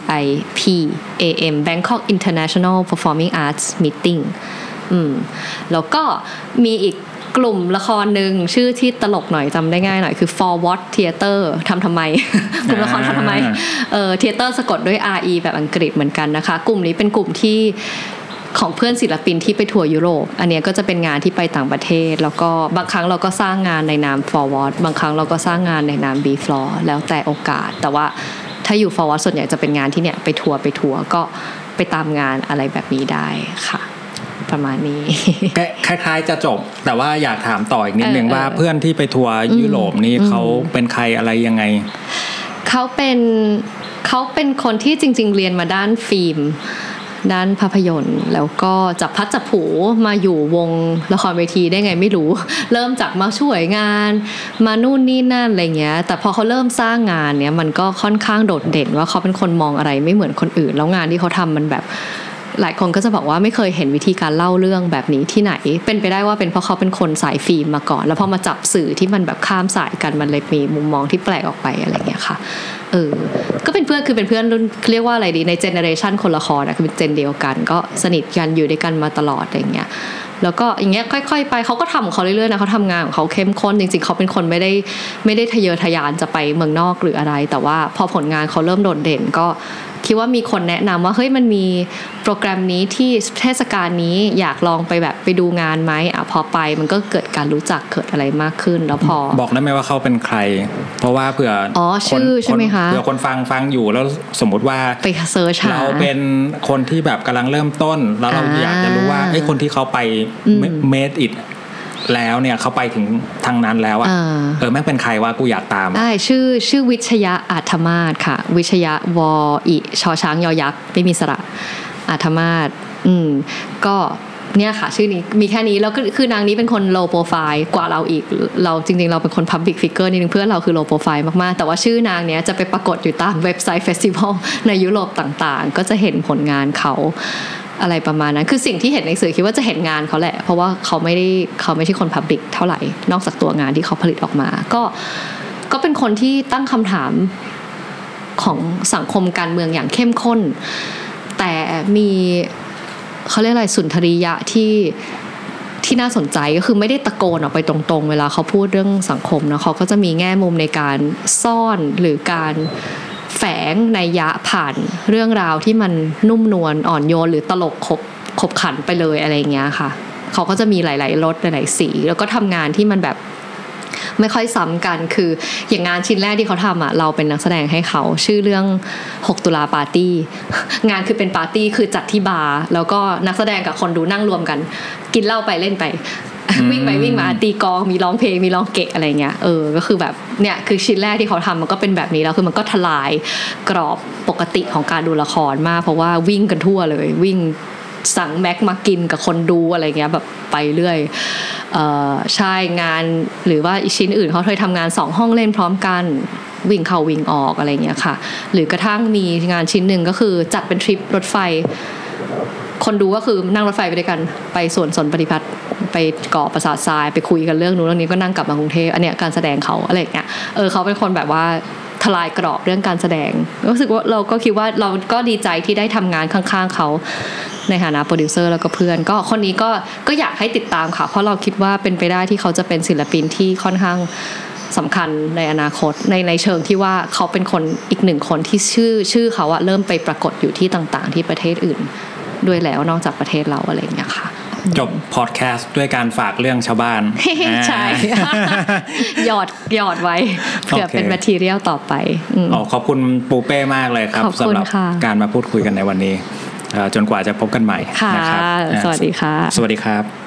BIPAM Bangkok International Performing Arts Meeting แล้วก็มีอีกกลุ่มละครหนึ่งชื่อที่ตลกหน่อยจำได้ง่ายหน่อยคือ For What Theater ทำไม กลุ่มละครทำไมTheater สะกดด้วย RE แบบอังกฤษเหมือนกันนะคะกลุ่มนี้เป็นกลุ่มที่ของเพื่อนศิลปินที่ไปทัวร์ยุโรปอันนี้ก็จะเป็นงานที่ไปต่างประเทศแล้วก็บางครั้งเราก็สร้างงานในนาม Forward บางครั้งเราก็สร้างงานในนาม B Floor แล้วแต่โอกาสแต่ว่าถ้าอยู่ Forward ส่วนใหญ่จะเป็นงานที่เนี่ยไปทัวร์ก็ไปตามงานอะไรแบบนี้ได้ค่ะประมาณนี้คล้ายๆจะจบแต่ว่าอยากถามต่ออีกนิดนึงว่าเพื่อนที่ไปทัวร์ยุโรปนี่เขาเป็นใครอะไรยังไงเขาเป็นคนที่จริงๆเรียนมาด้านฟิล์มด้านภาพยนตร์แล้วก็จับพัดจับผูมาอยู่วงละครเวทีได้ไงไม่รู้เริ่มจากมาช่วยงานมานู่นนี่นั่นอะไรเงี้ยแต่พอเขาเริ่มสร้างงานเนี้ยมันก็ค่อนข้างโดดเด่นว่าเขาเป็นคนมองอะไรไม่เหมือนคนอื่นแล้วงานที่เขาทำมันแบบหลายคนก็จะบอกว่าไม่เคยเห็นวิธีการเล่าเรื่องแบบนี้ที่ไหนเป็นไปได้ว่าเป็นเพราะเขาเป็นคนสายฟิล์มมาก่อนแล้วพอมาจับสื่อที่มันแบบข้ามสายกันมันเลยมีมุมมองที่แปลกออกไปอะไรเงี้ยค่ะก็เป็นเพื่อนคือเป็นเพื่อนรุ่นเรียกว่าอะไรดีในเจเนอเรชันคนละครนะคือเป็นเจนเดียวกันก็สนิทกันอยู่ด้วยกันมาตลอดอะไรเงี้ยแล้วก็อย่างเงี้ยค่อยๆไปเขาก็ทำของเขาเรื่อยๆนะเขาทำงานของเขาเข้มข้นจริงๆเขาเป็นคนไม่ได้ทะเยอทะยานจะไปเมืองนอกหรืออะไรแต่ว่าพอผลงานเขาเริ่มโดดเด่นก็คิดว่ามีคนแนะนำว่าเฮ้ยมันมีโปรแกรมนี้ที่เทศกาลนี้อยากลองไปแบบไปดูงานไหมพอไปมันก็เกิดการรู้จักเกิดอะไรมากขึ้นแล้วพอบอกได้ไหมว่าเขาเป็นใครเพราะว่าเผื่อชื่อใช่ไหมคะเผื่อคนฟังอยู่แล้วสมมติว่าไปเซิร์ชหาเราเป็นคนที่แบบกำลังเริ่มต้นแล้วเราอยากจะรู้ว่าไอ้คนที่เขาไปเมดอิทแล้วเนี่ยเขาไปถึงทางนั้นแล้วแม่งเป็นใครวะกูอยากตามชื่อวิชยะอาธมาศค่ะวิชยะวอิชอช้างยอยักษ์ไม่มีสระอาธมาศก็เนี่ยค่ะชื่อนี้มีแค่นี้แล้วก็คือนางนี้เป็นคน low profile กว่าเราอีกเราจริงๆเราเป็นคน public figure นิดนึงเพื่อนเราคือ low profile มากๆแต่ว่าชื่อนางเนี้ยจะไปปรากฏอยู่ตามเว็บไซต์เฟสติวัลในยุโรปต่างๆก็จะเห็นผลงานเขาอะไรประมาณนั้นคือสิ่งที่เห็นในสื่อคิดว่าจะเห็นงานเขาแหละเพราะว่าเขาไม่ใช่คน public เท่าไหร่นอกจากตัวงานที่เขาผลิตออกมาก็เป็นคนที่ตั้งคำถามของสังคมการเมืองอย่างเข้มข้นแต่มีเขาเรียกอะไรสุนทรียะที่ที่น่าสนใจก็คือไม่ได้ตะโกนออกไปตรงๆเวลาเขาพูดเรื่องสังคมนะเขาก็จะมีแง่มุมในการซ่อนหรือการแฝงนัยยะผ่านเรื่องราวที่มันนุ่มนวลอ่อนโยนหรือตลกขบขันไปเลยอะไรเงี้ยค่ะเขาก็จะมีหลายๆรสหลายๆสีแล้วก็ทำงานที่มันแบบไม่ค่อยซ้ำกันคืออย่างงานชิ้นแรกที่เขาทำอ่ะเราเป็นนักแสดงให้เขาชื่อเรื่อง6ตุลาปาร์ตี้งานคือเป็นปาร์ตี้คือจัดที่บาร์แล้วก็นักแสดงกับคนดูนั่งรวมกันกินเหล้าไปเล่นไปวิ่งไปวิ่งมาตีกลองมีร้องเพลงมีร้องเกะอะไรเงี้ยก็คือแบบเนี่ยคือชิ้นแรกที่เขาทำมันก็เป็นแบบนี้แล้วคือมันก็ทลายกรอบปกติของการดูละครมากเพราะว่าวิ่งกันทั่วเลยวิ่งสั่งแม็กมากินกับคนดูอะไรเงี้ยแบบไปเรื่อยใช่งานหรือว่าอีกชิ้นอื่นเขาเคยทำงาน2ห้องเล่นพร้อมกันวิ่งเข้าวิ่งออกอะไรเงี้ยค่ะหรือกระทั่งมีงานชิ้นหนึ่งก็คือจัดเป็นทริปรถไฟคนดูก็คือนั่งรถไฟไปด้วยกันไปสวนสนปฏิพัฒน์ไปเกาะปราสาททรายไปคุยกันเรื่องนู้นเรื่องนี้ก็นั่งกลับมากรุงเทพอันเนี้ยการแสดงเขาอะไรเงี้ยเขาเป็นคนแบบว่าทลายกรอบเรื่องการแสดงรู้สึกว่าเราก็คิดว่าเราก็ดีใจที่ได้ทำงานข้างๆเขาในฐานะโปรดิวเซอร์แล้วก็เพื่อนก็คนนี้ก็อยากให้ติดตามค่ะเพราะเราคิดว่าเป็นไปได้ที่เขาจะเป็นศิลปินที่ค่อนข้างสำคัญในอนาคตในเชิงที่ว่าเขาเป็นคนอีกหนึ่งคนที่ชื่อเขาอะเริ่มไปปรากฏอยู่ที่ต่างๆที่ประเทศอื่นด้วยแล้วนอกจากประเทศเราอะไรอย่างเงี้ยค่ะจบพอดแคสต์ด้วยการฝากเรื่องชาวบ้านใช่ หยอดไว้เผื่อเป็นแมททีเรียลต่อไปขอบคุณปูเป้มากเลยครับสำหรับการมาพูดคุยกันในวันนี้จนกว่าจะพบกันใหม่นะครับสวัสดีค่ะสวัสดีครับ